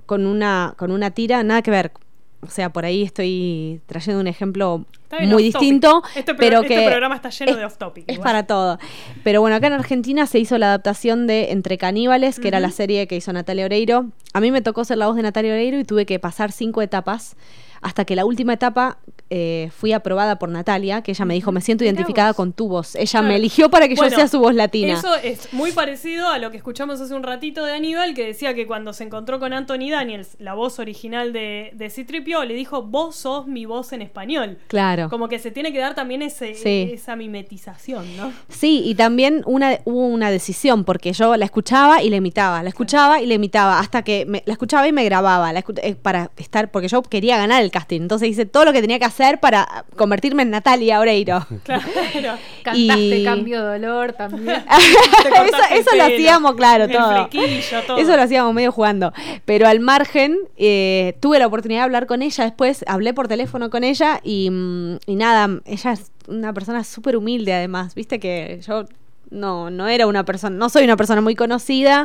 una tira, nada que ver. O sea, por ahí estoy trayendo un ejemplo muy distinto, pero que este programa está lleno de off-topic. Es para todo. Pero bueno, acá en Argentina se hizo la adaptación de Entre Caníbales, que era la serie que hizo Natalia Oreiro. A mí me tocó ser la voz de Natalia Oreiro y tuve que pasar 5 etapas hasta que la última etapa fui aprobada por Natalia, que ella me dijo, me siento identificada con tu voz. Ella me eligió para que yo sea su voz latina. Eso es muy parecido a lo que escuchamos hace un ratito de Aníbal, que decía que cuando se encontró con Anthony Daniels, la voz original de C-3PO, le dijo, vos sos mi voz en español. Claro. Como que se tiene que dar también esa mimetización, ¿no? Sí, y también hubo una decisión, porque yo la escuchaba y la imitaba, hasta que la escuchaba y me grababa, para estar, porque yo quería ganar el casting, entonces hice todo lo que tenía que hacer para convertirme en Natalia Oreiro. Claro. Cantaste Cambio Dolor también. eso lo hacíamos, claro, todo. Flequillo, todo. Eso lo hacíamos medio jugando. Pero al margen, tuve la oportunidad de hablar con ella después, hablé por teléfono con ella y nada, ella es una persona súper humilde además, viste que yo no era una persona, no soy una persona muy conocida.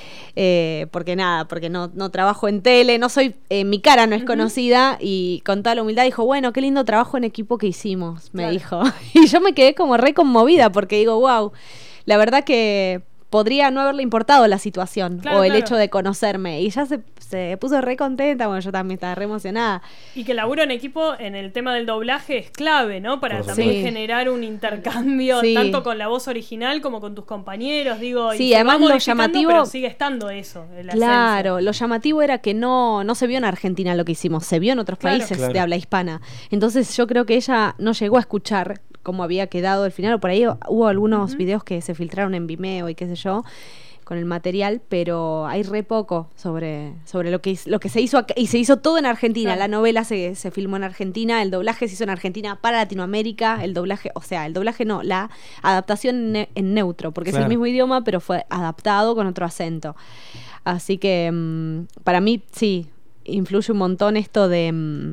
Porque no trabajo en tele, mi cara no es conocida, y con toda la humildad dijo, bueno, qué lindo trabajo en equipo que hicimos, me dijo. Y yo me quedé como re conmovida porque digo, wow, la verdad que podría no haberle importado la situación o el hecho de conocerme, y ella se puso re contenta. Bueno, yo también estaba re emocionada. Y que el laburo en equipo en el tema del doblaje es clave, ¿no? Para también generar un intercambio tanto con la voz original como con tus compañeros, digo. Sí, y además lo llamativo, pero sigue estando eso, la claro, esencia. Lo llamativo era que no se vio en Argentina lo que hicimos, se vio en otros países de habla hispana. Entonces yo creo que ella no llegó a escuchar cómo había quedado el final, o por ahí hubo algunos videos que se filtraron en Vimeo y qué sé yo, con el material, pero hay re poco sobre lo que se hizo acá, y se hizo todo en Argentina. La novela se filmó en Argentina, el doblaje se hizo en Argentina para Latinoamérica, la adaptación en neutro, porque es el mismo idioma, pero fue adaptado con otro acento. Así que para mí sí, influye un montón esto de...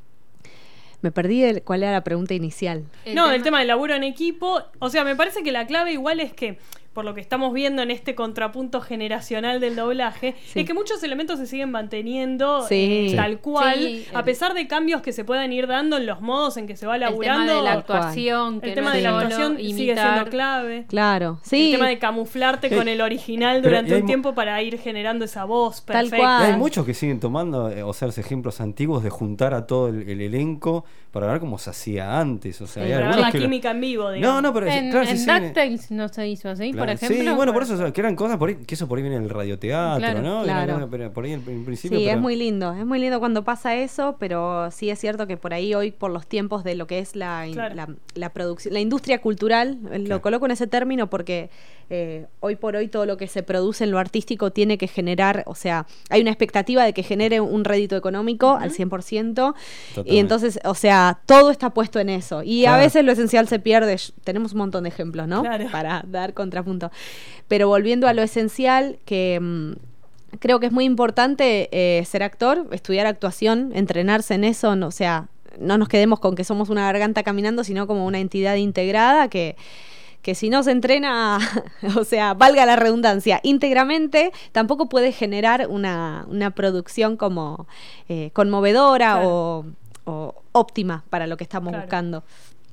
Me perdí cuál era la pregunta inicial. El tema del laburo en equipo. O sea, me parece que la clave igual es que, por lo que estamos viendo en este contrapunto generacional del doblaje, es que muchos elementos se siguen manteniendo tal cual, a pesar de cambios que se puedan ir dando en los modos en que se va laburando. El tema de la actuación, el tema de la actuación sigue siendo clave. Claro, sí. El tema de camuflarte con el original durante un tiempo para ir generando esa voz perfecta. Tal cual. Hay muchos que siguen tomando, ejemplos antiguos de juntar a todo el elenco para ver cómo se hacía antes. O sea, hay para ver algunos la química en vivo, digamos. No, pero en DuckTales no se hizo así, por ejemplo. Sí, bueno, por eso, que eran cosas por ahí, que eso por ahí viene en el radioteatro, ¿no? Claro. Pero por ahí en principio. Sí, es muy lindo cuando pasa eso, pero sí es cierto que por ahí hoy, por los tiempos de lo que es la producción, la industria cultural, lo coloco en ese término porque hoy por hoy todo lo que se produce en lo artístico tiene que generar, o sea, hay una expectativa de que genere un rédito económico al 100%. Totalmente. Y entonces, o sea, todo está puesto en eso. Y a veces lo esencial se pierde. Tenemos un montón de ejemplos, ¿no? Claro. Para dar contrapunto. Pero volviendo a lo esencial, que creo que es muy importante ser actor, estudiar actuación, entrenarse en eso, o sea, no nos quedemos con que somos una garganta caminando, sino como una entidad integrada que si no se entrena, o sea, valga la redundancia, íntegramente, tampoco puede generar una producción como conmovedora o óptima para lo que estamos buscando.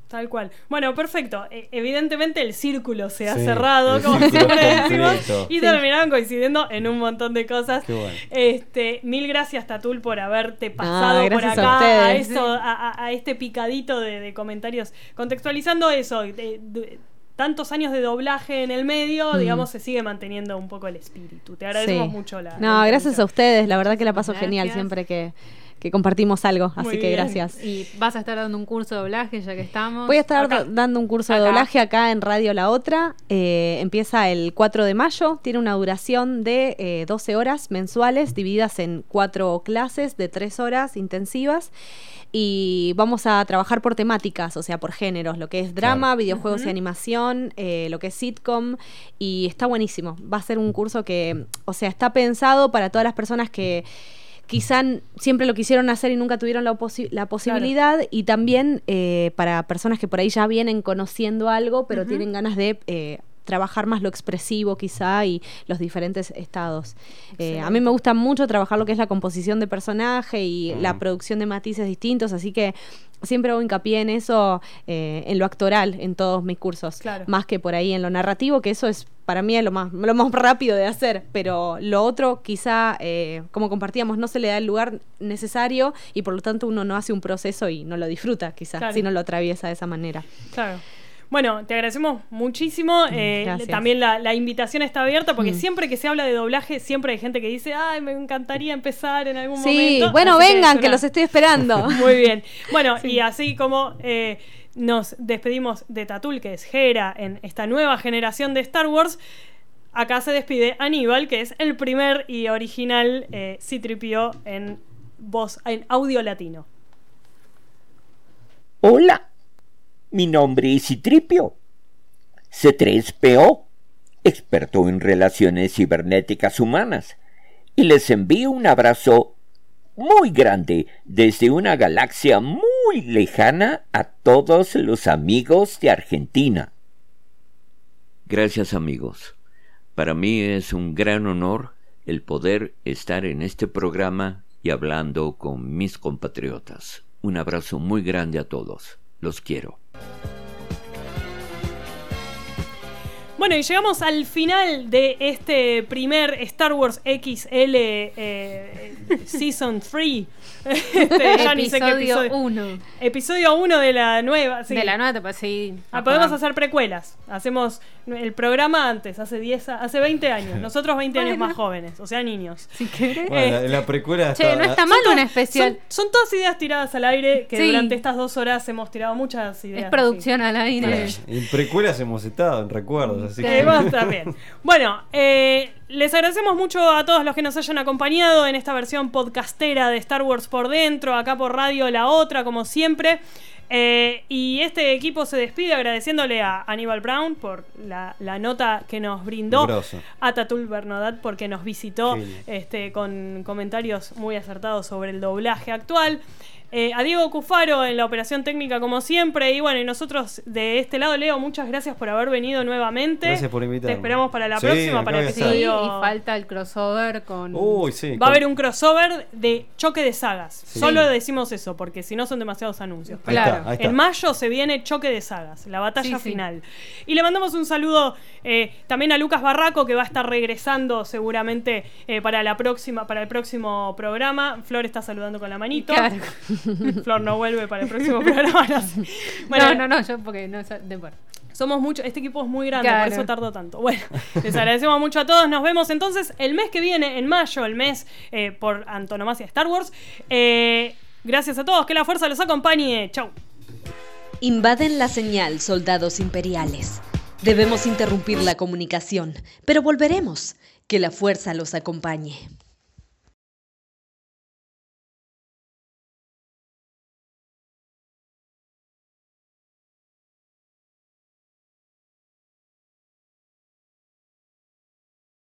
Tal cual. Bueno, perfecto. Evidentemente el círculo se ha Sí, cerrado, el como círculo siempre decimos, completo. y terminaron coincidiendo en un montón de cosas. Qué bueno. Mil gracias, Tatul, por haberte pasado por gracias acá a ustedes. a este picadito de comentarios, contextualizando eso. Tantos años de doblaje en el medio, digamos, se sigue manteniendo un poco el espíritu. Te agradecemos Sí. mucho la No, gracias a intervención. ustedes. La verdad que la paso Gracias. genial siempre que compartimos algo. Muy Así que bien. gracias. Y vas a estar dando un curso de doblaje ya que estamos. Voy a estar Acá. dando un curso de Acá. doblaje acá en Radio La Otra. Empieza el 4 de mayo. Tiene una duración de 12 horas mensuales, divididas en 4 clases de 3 horas intensivas. Y vamos a trabajar por temáticas, o sea, por géneros, lo que es drama, videojuegos y animación, lo que es sitcom, y está buenísimo. Va a ser un curso que, o sea, está pensado para todas las personas que quizá siempre lo quisieron hacer y nunca tuvieron la posibilidad, y también para personas que por ahí ya vienen conociendo algo, pero tienen ganas de trabajar más lo expresivo quizá y los diferentes estados. A mí me gusta mucho trabajar lo que es la composición de personaje y la producción de matices distintos, así que siempre hago hincapié en eso, en lo actoral, en todos mis cursos, Claro. más que por ahí en lo narrativo, que eso es para mí es lo más rápido de hacer, pero lo otro quizá, como compartíamos, no se le da el lugar necesario y por lo tanto uno no hace un proceso y no lo disfruta quizá, Claro. si no lo atraviesa de esa manera. Claro. Bueno, te agradecemos muchísimo. Gracias. También la invitación está abierta porque siempre que se habla de doblaje, siempre hay gente que dice, ay, me encantaría empezar en algún Sí, momento. bueno, Así vengan, es que una- los estoy esperando. Muy bien. Bueno, y así como nos despedimos de Tatul, que es Hera en esta nueva generación de Star Wars, acá se despide Aníbal, que es el primer y original C-3PO en voz, en audio latino. Hola, mi nombre es Citripio, C3PO, experto en relaciones cibernéticas humanas, y les envío un abrazo muy grande desde una galaxia muy lejana a todos los amigos de Argentina. Gracias, amigos. Para mí es un gran honor el poder estar en este programa y hablando con mis compatriotas. Un abrazo muy grande a todos. Los quiero. Bueno, y llegamos al final de este primer Star Wars XL Season 3. Ya ni sé qué Episodio 1. Episodio 1 de la nueva. Sí. De la nueva etapa, sí. Podemos hacer precuelas. Hacemos el programa antes, hace 20 años. Nosotros 20 años más jóvenes, o sea, niños. Si querés. Bueno, en la precuela Che, no está mal un especial. Son todas ideas tiradas al aire que Sí. durante estas 2 horas hemos tirado muchas ideas. Es producción al aire. En precuelas hemos estado, en recuerdos, así Sí, que... vos también. Bueno, les agradecemos mucho a todos los que nos hayan acompañado en esta versión podcastera de Star Wars por dentro, acá por Radio La Otra, como siempre. Y este equipo se despide agradeciéndole a Aníbal Brown por la nota que nos brindó, Grosso. a Tatul Bernadat porque nos visitó Genio. con comentarios muy acertados sobre el doblaje actual. A Diego Cufaro en la operación técnica como siempre. Y bueno, y nosotros de este lado, Leo, muchas gracias por haber venido nuevamente. Gracias por invitarme. Te esperamos para la Sí, próxima, acá para el voy a Sí, estar. y episodio. falta el crossover con. Uy, sí. Va a haber un crossover de choque de sagas. Sí. Solo decimos eso, porque si no son demasiados anuncios. Ahí Claro. está, ahí está. En mayo se viene choque de sagas, la batalla Sí, sí. final. Y le mandamos un saludo también a Lucas Barraco, que va a estar regresando seguramente para el próximo programa. Flor está saludando con la manito. Claro. Flor no vuelve para el próximo programa. No sé. Bueno, No, yo porque no sé. Bueno. somos muchos, este equipo es muy grande, Claro. por eso tardó tanto. Bueno, les agradecemos mucho a todos. Nos vemos entonces el mes que viene, en mayo, el mes por antonomasia de Star Wars. Gracias a todos, que la fuerza los acompañe. Chau. Invaden la señal, soldados imperiales. Debemos interrumpir la comunicación, pero volveremos. Que la fuerza los acompañe.